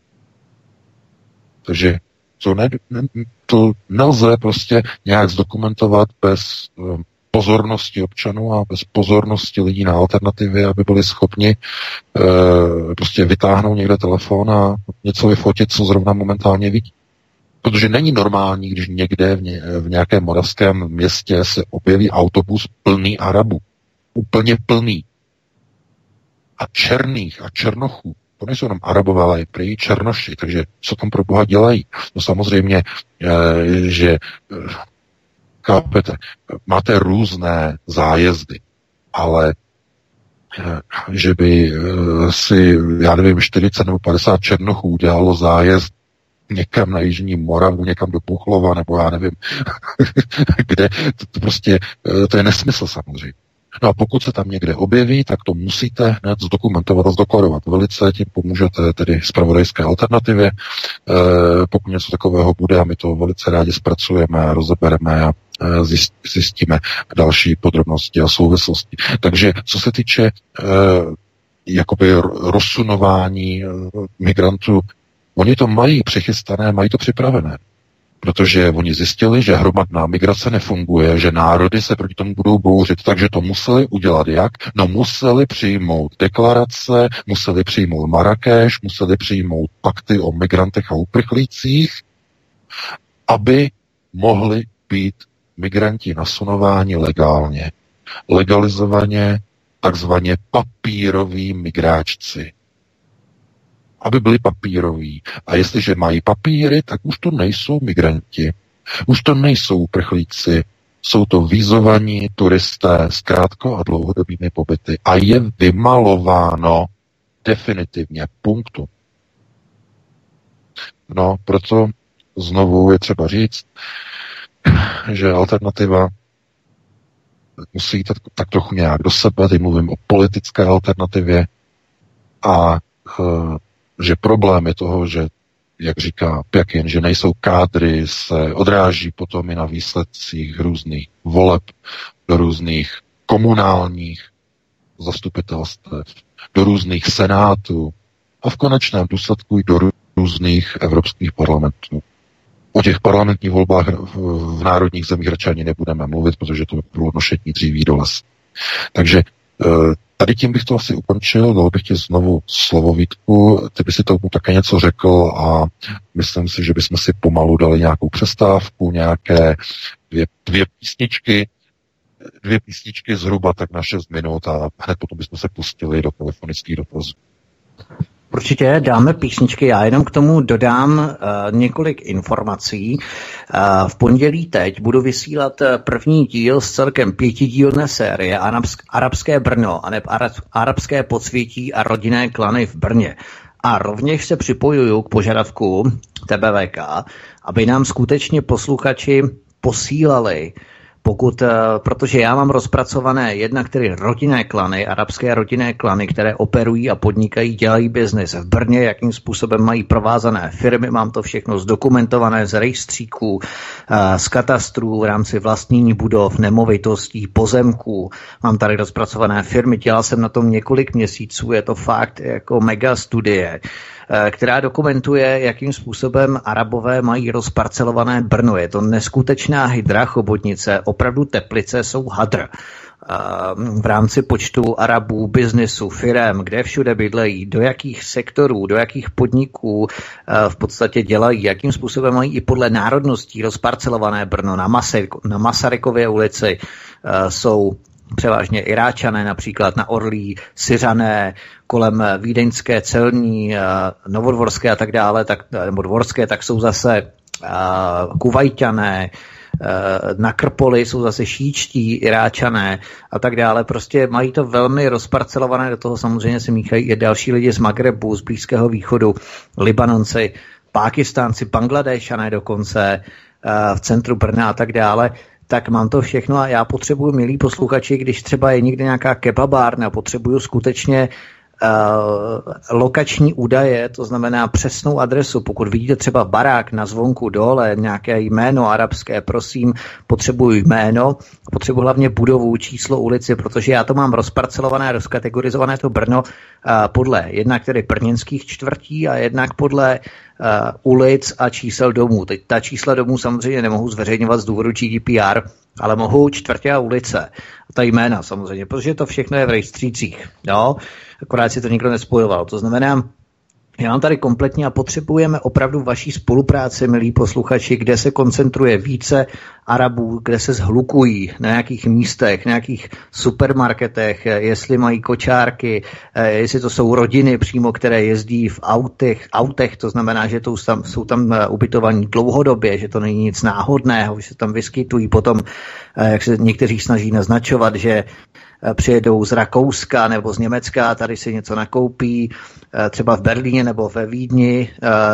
Speaker 5: Takže to nelze prostě nějak zdokumentovat bez pozornosti občanů a bez pozornosti lidí na alternativě, aby byli schopni prostě vytáhnout někde telefon a něco vyfotit, co zrovna momentálně vidí. Protože není normální, když někde v nějakém moravském městě se objeví autobus plný Arabů. Úplně plný. A černých a černochů. To nejsou jenom Arabové, ale i prý černoši. Takže co tam pro Boha dělají? No samozřejmě, že chápete, máte různé zájezdy, ale že by si, já nevím, 40 nebo 50 černochů udělalo zájezd někam na Jižní Moravu, někam do Puchlova, nebo já nevím, kde, to prostě, to je nesmysl samozřejmě. No a pokud se tam někde objeví, tak to musíte hned zdokumentovat a zdokladovat. Velice tím pomůžete tedy zpravodajské alternativě. Pokud něco takového bude, a my to velice rádi zpracujeme, rozebereme a zjistíme další podrobnosti a souvislosti. Takže co se týče jakoby rozsunování migrantů, oni to mají přichystané, mají to připravené. Protože oni zjistili, že hromadná migrace nefunguje, že národy se proti tomu budou bouřit, takže to museli udělat jak? No museli přijmout deklarace, museli přijmout Marrakeš, museli přijmout pakty o migrantech a uprchlících, aby mohli být migranti nasunováni legálně, legalizovaně takzvaně papíroví migráčci. Aby byli papíroví. A jestliže mají papíry, tak už to nejsou migranti. Už to nejsou uprchlíci. Jsou to vízovaní turisté s krátko a dlouhodobými pobyty. A je vymalováno definitivně. Punktu. No, proto znovu je třeba říct, že alternativa musí jít tak trochu nějak do sebe, teď mluvím o politické alternativě, a že problém je toho, že, jak říká Pjakin, že nejsou kádry, se odráží potom i na výsledcích různých voleb, do různých komunálních zastupitelstev, do různých senátů a v konečném důsledku i do různých evropských parlamentů. O těch parlamentních volbách v národních zemích radši ani nebudeme mluvit, protože to bylo nošení dříví do les. Takže tady tím bych to asi ukončil, dal bych ti znovu slovo, Vítku, ty by si tomu také něco řekl a myslím si, že bychom si pomalu dali nějakou přestávku, nějaké dvě písničky zhruba tak na 6 minut a hned potom bychom se pustili do telefonických dotazů.
Speaker 4: Určitě dáme písničky, já jenom k tomu dodám několik informací. V pondělí teď budu vysílat první díl z celkem 5dílné série Arabské Brno, aneb Arabské podsvětí a rodinné klany v Brně. A rovněž se připojuju k požadavku TBVK, aby nám skutečně posluchači posílali, protože já mám rozpracované jednak tedy rodinné klany, arabské rodinné klany, které operují a podnikají, dělají biznis v Brně, jakým způsobem mají provázané firmy, mám to všechno zdokumentované z rejstříků, z katastrů v rámci vlastnění budov, nemovitostí, pozemků, mám tady rozpracované firmy, dělal jsem na tom několik měsíců, je to fakt jako mega studie, která dokumentuje, jakým způsobem Arabové mají rozparcelované Brno. Je to neskutečná hydra, chobotnice, opravdu Teplice jsou hadr. V rámci počtu Arabů, biznesu, firem, kde všude bydlejí, do jakých sektorů, do jakých podniků v podstatě dělají, jakým způsobem mají i podle národností rozparcelované Brno. Na Masarykově ulici jsou převážně Iráčané, například na Orlí, Syřané, kolem vídeňské, celní, novodvorské a tak dále, nebo dvorské, tak jsou zase Kuvajťané, na Krpoli jsou zase šíčtí Iráčané a tak dále. Prostě mají to velmi rozparcelované, do toho samozřejmě se míchají i další lidi z Magrebu, z Blízkého východu, Libanonci, Pákistánci, Bangladéšané dokonce, v centru Brna a tak dále. Tak mám to všechno a já potřebuji, milí posluchači, když třeba je někde nějaká kebabárna, potřebuju skutečně lokační údaje, to znamená přesnou adresu. Pokud vidíte třeba barák na zvonku dole, nějaké jméno arabské, prosím, potřebuji jméno, potřebuji hlavně budovu, číslo ulici, protože já to mám rozparcelované, rozkategorizované to Brno podle jednak tedy brněnských čtvrtí a jednak podle ulic a čísel domů. Teď ta čísla domů samozřejmě nemohu zveřejňovat z důvodu GDPR, ale mohu čtvrtě a ulice. A ta jména samozřejmě, protože to všechno je v rejstřících. Jo? Akorát si to nikdo nespojoval. To znamená, já mám tady kompletně a potřebujeme opravdu vaší spolupráci, milí posluchači, kde se koncentruje více Arabů, kde se zhlukují na nějakých místech, na nějakých supermarketech, jestli mají kočárky, jestli to jsou rodiny přímo, které jezdí v autech, to znamená, že jsou tam ubytovaní dlouhodobě, že to není nic náhodného, že se tam vyskytují potom, jak se někteří snaží naznačovat, že přijedou z Rakouska nebo z Německa a tady si něco nakoupí, třeba v Berlíně nebo ve Vídni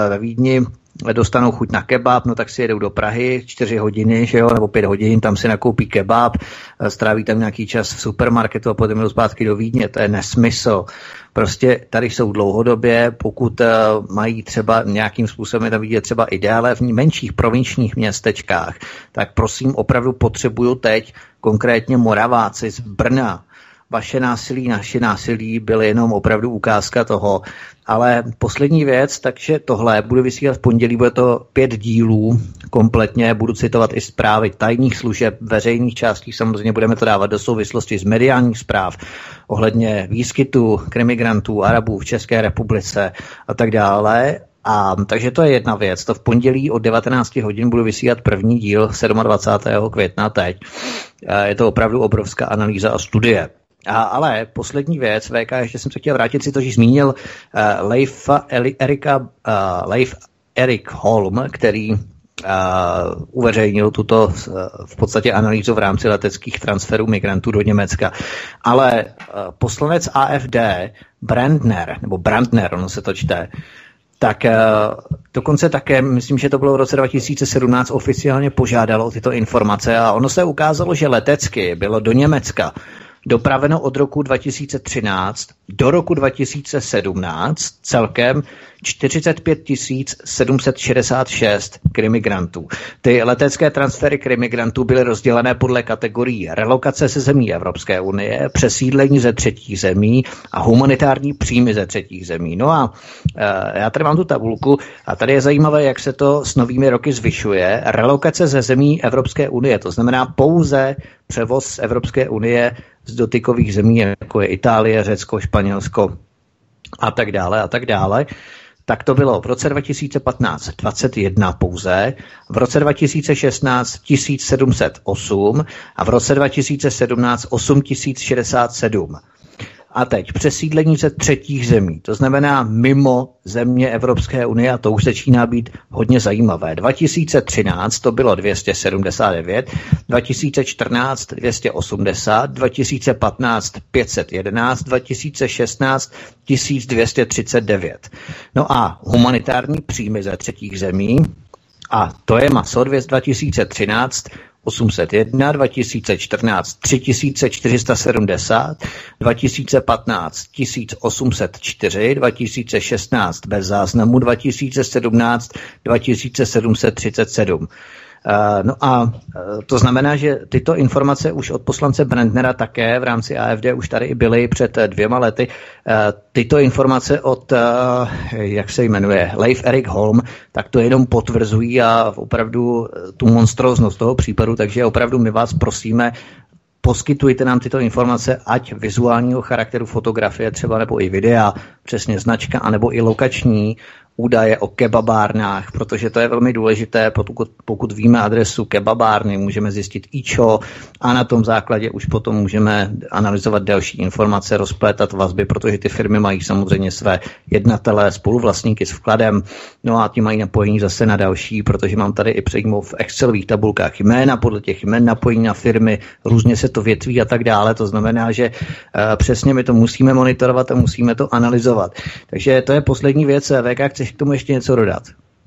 Speaker 4: dostanou chuť na kebab, no tak si jedou do Prahy 4 hodiny, že jo, nebo 5 hodin, tam si nakoupí kebab, stráví tam nějaký čas v supermarketu a potom jdou zpátky do Vídně, to je nesmysl. Prostě tady jsou dlouhodobě, pokud mají třeba nějakým způsobem tam vidět třeba ideále v menších provinčních městečkách, tak prosím, opravdu potřebuju teď konkrétně Moraváci z Brna. Vaše násilí, naše násilí byly jenom opravdu ukázka toho. Ale poslední věc, takže tohle budu vysílat v pondělí, bude to 5 dílů kompletně, budu citovat i zprávy tajných služeb, veřejných částí, samozřejmě budeme to dávat do souvislosti s mediálních zpráv ohledně výskytu krimigrantů, Arabů v České republice a tak dále. Takže to je jedna věc. To v pondělí od 19 hodin budu vysílat první díl 27. května teď. Je to opravdu obrovská analýza a studie. Ale poslední věc, VK, ještě jsem se chtěl vrátit si to, že zmínil Leif Erik Holm, který uveřejnil tuto v podstatě analýzu v rámci leteckých transferů migrantů do Německa. Ale poslanec AfD Brandner, ono se to čte, tak dokonce také, myslím, že to bylo v roce 2017, oficiálně požádalo o tyto informace a ono se ukázalo, že letecky bylo do Německa dopraveno od roku 2013 do roku 2017 celkem 45 766 krimigrantů. Ty letecké transfery krimigrantů byly rozdělené podle kategorií relokace ze zemí Evropské unie, přesídlení ze třetích zemí a humanitární příjmy ze třetích zemí. No a já tady mám tu tabulku a tady je zajímavé, jak se to s novými roky zvyšuje. Relokace ze zemí Evropské unie, to znamená pouze převoz z Evropské unie z dotykových zemí, jako je Itálie, Řecko, Španělsko a tak dále, tak to bylo v roce 2015 21 pouze, v roce 2016 1708 a v roce 2017 8067. A teď přesídlení ze třetích zemí, to znamená mimo země Evropské unie, a to už začíná být hodně zajímavé. 2013 to bylo 279, 2014 280, 2015 511, 2016 1239. No a humanitární příjmy ze třetích zemí, a to je maso 2013 801, 2014 3470, 2015 1804, 2016 bez záznamu, 2017 2737. No a to znamená, že tyto informace už od poslance Brandnera také v rámci AfD už tady i byly před 2 lety. Tyto informace od, jak se jmenuje, Leif Erik Holm, tak to jenom potvrzují a opravdu tu monstróznost toho případu, takže opravdu my vás prosíme, poskytujte nám tyto informace, ať vizuálního charakteru fotografie třeba nebo i videa, přesně značka, anebo i lokační údaje o kebabárnách, protože to je velmi důležité, pokud víme adresu kebabárny, můžeme zjistit ičo a na tom základě už potom můžeme analyzovat další informace, rozplétat vazby, protože ty firmy mají samozřejmě své jednatele, spoluvlastníky s vkladem, no a ti mají napojení zase na další, protože mám tady i přímo v Excelových tabulkách jména, podle těch jmen napojení na firmy, různě se to větví a tak dále, to znamená, že přesně my to musíme monitorovat a musíme to analyzovat. Takže to je poslední věc. VK, chceš k tomu ještě něco dodat?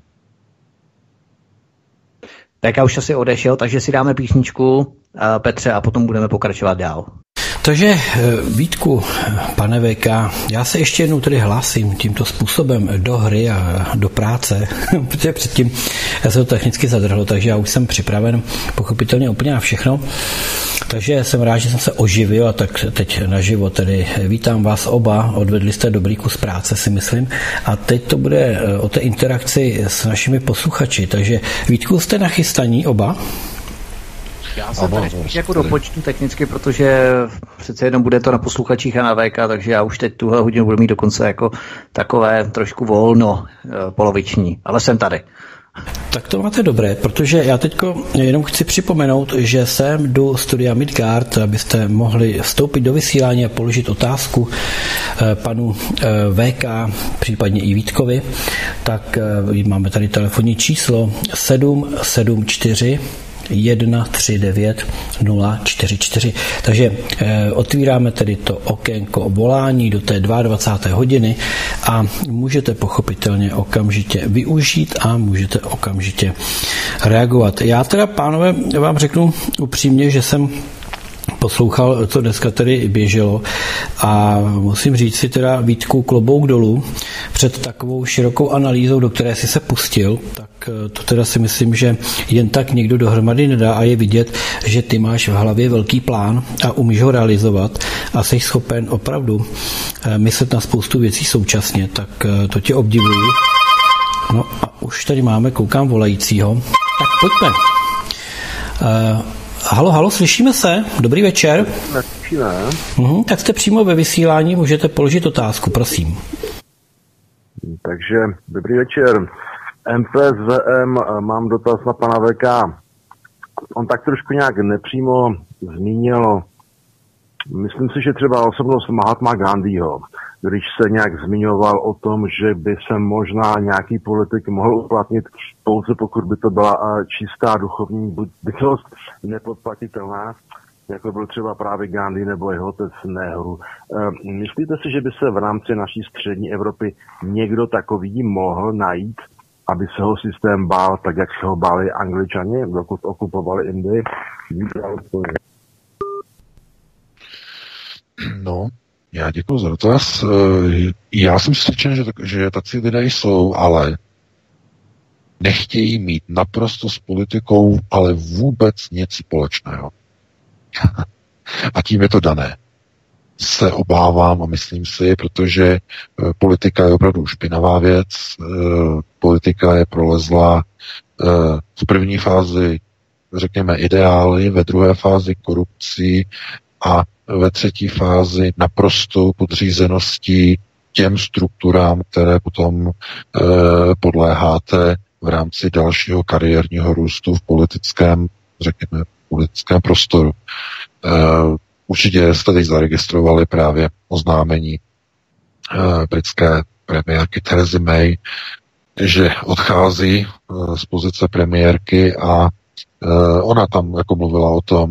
Speaker 4: VK už asi odešel, takže si dáme písničku, Petře, a potom budeme pokračovat dál.
Speaker 3: Takže Vítku, pane VK, já se ještě jednou tedy hlásím tímto způsobem do hry a do práce, protože předtím se to technicky zadrhlo, takže já už jsem připraven pochopitelně úplně na všechno. Takže jsem rád, že jsem se oživil a tak teď naživo tedy vítám vás oba, odvedli jste dobrý kus práce, si myslím. A teď to bude o té interakci s našimi posluchači, takže Vítku, jste nachystaní oba?
Speaker 4: Já se tady jako dopočtu technicky, protože přece jenom bude to na posluchačích a na VK, takže já už teď tuhle hodinu budu mít dokonce jako takové trošku volno poloviční, ale jsem tady.
Speaker 3: Tak to máte dobré, protože já teďko jenom chci připomenout, že sem do studia Midgard, abyste mohli vstoupit do vysílání a položit otázku panu VK, případně i Vítkovi, tak máme tady telefonní číslo 774 139 044. Takže otvíráme tedy to okénko volání do té 22. hodiny a můžete pochopitelně okamžitě využít a můžete okamžitě reagovat. Já teda, pánové, vám řeknu upřímně, že jsem poslouchal, co dneska tady běželo a musím říct si teda, Vítku, klobouk dolů před takovou širokou analýzou, do které si se pustil, tak to teda si myslím, že jen tak někdo dohromady nedá a je vidět, že ty máš v hlavě velký plán a umíš ho realizovat a jsi schopen opravdu myslet na spoustu věcí současně, tak to tě obdivuji. No a už tady máme, koukám, volajícího. Tak pojďme. Halo, slyšíme se? Dobrý večer.
Speaker 6: Slyšíme.
Speaker 3: Tak jste přímo ve vysílání, můžete položit otázku, prosím.
Speaker 6: Takže, dobrý večer. MPSVM, mám dotaz na pana VK. On tak trošku nějak nepřímo zmínil Myslím si, že třeba osobnost Mahatma Gandhiho, když se nějak zmiňoval o tom, že by se možná nějaký politik mohl uplatnit pouze pokud by to byla čistá duchovní bytost, nepodplatitelná, jako byl třeba právě Gandhi nebo jeho otec Nehru. Myslíte si, že by se v rámci naší střední Evropy někdo takový mohl najít, aby se ho systém bál, tak jak se ho báli Angličani, dokud okupovali Indii?
Speaker 5: No, já děkuji za dotaz. Já jsem přesvědčen, že tací lidé jsou, ale nechtějí mít naprosto s politikou, ale vůbec nic společného. A tím je to dané. Se obávám a myslím si, protože politika je opravdu špinavá věc. Politika je prolezlá v první fázi, řekněme, ideály, ve druhé fázi korupcí a ve třetí fázi naprostou podřízeností těm strukturám, které potom podléháte v rámci dalšího kariérního růstu v politickém, řekněme, politickém prostoru. Určitě jste teď zaregistrovali právě oznámení britské premiérky Theresa May, že odchází z pozice premiérky a ona tam jako mluvila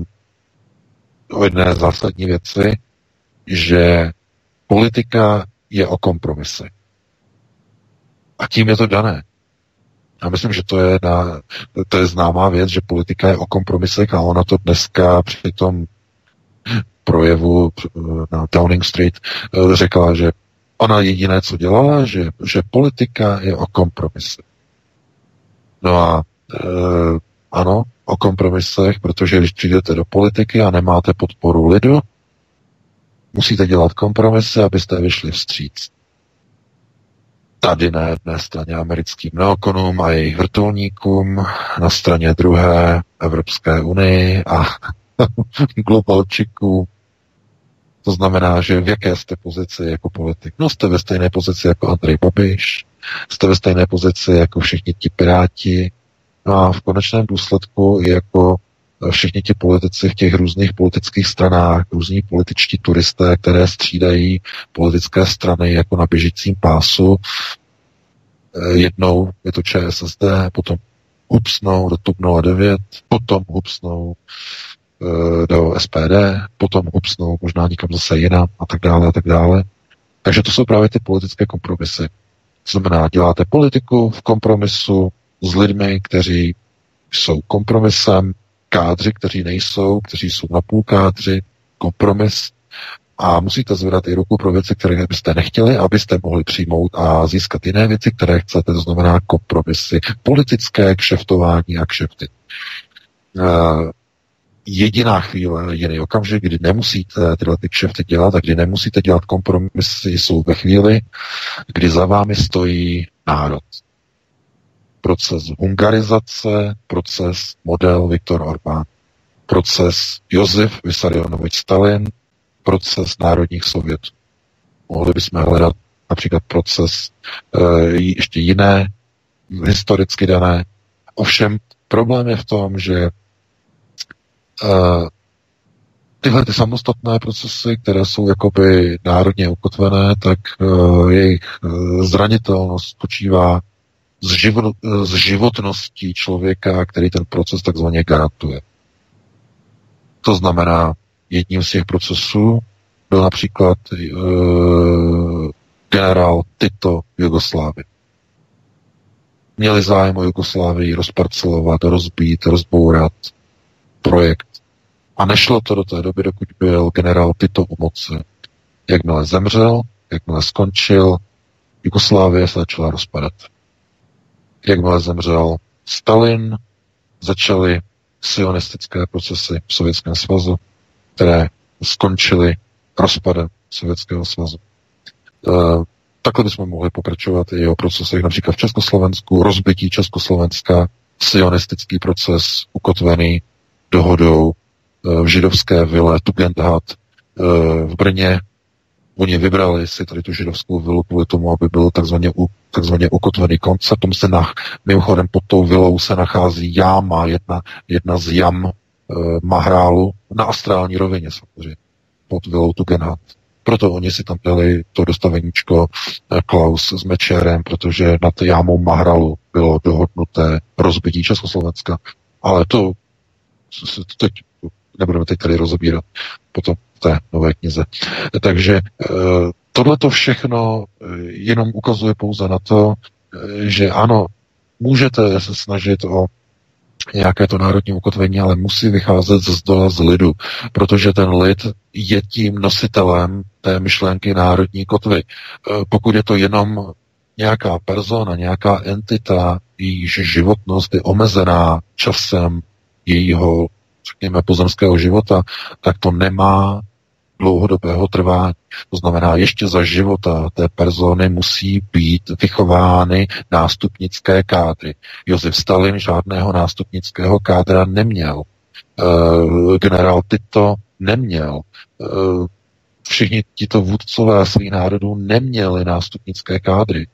Speaker 5: o jedné zásadní věci, že politika je o kompromisy. A tím je to dané. Já myslím, že to je známá věc, že politika je o kompromisech a ona to dneska při tom projevu na Downing Street řekla, že ona jediné, co dělala, že politika je o kompromisech. No a ano, o kompromisech, protože když přijdete do politiky a nemáte podporu lidu, musíte dělat kompromisy, abyste vyšli vstříc. Tady na jedné straně americkým neokonům a jejich vrtulníkům, na straně druhé Evropské unii a globalčiků. To znamená, že v jaké jste pozici jako politik? No, jste ve stejné pozici jako Andrej Babiš, jste ve stejné pozici jako všichni ti piráti, no a v konečném důsledku jako všichni ti politici v těch různých politických stranách, různí političtí turisté, které střídají politické strany jako na běžícím pásu. Jednou je to ČSSD, potom hupsnou do TOP 09, potom hupsnou do SPD, potom hupsnou možná někam zase jinam a tak dále a tak dále. Takže to jsou právě ty politické kompromisy. To znamená, děláte politiku v kompromisu s lidmi, kteří jsou kompromisem, kádři, kteří nejsou, kteří jsou napůl kádři, kompromis a musíte zvedat i ruku pro věci, které byste nechtěli, abyste mohli přijmout a získat jiné věci, které chcete, to znamená kompromisy, politické kšeftování a kšefty. Jediná chvíle, jediný okamžik, kdy nemusíte tyhle ty kšefty dělat a kdy nemusíte dělat kompromisy, jsou ve chvíli, kdy za vámi stojí národ. Proces hungarizace, proces model Viktor Orbán, proces Josef Vissarionovič Stalin, proces národních sovětů. Mohli bychom hledat například proces ještě jiné, historicky dané. Ovšem problém je v tom, že tyhle ty samostatné procesy, které jsou jakoby národně ukotvené, tak jejich zranitelnost spočívá z životností člověka, který ten proces takzvaně garantuje. To znamená, jedním z těch procesů byl například generál Tito v Jugoslávii. Měli zájem o Jugoslávii rozparcelovat, rozbít, rozbourat projekt. A nešlo to do té doby, dokud byl generál Tito u moci. Jakmile zemřel, jakmile skončil, Jugoslávie se začala rozpadat. Jakmile zemřel Stalin, začaly sionistické procesy v Sovětském svazu, které skončily rozpadem Sovětského svazu. Takhle bychom mohli pokračovat i o procesech například v Československu, rozbití Československa, sionistický proces ukotvený dohodou v židovské vile Tugendhat v Brně. Oni vybrali si tady tu židovskou vilu kvůli tomu, aby byl takzvaně ukotvený koncept. Mimochodem pod tou vilou se nachází jáma, jedna z jam Mahrálu na astrální rovině samozřejmě. pod vilou Tugendhat. Proto oni si tam dali to dostaveníčko Klaus s Mečerem, protože nad jámou Mahralu bylo dohodnuté rozbití Československa. Ale to teď nebudeme teď tady rozebírat potom v té nové knize. Takže tohleto všechno jenom ukazuje pouze na to, že ano, můžete se snažit o nějaké to národní ukotvení, ale musí vycházet z dola z lidu, protože ten lid je tím nositelem té myšlenky národní kotvy. Pokud je to jenom nějaká persona, nějaká entita, jejíž životnost je omezená časem jejího, řekněme, pozemského života, tak to nemá dlouhodobého trvání. To znamená, ještě za života té persony musí být vychovány nástupnické kádry. Josef Stalin žádného nástupnického kádra neměl. Generál Tito neměl. Všichni tito vůdcové svých národů neměli nástupnické kádry.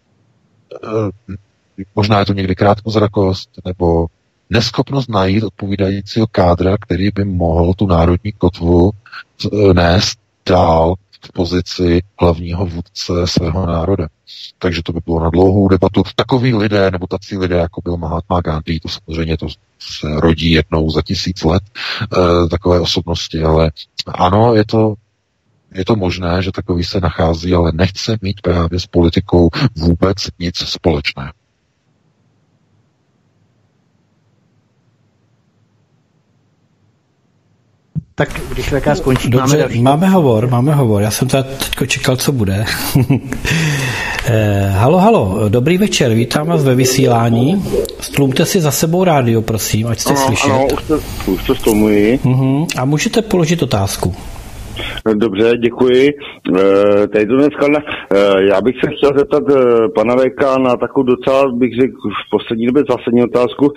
Speaker 5: Možná je to někdy krátkozrakost, nebo neschopnost najít odpovídajícího kádra, který by mohl tu národní kotvu nést dál v pozici hlavního vůdce svého národa. Takže to by bylo na dlouhou debatu. Takoví lidé, nebo tací lidé, jako byl Mahatma Gandhi, to samozřejmě to se rodí jednou za 1000 let, takové osobnosti, ale ano, je to možné, že takový se nachází, ale nechce mít právě s politikou vůbec nic společného.
Speaker 4: Tak když VK skončí,
Speaker 3: dobře, máme hovor. Já jsem tady teďko čekal, co bude. Halo, dobrý večer, vítám vás ve vysílání. Stlumte si za sebou rádio, prosím, ať jste slyšet.
Speaker 7: Ano, už to stlumuji.
Speaker 3: A můžete položit otázku.
Speaker 7: Dobře, děkuji. Tady to dneska já bych se chtěl zeptat pana VK na takovou docela, bych řekl, v poslední době zásadní otázku.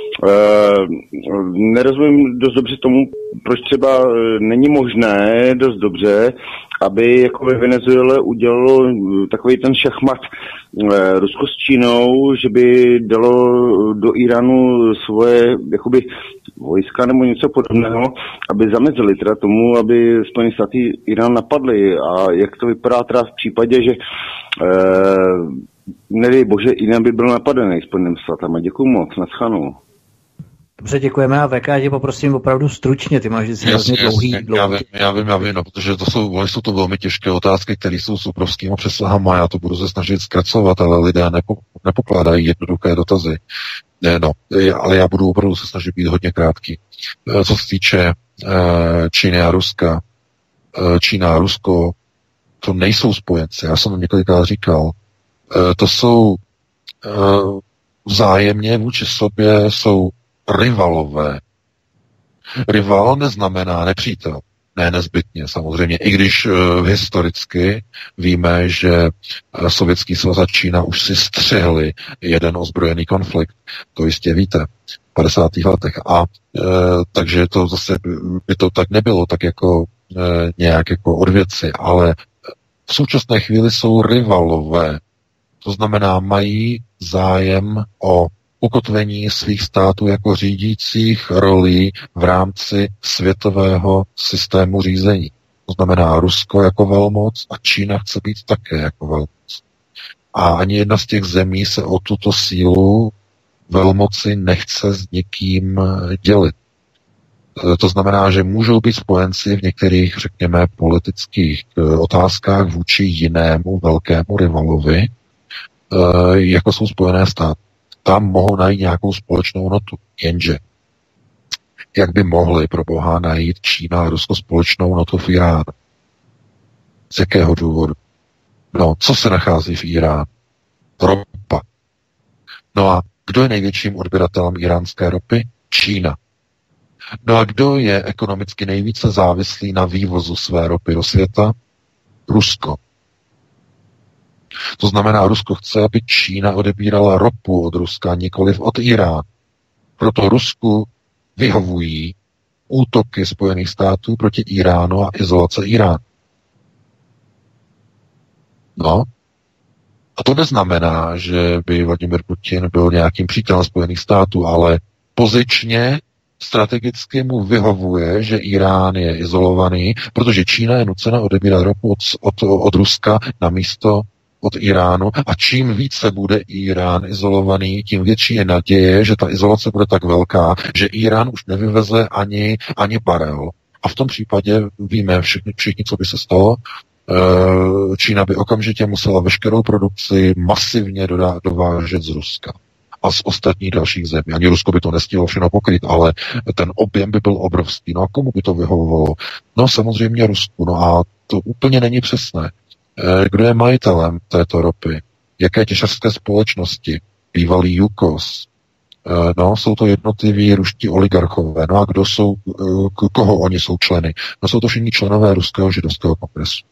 Speaker 7: Nerozumím dost dobře tomu, proč třeba není možné dost dobře, aby jako ve Venezuele udělalo takový ten šachmat Rusko s Čínou, že by dalo do Iránu svoje jakoby vojska nebo něco podobného, aby zamezili teda tomu, aby Spojené státy Irán napadly. A jak to vypadá teda v případě, že nedej bože, Irán by byl napadený Spojeným státama. Děkuju moc, naschledanou.
Speaker 4: Dobře, děkujeme a VK, tě poprosím opravdu stručně, ty máš vždycky hrozně dlouhý.
Speaker 5: Já vím, no, protože jsou to velmi těžké otázky, které jsou s obrovskými přesahami a já to budu se snažit zkracovat, ale lidé nepokládají jednoduché dotazy. No, ale já budu opravdu se snažit být hodně krátký. Co se týče Číny a Ruska, Čína a Rusko, to nejsou spojenci, já jsem to několikrát říkal, to jsou vzájemně vůči sobě jsou rivalové. Rival neznamená nepřítel. Ne nezbytně, samozřejmě. I když historicky víme, že Sovětský svaz a Čína už si střihli jeden ozbrojený konflikt. To jistě víte. V 50. letech. A takže to zase by to tak nebylo, tak jako nějak jako od věci, ale v současné chvíli jsou rivalové. To znamená, mají zájem o ukotvení svých států jako řídících rolí v rámci světového systému řízení. To znamená Rusko jako velmoc a Čína chce být také jako velmoc. A ani jedna z těch zemí se o tuto sílu velmoci nechce s nikým dělit. To znamená, že můžou být spojenci v některých, řekněme, politických otázkách vůči jinému velkému rivalovi, jako jsou Spojené státy. Tam mohou najít nějakou společnou notu. Jenže, jak by mohli pro boha najít Čína a Rusko společnou notu v Iránu? Z jakého důvodu? No, co se nachází v Iránu? Ropa. No a kdo je největším odběratelem iránské ropy? Čína. No a kdo je ekonomicky nejvíce závislý na vývozu své ropy do světa? Rusko. To znamená, Rusko chce, aby Čína odebírala ropu od Ruska, nikoliv od Iránu. Proto Rusku vyhovují útoky Spojených států proti Iránu a izolace Iránu. No, a to neznamená, že by Vladimir Putin byl nějakým přítelem Spojených států, ale pozičně strategicky mu vyhovuje, že Irán je izolovaný, protože Čína je nucena odebírat ropu od Ruska na místo od Iránu a čím více bude Irán izolovaný, tím větší je naděje, že ta izolace bude tak velká, že Irán už nevyveze ani barel. A v tom případě víme všichni, co by se stalo. Čína by okamžitě musela veškerou produkci masivně dovážet z Ruska a z ostatních dalších zemí. Ani Rusko by to nestihlo všechno pokryt, ale ten objem by byl obrovský. No a komu by to vyhovovalo? No samozřejmě Rusku. No a to úplně není přesné. Kdo je majitelem této ropy? Jaké těžařské společnosti? Bývalý Jukos? No, jsou to jednotliví ruští oligarchové. No a koho oni jsou členy? No, jsou to všichni členové Ruského židovského kongresu.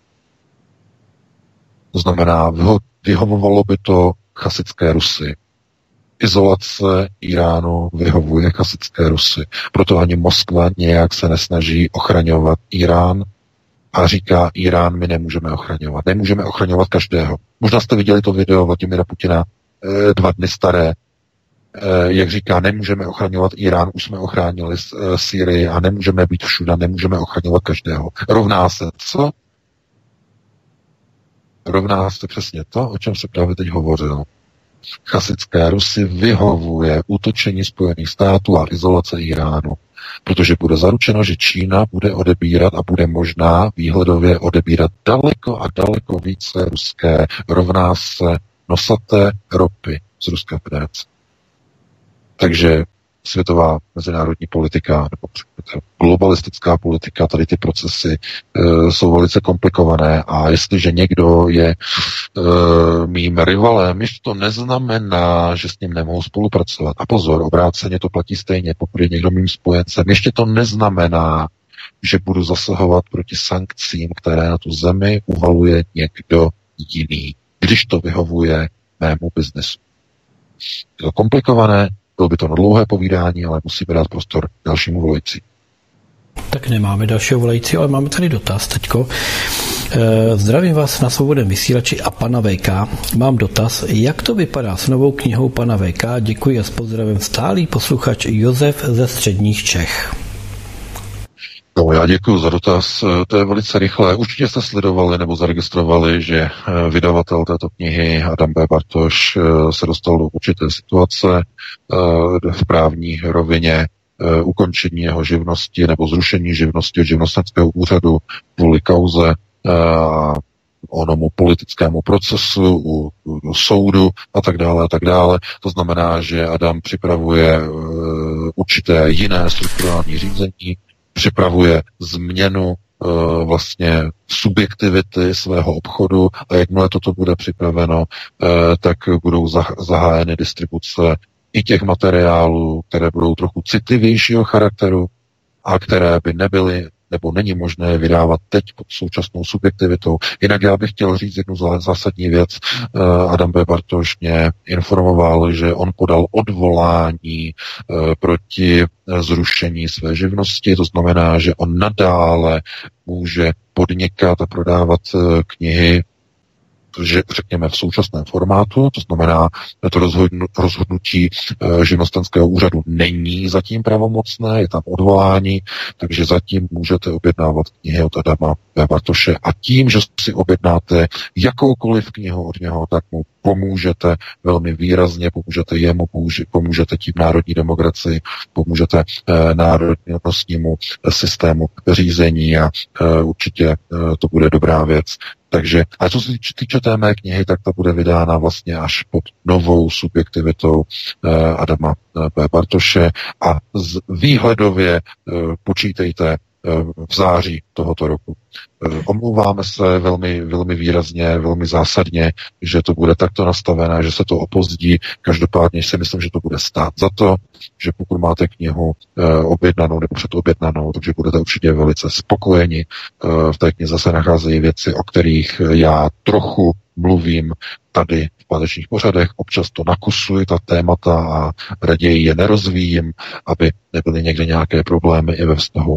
Speaker 5: To znamená, vyhovovalo by to chasické Rusy. Izolace Iránu vyhovuje chasické Rusy. Proto ani Moskva nějak se nesnaží ochraňovat Irán a říká, Irán my nemůžeme ochraňovat. Nemůžeme ochraňovat každého. Možná jste viděli to video Vladimira Putina 2 dny staré, jak říká, nemůžeme ochraňovat Irán, už jsme ochránili Sýrii a nemůžeme být všude, nemůžeme ochraňovat každého. Rovná se co? Rovná se přesně to, o čem se právě teď hovořil. Chasické Rusy vyhovuje útočení Spojených států a izolace Iránu, protože bude zaručeno, že Čína bude odebírat a bude možná výhledově odebírat daleko a daleko více ruské, rovná se nosaté ropy z Ruské federace. Takže světová mezinárodní politika nebo globalistická politika, tady ty procesy jsou velice komplikované a jestliže někdo je mým rivalem, ještě to neznamená, že s ním nemohou spolupracovat. A pozor, obráceně to platí stejně, pokud je někdo mým spojencem, ještě to neznamená, že budu zasahovat proti sankcím, které na tu zemi uvaluje někdo jiný, když to vyhovuje mému biznesu. Je to komplikované, bylo by to na dlouhé povídání, ale musíme dát prostor dalšímu volající.
Speaker 3: Tak nemáme dalšího volající, ale máme tady dotaz teďko. Zdravím vás na Svobodném vysílači a pana VK. Mám dotaz, jak to vypadá s novou knihou pana VK? Děkuji a s pozdravem stálý posluchač Josef ze Středních Čech.
Speaker 5: No, já děkuji za dotaz. To je velice rychlé. Určitě jste sledovali nebo zaregistrovali, že vydavatel této knihy Adam B. Bartoš se dostal do určité situace v právní rovině ukončení jeho živnosti nebo zrušení živnosti od živnostenského úřadu kvůli kauze onomu politickému procesu u soudu a tak dále a tak dále. To znamená, že Adam připravuje určité jiné strukturální řízení, připravuje změnu vlastně subjektivity svého obchodu a jakmile toto bude připraveno, tak budou zahájeny distribuce i těch materiálů, které budou trochu citlivějšího charakteru a které by nebyly nebo není možné vydávat teď pod současnou subjektivitou. Jinak já bych chtěl říct jednu zásadní věc. Adam B. Bartoš mě informoval, že on podal odvolání proti zrušení své živnosti, to znamená, že on nadále může podnikat a prodávat knihy, že řekněme v současném formátu, to znamená, to rozhodnutí živnostenského úřadu není zatím pravomocné, je tam odvolání, takže zatím můžete objednávat knihy od Adama B. Bartoše a tím, že si objednáte jakoukoliv knihu od něho, tak mu pomůžete velmi výrazně, pomůžete jemu, pomůžete tím národní demokracii, pomůžete národnostnímu systému řízení a určitě to bude dobrá věc. Takže, a co se týče té mé knihy, tak ta bude vydána vlastně až pod novou subjektivitou Adama B. Bartoše a výhledově počítejte v září tohoto roku. Omlouváme se velmi, velmi výrazně, velmi zásadně, že to bude takto nastavené, že se to opozdí. Každopádně si myslím, že to bude stát za to, že pokud máte knihu objednanou nebo předobjednanou, takže budete určitě velice spokojeni. V té knize se nacházejí věci, o kterých já trochu mluvím tady v pátečních pořadech, občas to nakusuji, ta témata, a raději je nerozvíjím, aby nebyly někde nějaké problémy i ve vztahu,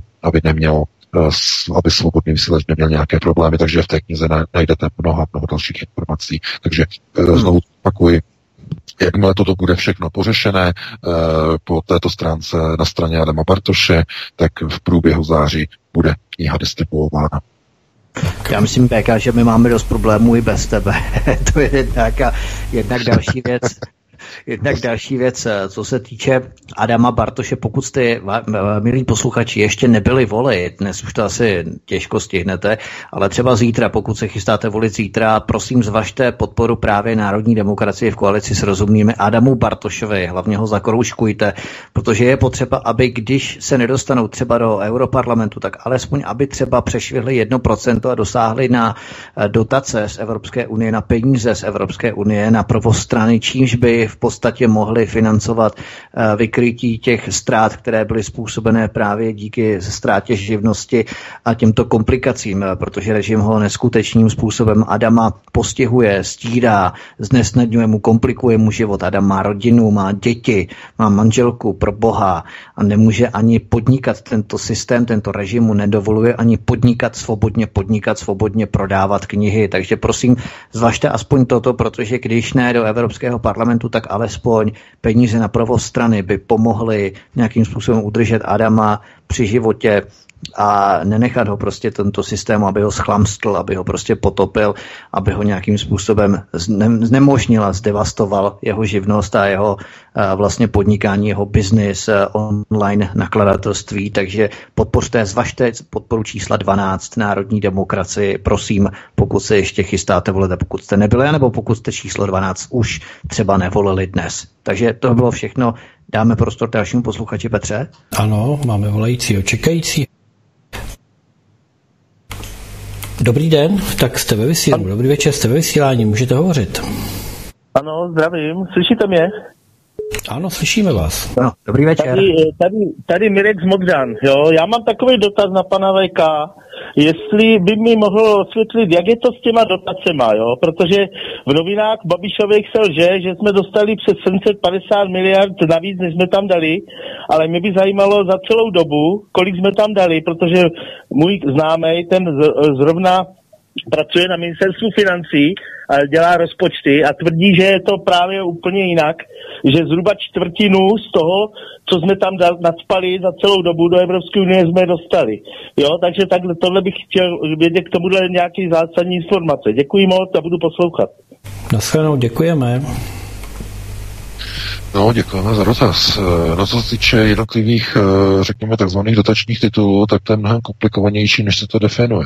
Speaker 5: aby Svobodný vysílač neměl nějaké problémy, takže v té knize najdete mnoho dalších informací. Takže znovu opakuji, Jakmile toto bude všechno pořešené po této stránce na straně Adama Bartoše, tak v průběhu září bude kniha distribuována.
Speaker 4: Já myslím, PK, že my máme dost problémů i bez tebe. To je jednak další věc, co se týče Adama Bartoše, pokud jste, milí posluchači, ještě nebyli volit, dnes už to asi těžko stihnete, ale třeba zítra, pokud se chystáte volit zítra, prosím zvažte podporu právě národní demokracie v koalici s rozumnými Adamu Bartošovi, hlavně ho zakroužkujte, protože je potřeba, aby když se nedostanou třeba do Europarlamentu, tak alespoň, aby třeba přešvihli 1% a dosáhli na dotace z Evropské unie, na peníze z Evropské unie, na provoz strany, čímž by v podstatě mohli financovat vykrytí těch ztrát, které byly způsobené právě díky ztrátě živnosti a těmto komplikacím, protože režim ho neskutečným způsobem Adama postihuje, stírá, znesnadňuje mu, komplikuje mu život. Adam má rodinu, má děti, má manželku, pro boha, a nemůže ani podnikat. Tento systém, tento režim mu nedovoluje ani podnikat, svobodně prodávat knihy. Takže prosím, zvažte aspoň toto, protože když ne do Evropského parlamentu, tak alespoň peníze na provoz strany by pomohly nějakým způsobem udržet Adama při životě a nenechat ho prostě tento systém, aby ho schlamstl, aby ho prostě potopil, aby ho nějakým způsobem znemožnil a zdevastoval jeho živnost a jeho vlastně podnikání, jeho biznis, online nakladatelství. Takže podpořte, zvažte podporu čísla 12 národní demokracii, prosím, pokud se ještě chystáte volit, pokud jste nebyli, nebo pokud jste číslo 12 už třeba nevolili dnes. Takže to bylo všechno. Dáme prostor dalšímu posluchači. Petře?
Speaker 3: Ano, máme volajícího, čekající. Dobrý den, tak jste ve vysílání. Dobrý večer, jste ve vysílání, můžete hovořit.
Speaker 8: Ano, zdravím, slyšíte mě?
Speaker 3: Ano, slyšíme vás.
Speaker 4: No, dobrý večer.
Speaker 8: Tady Mirek z Modřan, jo. Já mám takový dotaz na pana VK, jestli by mi mohl osvětlit, jak je to s těma dotacema, jo, protože v novinách Babišových se lže, že jsme dostali přes 750 miliard navíc, než jsme tam dali, ale mě by zajímalo za celou dobu, kolik jsme tam dali, protože můj známej, ten zrovna pracuje na ministerstvu financí a dělá rozpočty a tvrdí, že je to právě úplně jinak, že zhruba čtvrtinu z toho, co jsme tam nacpali za celou dobu do Evropské unie, jsme dostali. Jo, takže takhle, tohle bych chtěl vědět k tomuhle nějaký zásadní informace. Děkuji moc a budu poslouchat.
Speaker 3: Naschledanou, děkujeme.
Speaker 5: No, děkujeme za dotaz. No, co se týče jednotlivých, řekněme, takzvaných dotačních titulů, tak to je mnohem komplikovanější, než se to definuje.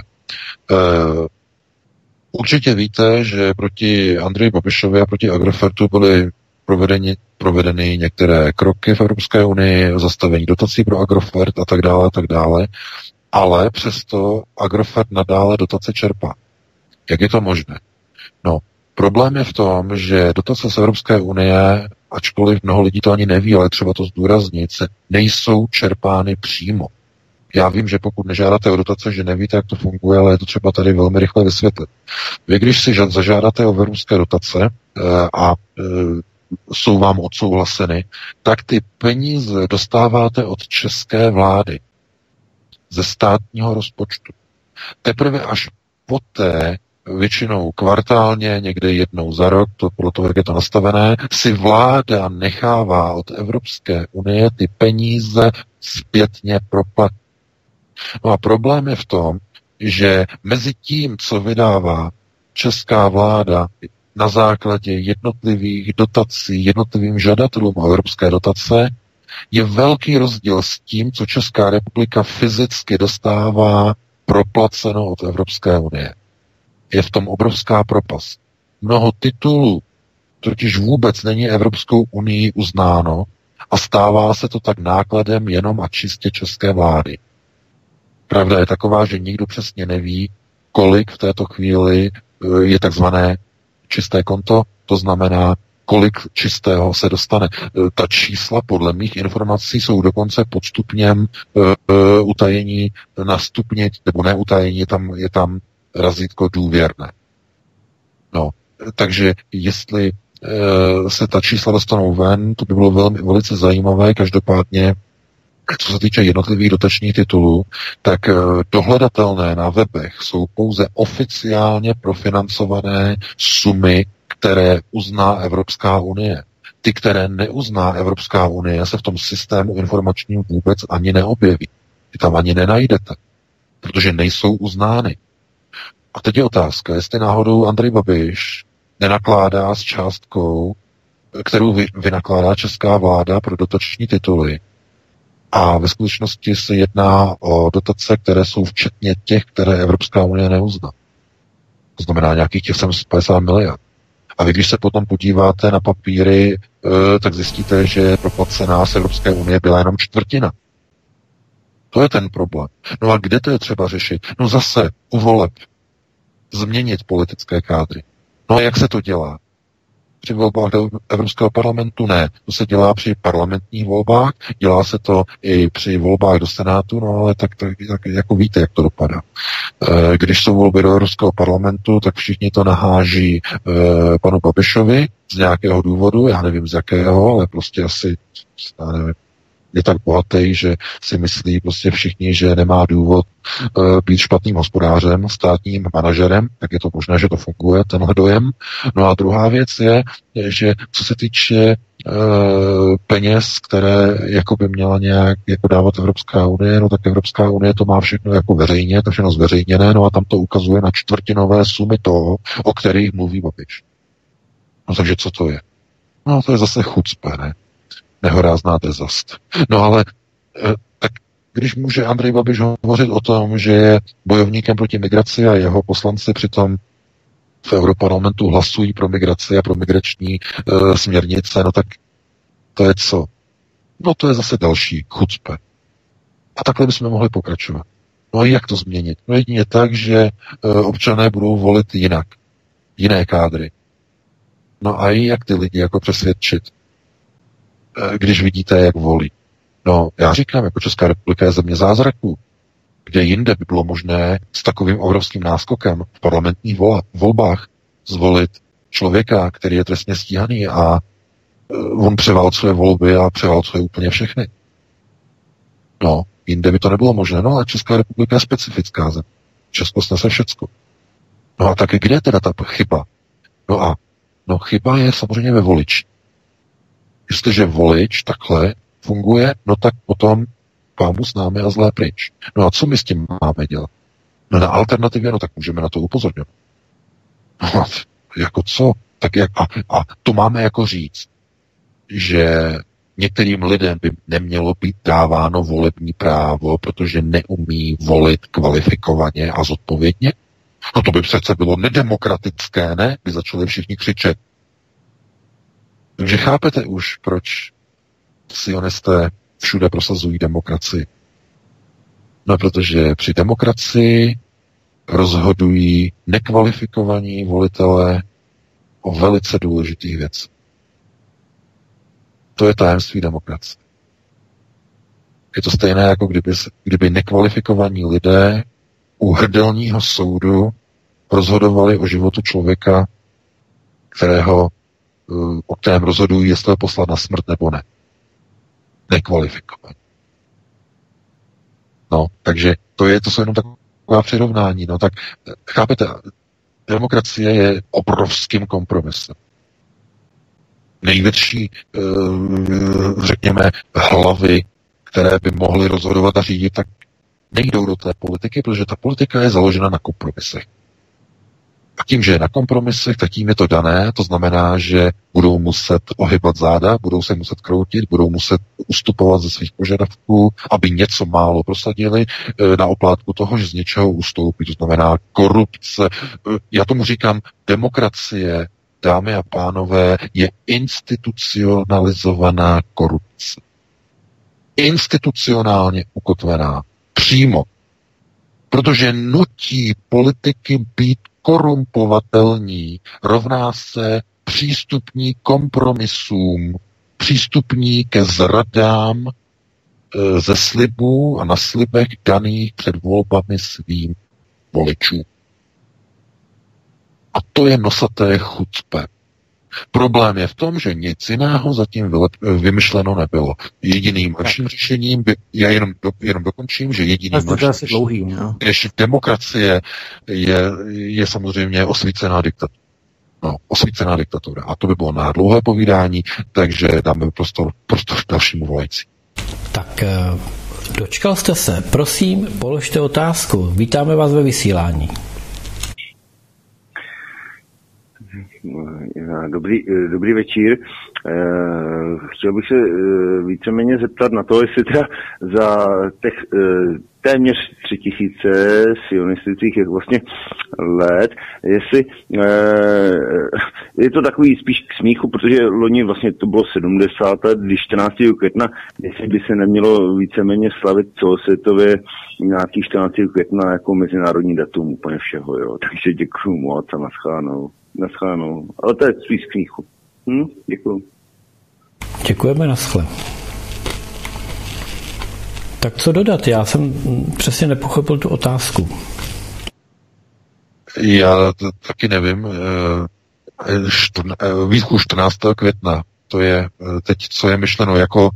Speaker 5: Určitě víte, že proti Andreji Babišovi a proti Agrofertu byly provedeny některé kroky v Evropské unii, zastavení dotací pro Agrofert a tak dále, ale přesto Agrofert nadále dotace čerpá. Jak je to možné? No, problém je v tom, že dotace z Evropské unie, ačkoliv mnoho lidí to ani neví, ale třeba to zdůraznit, se nejsou čerpány přímo. Já vím, že pokud nežádáte o dotace, že nevíte, jak to funguje, ale je to třeba tady velmi rychle vysvětlit. Vy, když si zažádáte o evropské dotace a jsou vám odsouhlaseny, tak ty peníze dostáváte od české vlády ze státního rozpočtu. Teprve až poté, většinou kvartálně, někde jednou za rok, to podle toho, jak je to nastavené, si vláda nechává od Evropské unie ty peníze zpětně proplatit. No a problém je v tom, že mezi tím, co vydává česká vláda na základě jednotlivých dotací, jednotlivým žadatelům o evropské dotace, je velký rozdíl s tím, co Česká republika fyzicky dostává proplaceno od Evropské unie. Je v tom obrovská propast. Mnoho titulů totiž vůbec není Evropskou unii uznáno a stává se to tak nákladem jenom a čistě české vlády. Pravda je taková, že nikdo přesně neví, kolik v této chvíli je takzvané čisté konto, to znamená, kolik čistého se dostane. Ta čísla podle mých informací jsou dokonce pod stupněm utajení na stupně, nebo neutajení, je tam razítko důvěrné. No, takže jestli se ta čísla dostanou ven, to by bylo velice zajímavé, každopádně co se týče jednotlivých dotačních titulů, tak dohledatelné na webech jsou pouze oficiálně profinancované sumy, které uzná Evropská unie. Ty, které neuzná Evropská unie, se v tom systému informačním vůbec ani neobjeví. Ty tam ani nenajdete, protože nejsou uznány. A teď je otázka, jestli náhodou Andrej Babiš nenakládá s částkou, kterou vynakládá česká vláda pro dotační tituly. A ve skutečnosti se jedná o dotace, které jsou včetně těch, které Evropská unie neuzná. To znamená nějakých těch 750 miliard. A vy, když se potom podíváte na papíry, tak zjistíte, že proplacená z Evropské unie byla jenom čtvrtina. To je ten problém. No a kde to je třeba řešit? No zase u voleb. Změnit politické kádry. No a jak se to dělá? Při volbách do Evropského parlamentu ne. To se dělá při parlamentních volbách, dělá se to i při volbách do Senátu, no ale tak jako víte, jak to dopadá. Když jsou volby do Evropského parlamentu, tak všichni to naháží panu Babišovi z nějakého důvodu, já nevím z jakého, ale prostě asi, já nevím, je tak bohatý, že si myslí prostě všichni, že nemá důvod být špatným hospodářem, státním manažerem, tak je to možné, že to funguje, tenhle dojem. No a druhá věc je, že co se týče peněz, které jako by měla nějak jako dávat Evropská unie, no tak Evropská unie to má všechno jako veřejně, to všechno zveřejněné, no a tam to ukazuje na čtvrtinové sumy toho, o kterých mluví Babiš. No takže co to je? No to je zase chucpe, ne? Nehorázná drzast. No ale tak když může Andrej Babiš hovořit o tom, že je bojovníkem proti migraci a jeho poslanci přitom v Europarlamentu hlasují pro migraci a pro migrační směrnice, no tak to je co? No to je zase další chucpe. A takhle bychom mohli pokračovat. No a jak to změnit? No jedině tak, že občané budou volit jinak. Jiné kádry. No a jak ty lidi jako přesvědčit? Když vidíte, jak volí. No, já říkám, jako Česká republika je země zázraků, kde jinde by bylo možné s takovým obrovským náskokem v parlamentních volbách zvolit člověka, který je trestně stíhaný a on převálcuje volby a převálcuje úplně všechny. No, jinde by to nebylo možné. No, ale Česká republika je specifická země. Česko snese všecko. No a tak kde je teda ta chyba? No chyba je samozřejmě ve voliči. Jestliže volič takhle funguje, no tak potom pámu s námi a zlé pryč. No a co my s tím máme dělat? No na alternativě, no tak můžeme na to upozorňovat. No jako co? Tak jak, a to máme jako říct, že některým lidem by nemělo být dáváno volební právo, protože neumí volit kvalifikovaně a zodpovědně? No to by přece bylo nedemokratické, ne? By začali všichni křičet. Takže chápete už, proč sionisté všude prosazují demokracii. No protože při demokracii rozhodují nekvalifikovaní volitelé o velice důležitých věcech. To je tajemství demokracie. Je to stejné, jako kdyby nekvalifikovaní lidé u hrdelního soudu rozhodovali o životu člověka, o kterém rozhodují, jestli ho poslat na smrt nebo ne. Nekvalifikovaní. No, takže to jsou jenom taková přirovnání. No tak chápete, demokracie je obrovským kompromisem. Největší, řekněme, hlavy, které by mohly rozhodovat a řídit, tak nejdou do té politiky, protože ta politika je založena na kompromisech. A tím, že je na kompromisech, tak tím je to dané, to znamená, že budou muset ohybat záda, budou se muset kroutit, budou muset ustupovat ze svých požadavků, aby něco málo prosadili na oplátku toho, že z něčeho ustoupí. To znamená korupce. Já tomu říkám, demokracie, dámy a pánové, je institucionalizovaná korupce. Institucionálně ukotvená. Přímo. Protože nutí politiky být korumpovatelní, rovná se přístupní kompromisům, přístupní ke zradám ze slibů a na slibech daných před volbami svým voličům. A to je nosaté chucpe. Problém je v tom, že nic jiného zatím vymyšleno nebylo. Jediným lepším řešením já jenom dokončím, že jediným lepším, než demokracie je samozřejmě osvícená diktatura. No, osvícená diktatura. A to by bylo na dlouhé povídání, takže dáme prostor dalšímu volající.
Speaker 3: Tak dočkal jste se. Prosím, položte otázku. Vítáme vás ve vysílání.
Speaker 7: Dobrý večír. Chtěl bych se víceméně zeptat na to, jestli teda za téměř 3000 sionistických vlastně let, jestli je to takový spíš k smíchu, protože loni vlastně to bylo 70 let, když 14. května, jestli by se nemělo víceméně slavit celosvětově nějaký 14. května jako mezinárodní datum úplně všeho, jo. Takže děkuju moc a naschánou. Ale to je spíš k smíchu. Děkuju.
Speaker 3: Děkujeme, naschle. Tak co dodat? Já jsem přesně nepochopil tu otázku.
Speaker 5: Já taky nevím. Výšku 14. května, to je teď, co je myšleno jako...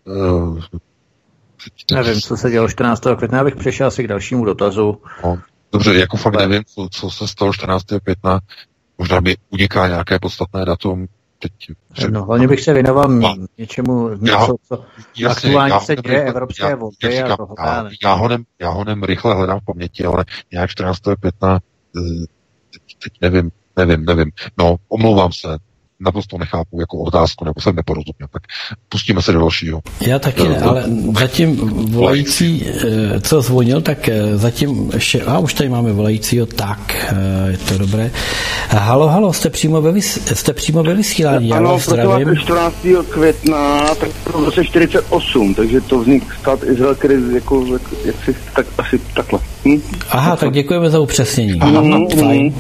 Speaker 4: Nevím, co se dělo 14. května, já bych přešel asi k dalšímu dotazu.
Speaker 5: No, dobře, jako fakt nevím, co se stalo 14. května. Možná mi uniká nějaké podstatné datum.
Speaker 4: No, hlavně bych se věnoval něčemu, co aktuálně se děje, evropské volby a toho.
Speaker 5: Já ho rychle hledám v paměti, ale nějak 14. května, teď nevím. No, omlouvám se, naprosto nechápu jako otázku, nebo jsem neporozuměl, tak pustíme se do dalšího.
Speaker 3: Já taky ne, ale zatím volající, co zvonil, tak zatím ještě, už tady máme volajícího, tak, je to dobré. Halo, jste přímo ve vysílání, já vás zdravím.
Speaker 7: Ano, 14. května, tak v roce 48, takže to vznik stát Izrael, který jako, jak si, tak asi takhle.
Speaker 3: Aha, tak děkujeme za upřesnění. Fajn.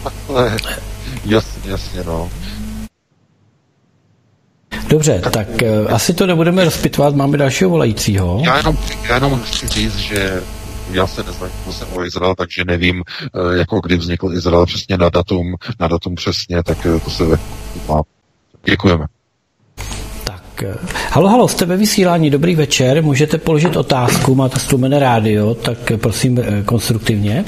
Speaker 5: Jasně, no.
Speaker 3: Dobře, tak asi to nebudeme rozpitvat, máme dalšího volajícího.
Speaker 5: Já jenom chci říct, že já se neznám o Izrael, takže nevím, jako kdy vznikl Izrael přesně na datum přesně, tak to se má. Děkujeme.
Speaker 3: Tak, halo, jste ve vysílání, dobrý večer, můžete položit otázku, máte stlumené rádio, tak prosím konstruktivně.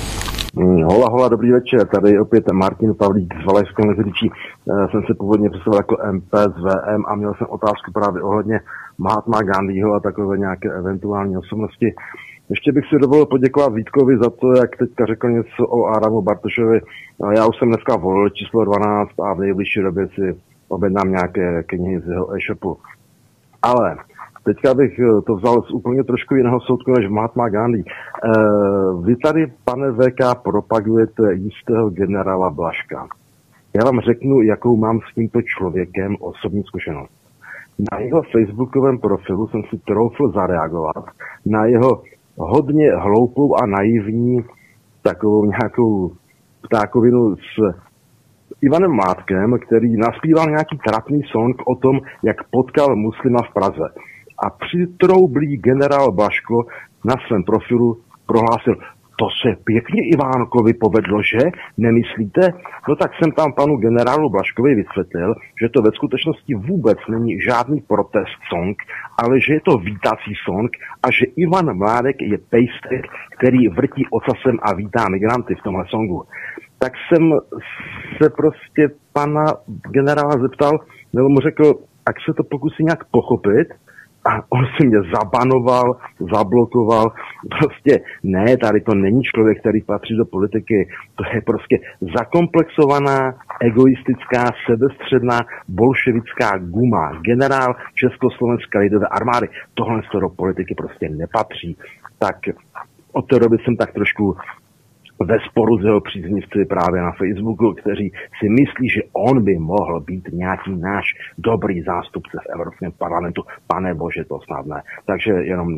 Speaker 6: Hola, dobrý večer, tady opět Martin Pavlík z Valašského Meziříčí. Jsem se původně představil jako MP z VM a měl jsem otázku právě ohledně Mahatma Gandhiho a takové nějaké eventuální osobnosti. Ještě bych si dovolil poděkovat Vítkovi za to, jak teďka řekl něco o Áramu Bartošovi. Já už jsem dneska volil číslo 12 a v nejbližší době si objednám nějaké knihy z jeho e-shopu. Ale teďka bych to vzal z úplně trošku jiného soudku než Mahatma Gandhi. Vy tady, pane VK, propagujete jistého generála Blažka. Já vám řeknu, jakou mám s tímto člověkem osobní zkušenost. Na jeho facebookovém profilu jsem si troufl zareagovat na jeho hodně hloupou a naivní takovou nějakou ptákovinu s Ivanem Mládkem, který naspíval nějaký trapný song o tom, jak potkal muslima v Praze. A přitroublý generál Blažko na svém profilu prohlásil, to se pěkně Ivánkovi povedlo, že? Nemyslíte? No tak jsem tam panu generálu Blažkovi vysvětlil, že to ve skutečnosti vůbec není žádný protest song, ale že je to vítací song a že Ivan Mládek je pejstek, který vrtí ocasem a vítá migranty v tomhle songu. Tak jsem se prostě pana generála zeptal, nebo mu řekl, jak se to pokusí nějak pochopit, a on si mě zabanoval, zablokoval. Prostě ne, tady to není člověk, který patří do politiky. To je prostě zakomplexovaná, egoistická, sebestředná, bolševická guma. Generál Československé lidové armády. Tohle do politiky prostě nepatří. Tak od té doby jsem tak trošku ve sporu s jeho příznivci právě na Facebooku, kteří si myslí, že on by mohl být nějaký náš dobrý zástupce v Evropském parlamentu. Pane bože, to snad ne. Takže jenom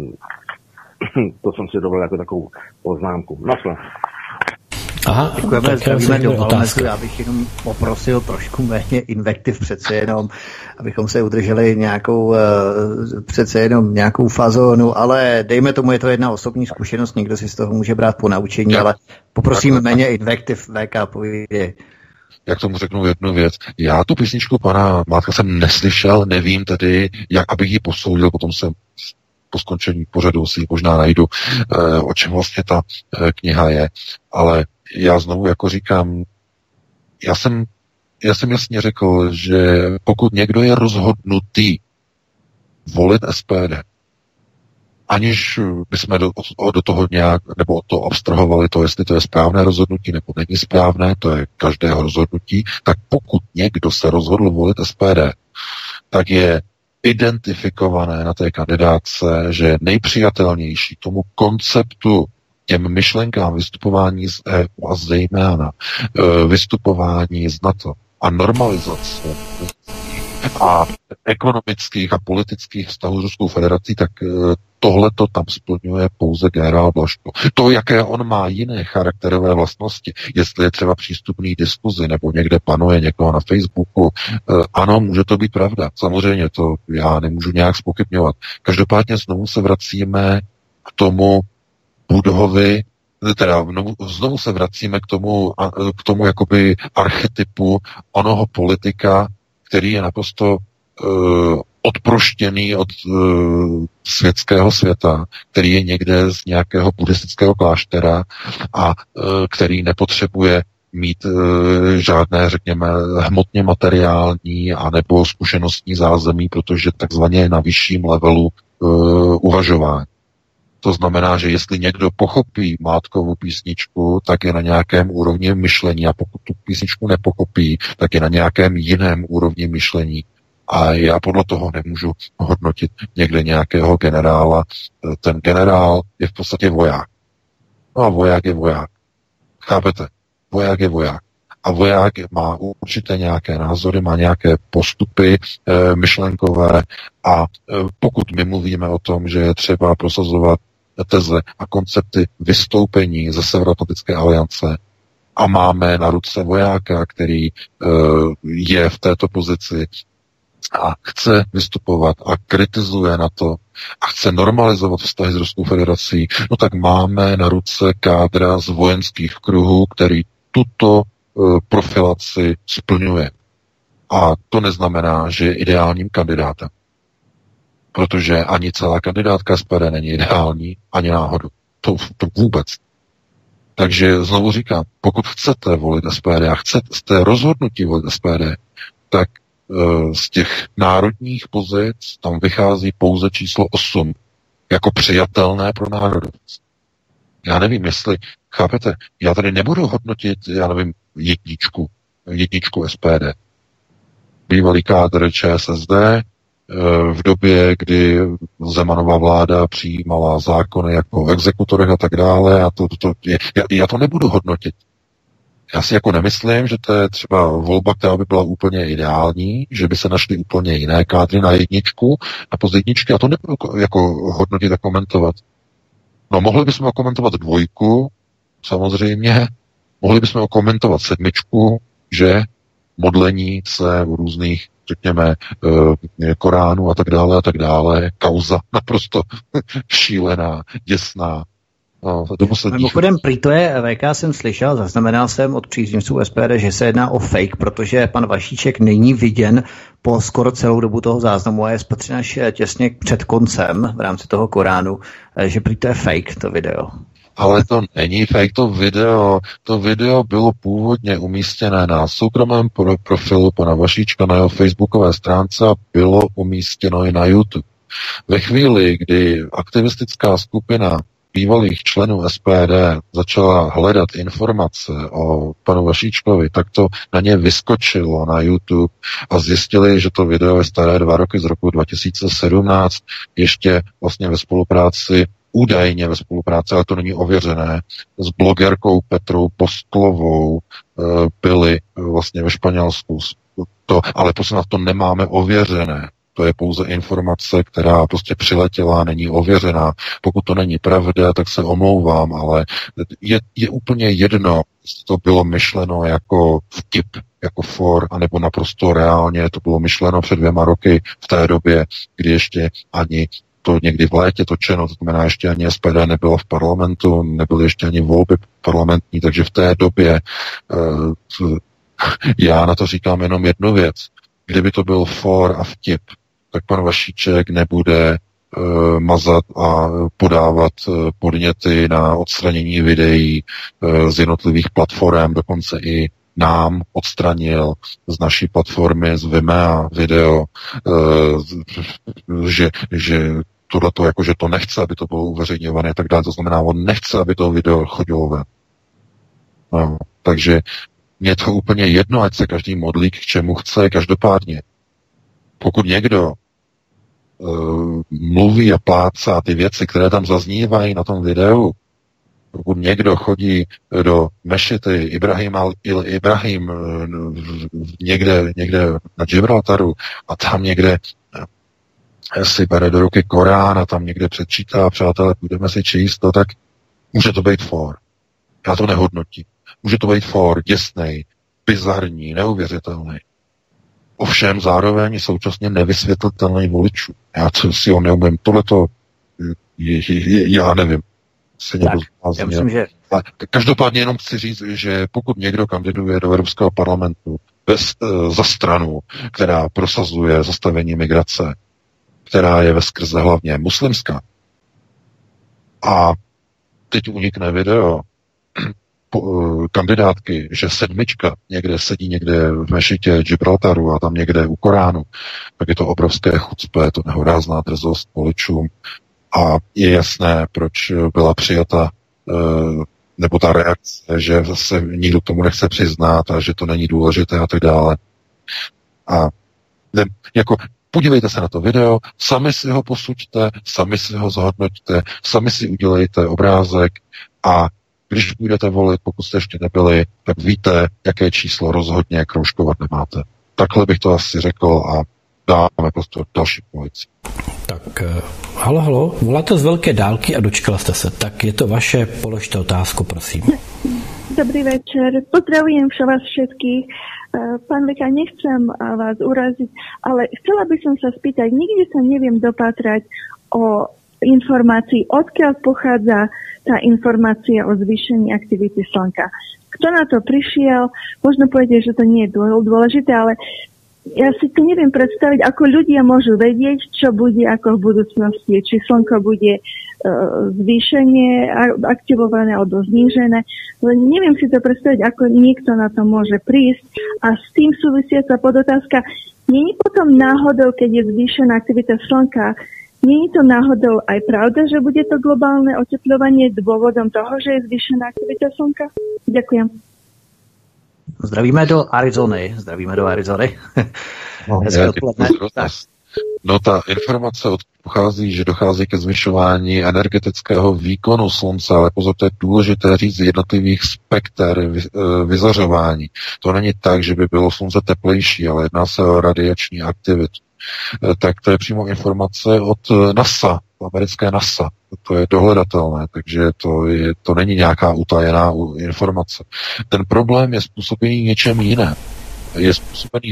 Speaker 6: to jsem si dovolil jako takovou poznámku. Nasle.
Speaker 3: Aha,
Speaker 4: děkujeme, zdravíme do Valmezu. Já bych jenom poprosil trošku méně invektiv přece jenom, abychom se udrželi přece jenom nějakou fazonu, ale dejme tomu, je to jedna osobní zkušenost, někdo si z toho může brát po naučení, ale poprosím méně invektiv, VK, povídej.
Speaker 5: Jak tomu řeknu jednu věc. Já tu písničku pana Mládka jsem neslyšel, nevím tedy, jak abych ji posoudil, potom jsem po skončení pořadu si ji možná najdu, o čem vlastně ta kniha je, ale já znovu jako říkám, já jsem já jsem jasně řekl, že pokud někdo je rozhodnutý volit SPD, aniž bychom do toho nějak, nebo od toho abstrahovali to, jestli to je správné rozhodnutí, nebo není správné, to je každého rozhodnutí, tak pokud někdo se rozhodl volit SPD, tak je identifikované na té kandidátce, že je nejpřijatelnější tomu konceptu, těm myšlenkám vystupování z EU a zejména vystupování z NATO a normalizace a ekonomických a politických vztahů s Ruskou federací, tak tohleto tam splňuje pouze generál Blažko. To, jaké on má jiné charakterové vlastnosti, jestli je třeba přístupný diskuzi nebo někde panuje někoho na Facebooku, ano, může to být pravda. Samozřejmě to já nemůžu nějak zpochybňovat. Každopádně znovu se vracíme k tomu Budhovi, teda znovu se vracíme k tomu jakoby archetypu onoho politika, který je naprosto odproštěný od světského světa, který je někde z nějakého buddhistického kláštera a který nepotřebuje mít žádné, řekněme, hmotně materiální anebo zkušenostní zázemí, protože takzvaně je na vyšším levelu uvažování. To znamená, že jestli někdo pochopí Mládkovu písničku, tak je na nějakém úrovni myšlení a pokud tu písničku nepochopí, tak je na nějakém jiném úrovni myšlení. A já podle toho nemůžu hodnotit někde nějakého generála. Ten generál je v podstatě voják. No a voják je voják. Chápete? Voják je voják. A voják má určité nějaké názory, má nějaké postupy myšlenkové a pokud my mluvíme o tom, že je třeba prosazovat teze a koncepty vystoupení ze Severoatlantické aliance a máme na ruce vojáka, který je v této pozici a chce vystupovat a kritizuje na to a chce normalizovat vztahy s Ruskou federací, no tak máme na ruce kádra z vojenských kruhů, který tuto profilaci splňuje. A to neznamená, že je ideálním kandidátem. Protože ani celá kandidátka SPD není ideální, ani náhodou. To vůbec. Takže znovu říkám, pokud chcete volit SPD a jste rozhodnutí volit SPD, tak z těch národních pozic tam vychází pouze číslo 8 jako přijatelné pro národovce. Já nevím, jestli, chápete, já tady nebudu hodnotit, já nevím, jedničku SPD. Bývalý kádr ČSSD v době, kdy Zemanova vláda přijímala zákony jako o exekutorech a tak dále a já to nebudu hodnotit. Já si jako nemyslím, že to je třeba volba, která by byla úplně ideální, že by se našly úplně jiné kádry na jedničku a poz jedničky, a to nebudu jako hodnotit a komentovat. No, mohli bychom komentovat 2, samozřejmě, mohli bychom komentovat 7, že modlení se v různých, řekněme, Koránů a tak dále, kauza naprosto šílená, děsná. No,
Speaker 4: mimochodem, prý to je, VK jsem slyšel, zaznamenal jsem od příznivců SPD, že se jedná o fake, protože pan Vašíček není viděn po skoro celou dobu toho záznamu a je spatřen až těsně před koncem v rámci toho Koránu, že prý to je fake, to video.
Speaker 5: Ale to není fake, to video bylo původně umístěné na soukromém profilu pana Vašíčka na jeho facebookové stránce a bylo umístěno i na YouTube. Ve chvíli, kdy aktivistická skupina bývalých členů SPD začala hledat informace o panu Vašíčkovi, tak to na ně vyskočilo na YouTube a zjistili, že to video je staré 2 roky z roku 2017, ještě vlastně údajně ve spolupráci, ale to není ověřené, s blogerkou Petrou Postlovou byli vlastně ve Španělsku. Ale prosím vás, to nemáme ověřené. To je pouze informace, která prostě přiletěla, není ověřená. Pokud to není pravda, tak se omlouvám, ale je úplně jedno, jestli to bylo myšleno jako vtip, jako for, anebo naprosto reálně. To bylo myšleno před 2 roky v té době, kdy ještě ani to někdy v létě točeno, to znamená, ještě ani SPD nebylo v parlamentu, nebyly ještě ani volby parlamentní, takže v té době já na to říkám jenom jednu věc. Kdyby to byl for a vtip, tak pan Vašíček nebude mazat a podávat podněty na odstranění videí z jednotlivých platform, dokonce i nám odstranil z naší platformy z Vimea video, že tohleto jako, že to nechce, aby to bylo uveřejňované a tak dále. To znamená, on nechce, aby to video chodilo ven. No, takže mě to úplně jedno, ať se každý modlí, k čemu chce, každopádně. Pokud někdo mluví a plácá ty věci, které tam zaznívají na tom videu, pokud někdo chodí do mešity Ibrahim někde na Gibraltaru a tam někde si bere do ruky Korán a tam někde předčítá, přátelé, budeme si číst to, tak může to být for. Já to nehodnotím. Může to být for, děsnej, bizarní, neuvěřitelný. Ovšem zároveň současně nevysvětlitelný voličů. Já si ho neumím. Tohleto, já nevím.
Speaker 4: Já myslím, že...
Speaker 5: Každopádně jenom chci říct, že pokud někdo kandiduje do Evropského parlamentu za stranu, která prosazuje zastavení migrace, která je veskrze hlavně muslimská, a teď unikne video kandidátky, že sedmička někde sedí někde v mešitě Gibraltaru a tam někde u Koránu, tak je to obrovské chucpe, je to nehorázná drzost voličům a je jasné, proč byla přijata nebo ta reakce, že se nikdo k tomu nechce přiznat a že to není důležité a tak dále. A jako podívejte se na to video, sami si ho posuďte, sami si ho zhodnoťte, sami si udělejte obrázek a když půjdete volit, pokud jste ještě nebyli, tak víte, jaké číslo rozhodně kroužkovat nemáte. Takhle bych to asi řekl a dáme prostor další polici.
Speaker 3: Tak, halo, voláte z velké dálky a dočkala jste se. Tak je to vaše, položte otázku, prosím.
Speaker 9: Dobrý večer, pozdravujem vás všetkých. Pán Veka, nechcem vás uraziť, ale chcela by som sa spýtať, nikde sa neviem dopatrať o informácii, odkiaľ pochádza tá informácia o zvýšení aktivity slnka. Kto na to prišiel, možno povede, že to nie je dôležité, ale ja si to neviem predstaviť, ako ľudia môžu vedieť, čo bude ako v budúcnosti, či slnko bude zvýšenie aktivované alebo znížené. Neviem si to predstaviť, ako niekto na to môže prísť. A s tým súvisiaca podotázka, nie je potom náhodou, keď je zvýšená aktivita slnka, nie je to náhodou aj pravda, že bude to globálne otepľovanie dôvodom toho, že je zvýšená aktivita slnka? Ďakujem.
Speaker 4: Zdravíme do Arizony. Hezké odpoledne.
Speaker 5: No ta informace pochází, že dochází ke zvyšování energetického výkonu slunce, ale pozor, to je důležité říct jednotlivých spekter vyzařování. To není tak, že by bylo slunce teplejší, ale jedná se o radiační aktivitu. Tak to je přímo informace od NASA, americké NASA. To je dohledatelné, takže to není nějaká utajená informace. Ten problém je způsobený něčem jiném. Je způsobený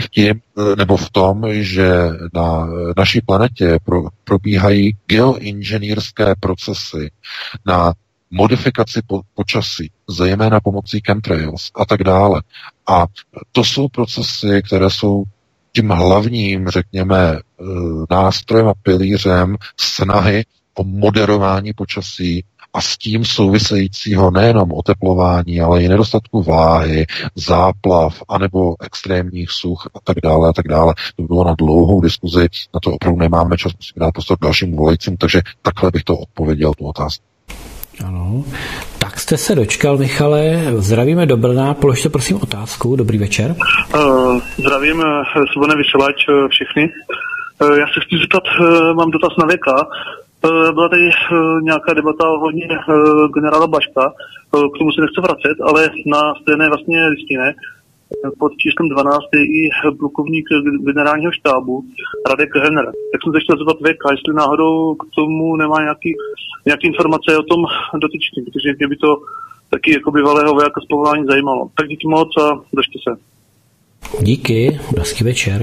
Speaker 5: v tom, že na naší planetě probíhají geoinženýrské procesy na modifikaci počasí, zejména pomocí chemtrails a tak dále. A to jsou procesy, které jsou tím hlavním, řekněme, nástrojem a pilířem snahy o moderování počasí a s tím souvisejícího nejenom oteplování, ale i nedostatku vláhy, záplav, anebo extrémních such a tak dále a tak dále. To bylo na dlouhou diskuzi, na to opravdu nemáme čas, musíme dát prostor dalším volajícím, takže takhle bych to odpověděl, tu otázku.
Speaker 3: Ano, tak jste se dočkal, Michale, zdravíme do Brna, položte prosím otázku, dobrý večer.
Speaker 10: Zdravím, Svobodný vysílač, všechny. Já se chci zeptat, mám dotaz na Veka. Byla tady nějaká debata ohledně generála Blažka, k tomu se nechci vracet, ale na stejné vlastně listině pod číslem 12 je i plukovník generálního štábu Radek Henner. Tak jsem se chtěl zeptat Veka, jestli náhodou k tomu nemá nějaké informace o tom dotyčný, protože mě by to taky jako bývalého vojáka z povolání zajímalo. Tak díky moc a držte se.
Speaker 3: Díky, hezký večer.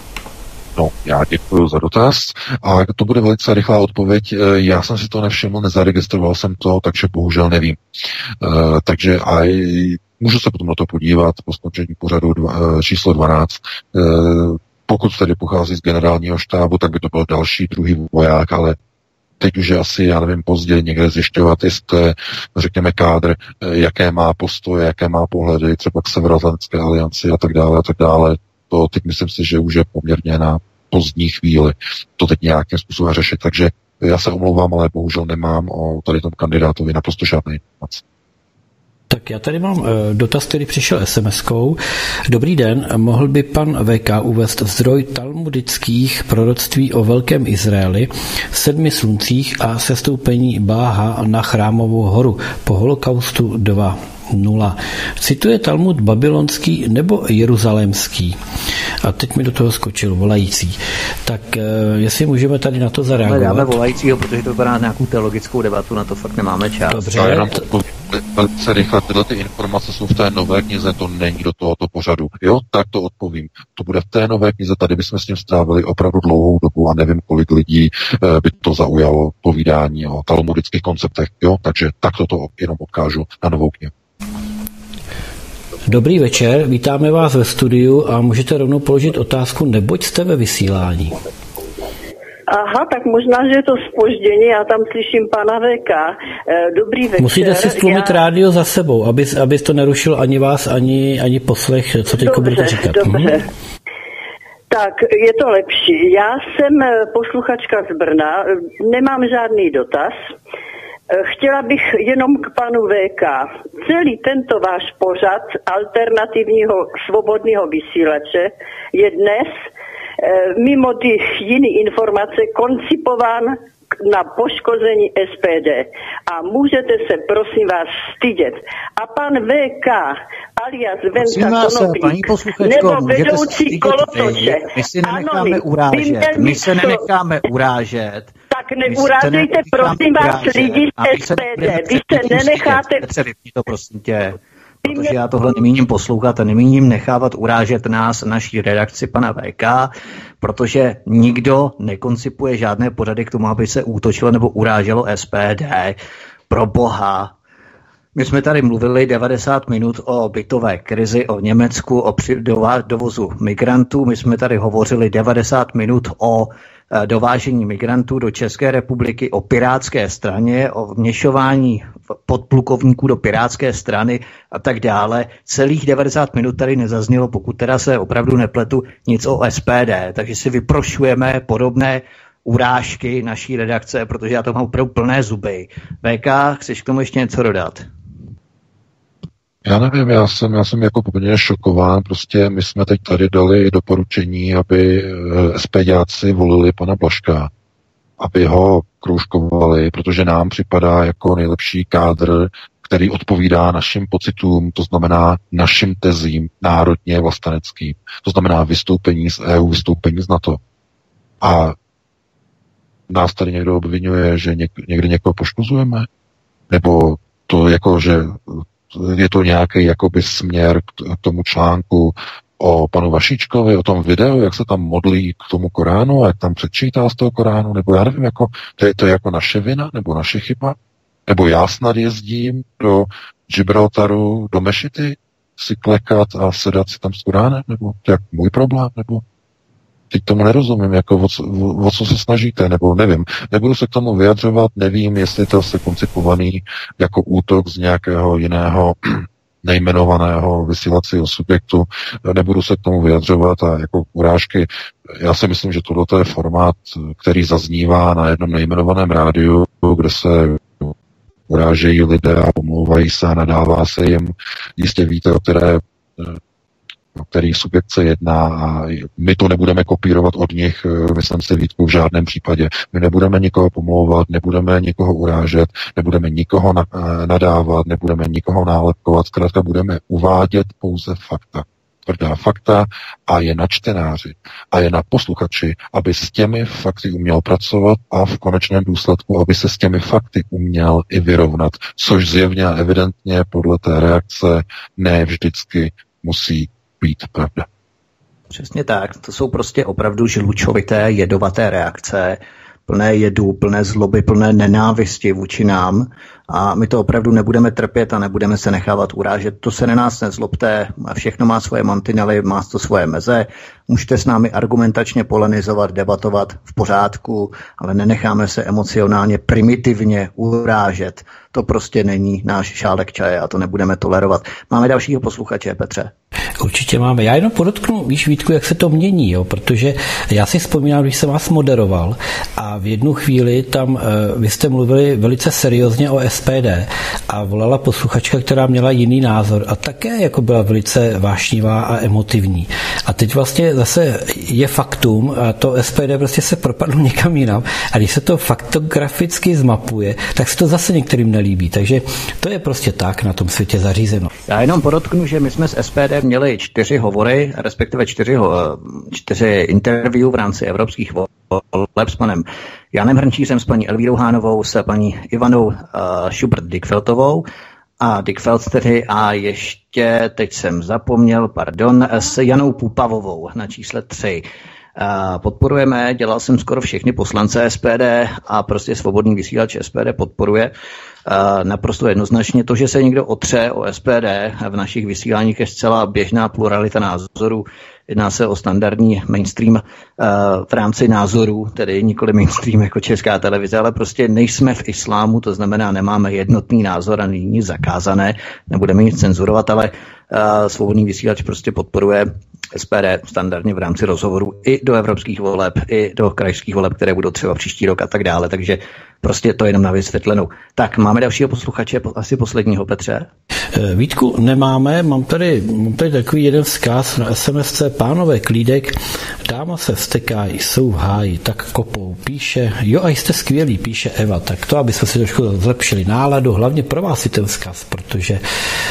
Speaker 5: No, já děkuji za dotaz a to bude velice rychlá odpověď. Já jsem si to nevšiml, nezaregistroval jsem to, takže bohužel nevím. Takže můžu se potom na to podívat po skončení pořadu číslo 12. Pokud tedy pochází z generálního štábu, tak by to byl další druhý voják, ale teď už je asi, já nevím, pozdě někde zjišťovat, jestli to je, řekněme, kádr, jaké má postoje, jaké má pohledy, třeba k Severoatlantické alianci a tak dále. To teď myslím si, že už je poměrně na pozdní chvíli to teď nějakým způsobem řešit. Takže já se omlouvám, ale bohužel nemám o tady tom kandidátovi naprosto žádné informace.
Speaker 3: Tak já tady mám dotaz, který přišel SMS-kou. Dobrý den, mohl by pan VK uvést zdroj talmudických proroctví o velkém Izraeli, 7 sluncích a sestoupení Báha na Chrámovou horu po holokaustu 2.0. Cituje Talmud babylonský nebo jeruzalémský? A teď mi do toho skočil volající. Tak jestli můžeme tady na to zareagovat.
Speaker 4: Dáme volajícího, protože to vypadá nějakou teologickou debatu, na to fakt nemáme čas.
Speaker 3: Dobře.
Speaker 5: Velice rychle, tyhle ty informace jsou v té nové knize, to není do tohoto pořadu. Jo, tak to odpovím. To bude v té nové knize, tady bychom s ním strávili opravdu dlouhou dobu a nevím, kolik lidí by to zaujalo povídání o talmudických konceptech. Jo, takže takto to jenom odkážu na novou knihu.
Speaker 3: Dobrý večer, vítáme vás ve studiu a můžete rovnou položit otázku, neboť jste ve vysílání.
Speaker 11: Aha, tak možná, že je to zpoždění, já tam slyším pana VK. Dobrý večer.
Speaker 3: Musíte si stlumit rádio za sebou, aby to nerušilo ani vás, ani poslech, co teďko budete říkat.
Speaker 11: Dobře. Tak, je to lepší. Já jsem posluchačka z Brna, nemám žádný dotaz. Chtěla bych jenom k panu VK. Celý tento váš pořad alternativního svobodného vysílače je dnes mimo ty jiné informace koncipován na poškození SPD. A můžete se, prosím vás, stydět. A pan VK, alias Venta Konopník, nebo vedoucí kolotoče,
Speaker 4: my si nenecháme urážet. My se nenecháme urážet.
Speaker 11: Tak neurážejte, prosím vás, lidi z SPD. Vy se nenecháte...
Speaker 4: Přerypni to, prosím tě. Protože já tohle nemíním poslouchat a nemíním nechávat urážet nás, naší redakci pana VK, protože nikdo nekoncipuje žádné pořady k tomu, aby se útočilo nebo uráželo SPD. Pro boha. My jsme tady mluvili 90 minut o bytové krizi, o Německu, o dovozu migrantů. My jsme tady hovořili 90 minut o dovážení migrantů do České republiky, o pirátské straně, o vměšování podplukovníků do pirátské strany a tak dále. Celých 90 minut tady nezaznělo, pokud teda se opravdu nepletu, nic o SPD. Takže si vyprošujeme podobné urážky naší redakce, protože já to mám opravdu plné zuby. VK, chceš k tomu ještě něco dodat?
Speaker 5: Já nevím, já jsem jako poměrně šokován, prostě my jsme teď tady dali doporučení, aby SPDáci volili pana Blažka, aby ho kroužkovali, protože nám připadá jako nejlepší kádr, který odpovídá našim pocitům, to znamená našim tezím národně vlasteneckým, to znamená vystoupení z EU, vystoupení z NATO. A nás tady někdo obvinuje, že někde někoho poškozujeme? Nebo to jako, že je to nějaký jakoby směr k tomu článku o panu Vašíčkovi, o tom videu, jak se tam modlí k tomu Koránu a jak tam předčítá z toho Koránu, nebo já nevím, jako, to je jako naše vina, nebo naše chyba? Nebo já snad jezdím do Gibraltaru, do mešity, si klekat a sedat si tam s Koránem, nebo to je můj problém, nebo teď tomu nerozumím, jako o co se snažíte, nebo nevím. Nebudu se k tomu vyjadřovat, nevím, jestli to je koncipovaný jako útok z nějakého jiného nejmenovaného vysílacího subjektu. Nebudu se k tomu vyjadřovat a jako urážky. Já si myslím, že tohle je formát, který zaznívá na jednom nejmenovaném rádiu, kde se urážejí lidé a pomlouvají se a nadává se jim. Jistě víte, o který subjekt se jedná a my to nebudeme kopírovat od nich, myslím si, Vítku, v žádném případě. My nebudeme nikoho pomlouvat, nebudeme nikoho urážet, nebudeme nikoho nadávat, nebudeme nikoho nálepkovat, zkrátka budeme uvádět pouze fakta. Tvrdá fakta a je na čtenáři a je na posluchači, aby s těmi fakty uměl pracovat a v konečném důsledku, aby se s těmi fakty uměl i vyrovnat, což zjevně a evidentně podle té reakce ne vždycky musí být pravda.
Speaker 4: Přesně tak. To jsou prostě opravdu žlučovité, jedovaté reakce, plné jedu, plné zloby, plné nenávisti vůči nám a my to opravdu nebudeme trpět a nebudeme se nechávat urážet. To se na nás nezlobte, všechno má svoje mantinely, má to svoje meze, můžete s námi argumentačně polemizovat, debatovat v pořádku, ale nenecháme se emocionálně primitivně urážet. To prostě není náš šálek čaje a to nebudeme tolerovat. Máme dalšího posluchače, Petře.
Speaker 3: Určitě máme. Já jenom podotknu, víš, Vítku, jak se to mění, jo? Protože já si vzpomínám, když jsem vás moderoval a v jednu chvíli tam vy jste mluvili velice seriózně o SPD a volala posluchačka, která měla jiný názor a také jako byla velice vášnivá a emotivní. A teď vlastně zase je faktum a to SPD prostě se propadlo někam jinam a když se to faktograficky zmapuje, tak se to zase některým nelíbí. Takže to je prostě tak na tom světě zařízeno.
Speaker 4: Já jenom podotknu, že my jsme s SPD měli 4 hovory, respektive 4 interview v rámci evropských voleb s panem Janem Hrnčířem, s paní Elvírou Hánovou, s paní Ivanou Schubert-Dickfeltovou a Dickfeld tedy a ještě, teď jsem zapomněl, s Janou Pupavovou na čísle 3. Podporujeme, dělal jsem skoro všechny poslance SPD a prostě Svobodný vysílač SPD podporuje naprosto jednoznačně. To, že se někdo otře o SPD v našich vysíláních, je zcela běžná pluralita názorů. Jedná se o standardní mainstream v rámci názorů, tedy nikoli mainstream jako Česká televize, ale prostě nejsme v islámu, to znamená nemáme jednotný názor a není nic zakázané, nebudeme nic cenzurovat, ale Svobodný vysílač prostě podporuje SPD standardně v rámci rozhovorů i do evropských voleb, i do krajských voleb, které budou třeba příští rok a tak dále, takže prostě to jenom na vysvětlenou. Tak, máme dalšího posluchače, asi posledního, Petře?
Speaker 3: Vítku, nemáme, mám tady takový jeden vzkaz na SMSce, pánové klídek, dáma se vzteká, jsou v háji, tak kopou, píše, jo a jste skvělí, píše Eva, tak to, aby jsme si trošku zlepšili náladu, hlavně pro vás je ten vzkaz, protože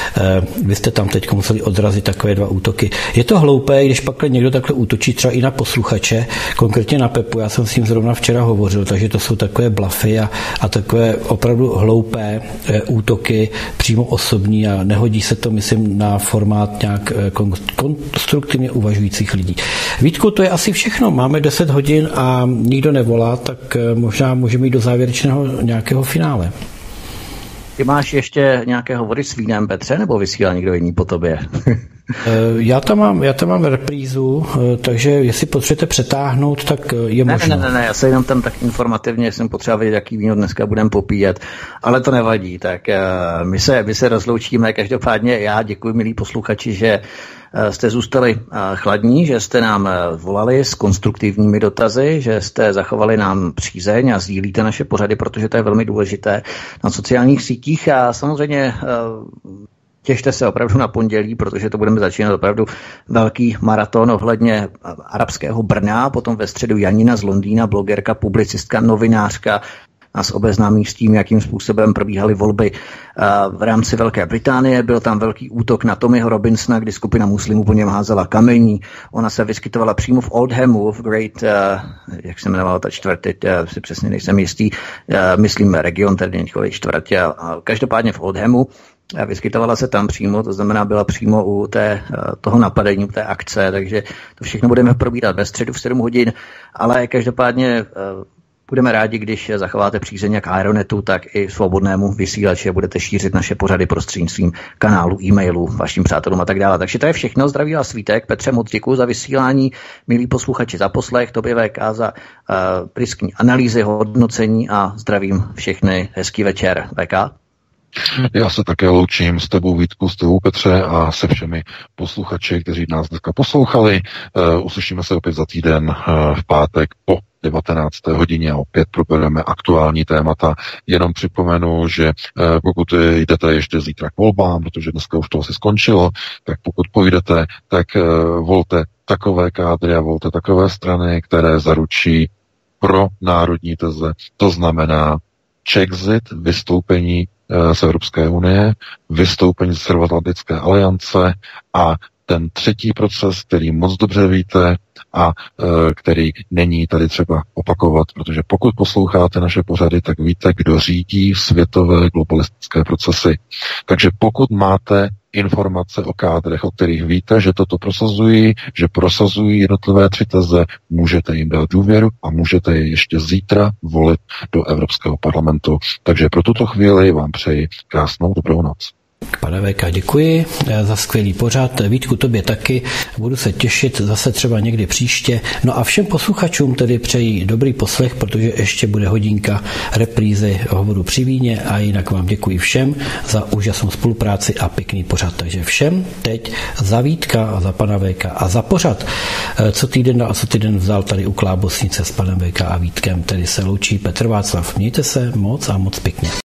Speaker 3: vy jste tam teď museli odrazit takové 2 útoky. Je to hloupé, když pak někdo takhle útočí třeba i na posluchače, konkrétně na Pepu, já jsem s ním zrovna včera hovořil, takže to jsou takové blafy a takové opravdu hloupé útoky, přímo osobní a nehodí se to, myslím, na formát nějak konstruktivně uvažujících lidí. Vítku, to je asi všechno. Máme 10 hodin a nikdo nevolá, tak možná můžeme jít do závěrečného nějakého finále.
Speaker 4: Ty máš ještě nějaké hovory s vínem, Petře, nebo vysílá někdo jiný po tobě?
Speaker 3: Já tam mám reprízu, takže jestli potřebujete přetáhnout, tak je možné.
Speaker 4: Ne, já se jenom tam tak informativně jsem potřeba vědět, jaký víno dneska budeme popíjet, ale to nevadí, tak my se rozloučíme, každopádně já děkuji, milí posluchači, že jste zůstali chladní, že jste nám volali s konstruktivními dotazy, že jste zachovali nám přízeň a sdílíte naše pořady, protože to je velmi důležité na sociálních sítích a samozřejmě těšte se opravdu na pondělí, protože to budeme začínat opravdu velký maraton ohledně arabského Brna, potom ve středu Janina z Londýna, blogerka, publicistka, novinářka, nás obeznámí s tím, jakým způsobem probíhaly volby v rámci Velké Británie. Byl tam velký útok na Tommyho Robinsona, kdy skupina muslimů po něm házela kamení. Ona se vyskytovala přímo v Oldhamu, v Great, jak se jmenovala ta čtvrť, si přesně nejsem jistý, myslím region, tedy několik čtvrtě, a každopádně v Oldhamu. Vyskytovala se tam přímo, to znamená byla přímo u toho napadení, u té akce, takže to všechno budeme probírat ve středu v 7 hodin, ale každopádně budeme rádi, když zachováte přízeň jak Aeronetu, tak i Svobodnému vysílači a budete šířit naše pořady prostřednictvím kanálu, e-mailů, vašim přátelům a tak dále. Takže to je všechno. Zdraví vás Svítek. Petře, moc děkuji za vysílání. Milí posluchači, za poslech. Tobě VK za bryskní analýzy, hodnocení a zdravím všechny. Hezký večer. VK.
Speaker 5: Já se také loučím s tebou, Vítku, s tebou, Petře, a se všemi posluchači, kteří nás dneska poslouchali. Uslyšíme se opět za týden v pátek po 19. hodině a opět probereme aktuální témata. Jenom připomenu, že pokud jdete ještě zítra k volbám, protože dneska už to asi skončilo, tak pokud půjdete, tak volte takové kádry a volte takové strany, které zaručí pro národní teze. To znamená Czexit, vystoupení z Evropské unie, vystoupení z Severoatlantické aliance a ten třetí proces, který moc dobře víte a který není tady třeba opakovat, protože pokud posloucháte naše pořady, tak víte, kdo řídí světové globalistické procesy. Takže pokud máte informace o kádrech, o kterých víte, že toto prosazují, že prosazují jednotlivé 3 teze, můžete jim dát důvěru a můžete je ještě zítra volit do Evropského parlamentu. Takže pro tuto chvíli vám přeji krásnou dobrou noc.
Speaker 3: Pane VK, děkuji za skvělý pořad. Vítku, tobě taky. Budu se těšit zase třeba někdy příště. No a všem posluchačům tedy přeji dobrý poslech, protože ještě bude hodinka reprízy Hovoru při víně a jinak vám děkuji všem za úžasnou spolupráci a pěkný pořad. Takže všem teď za Vítka a za pana VK a za pořad, co týden a co týden vzal tady u Klábosnice s panem VK a Vítkem, tedy se loučí Petr Václav. Mějte se moc a moc pěkně.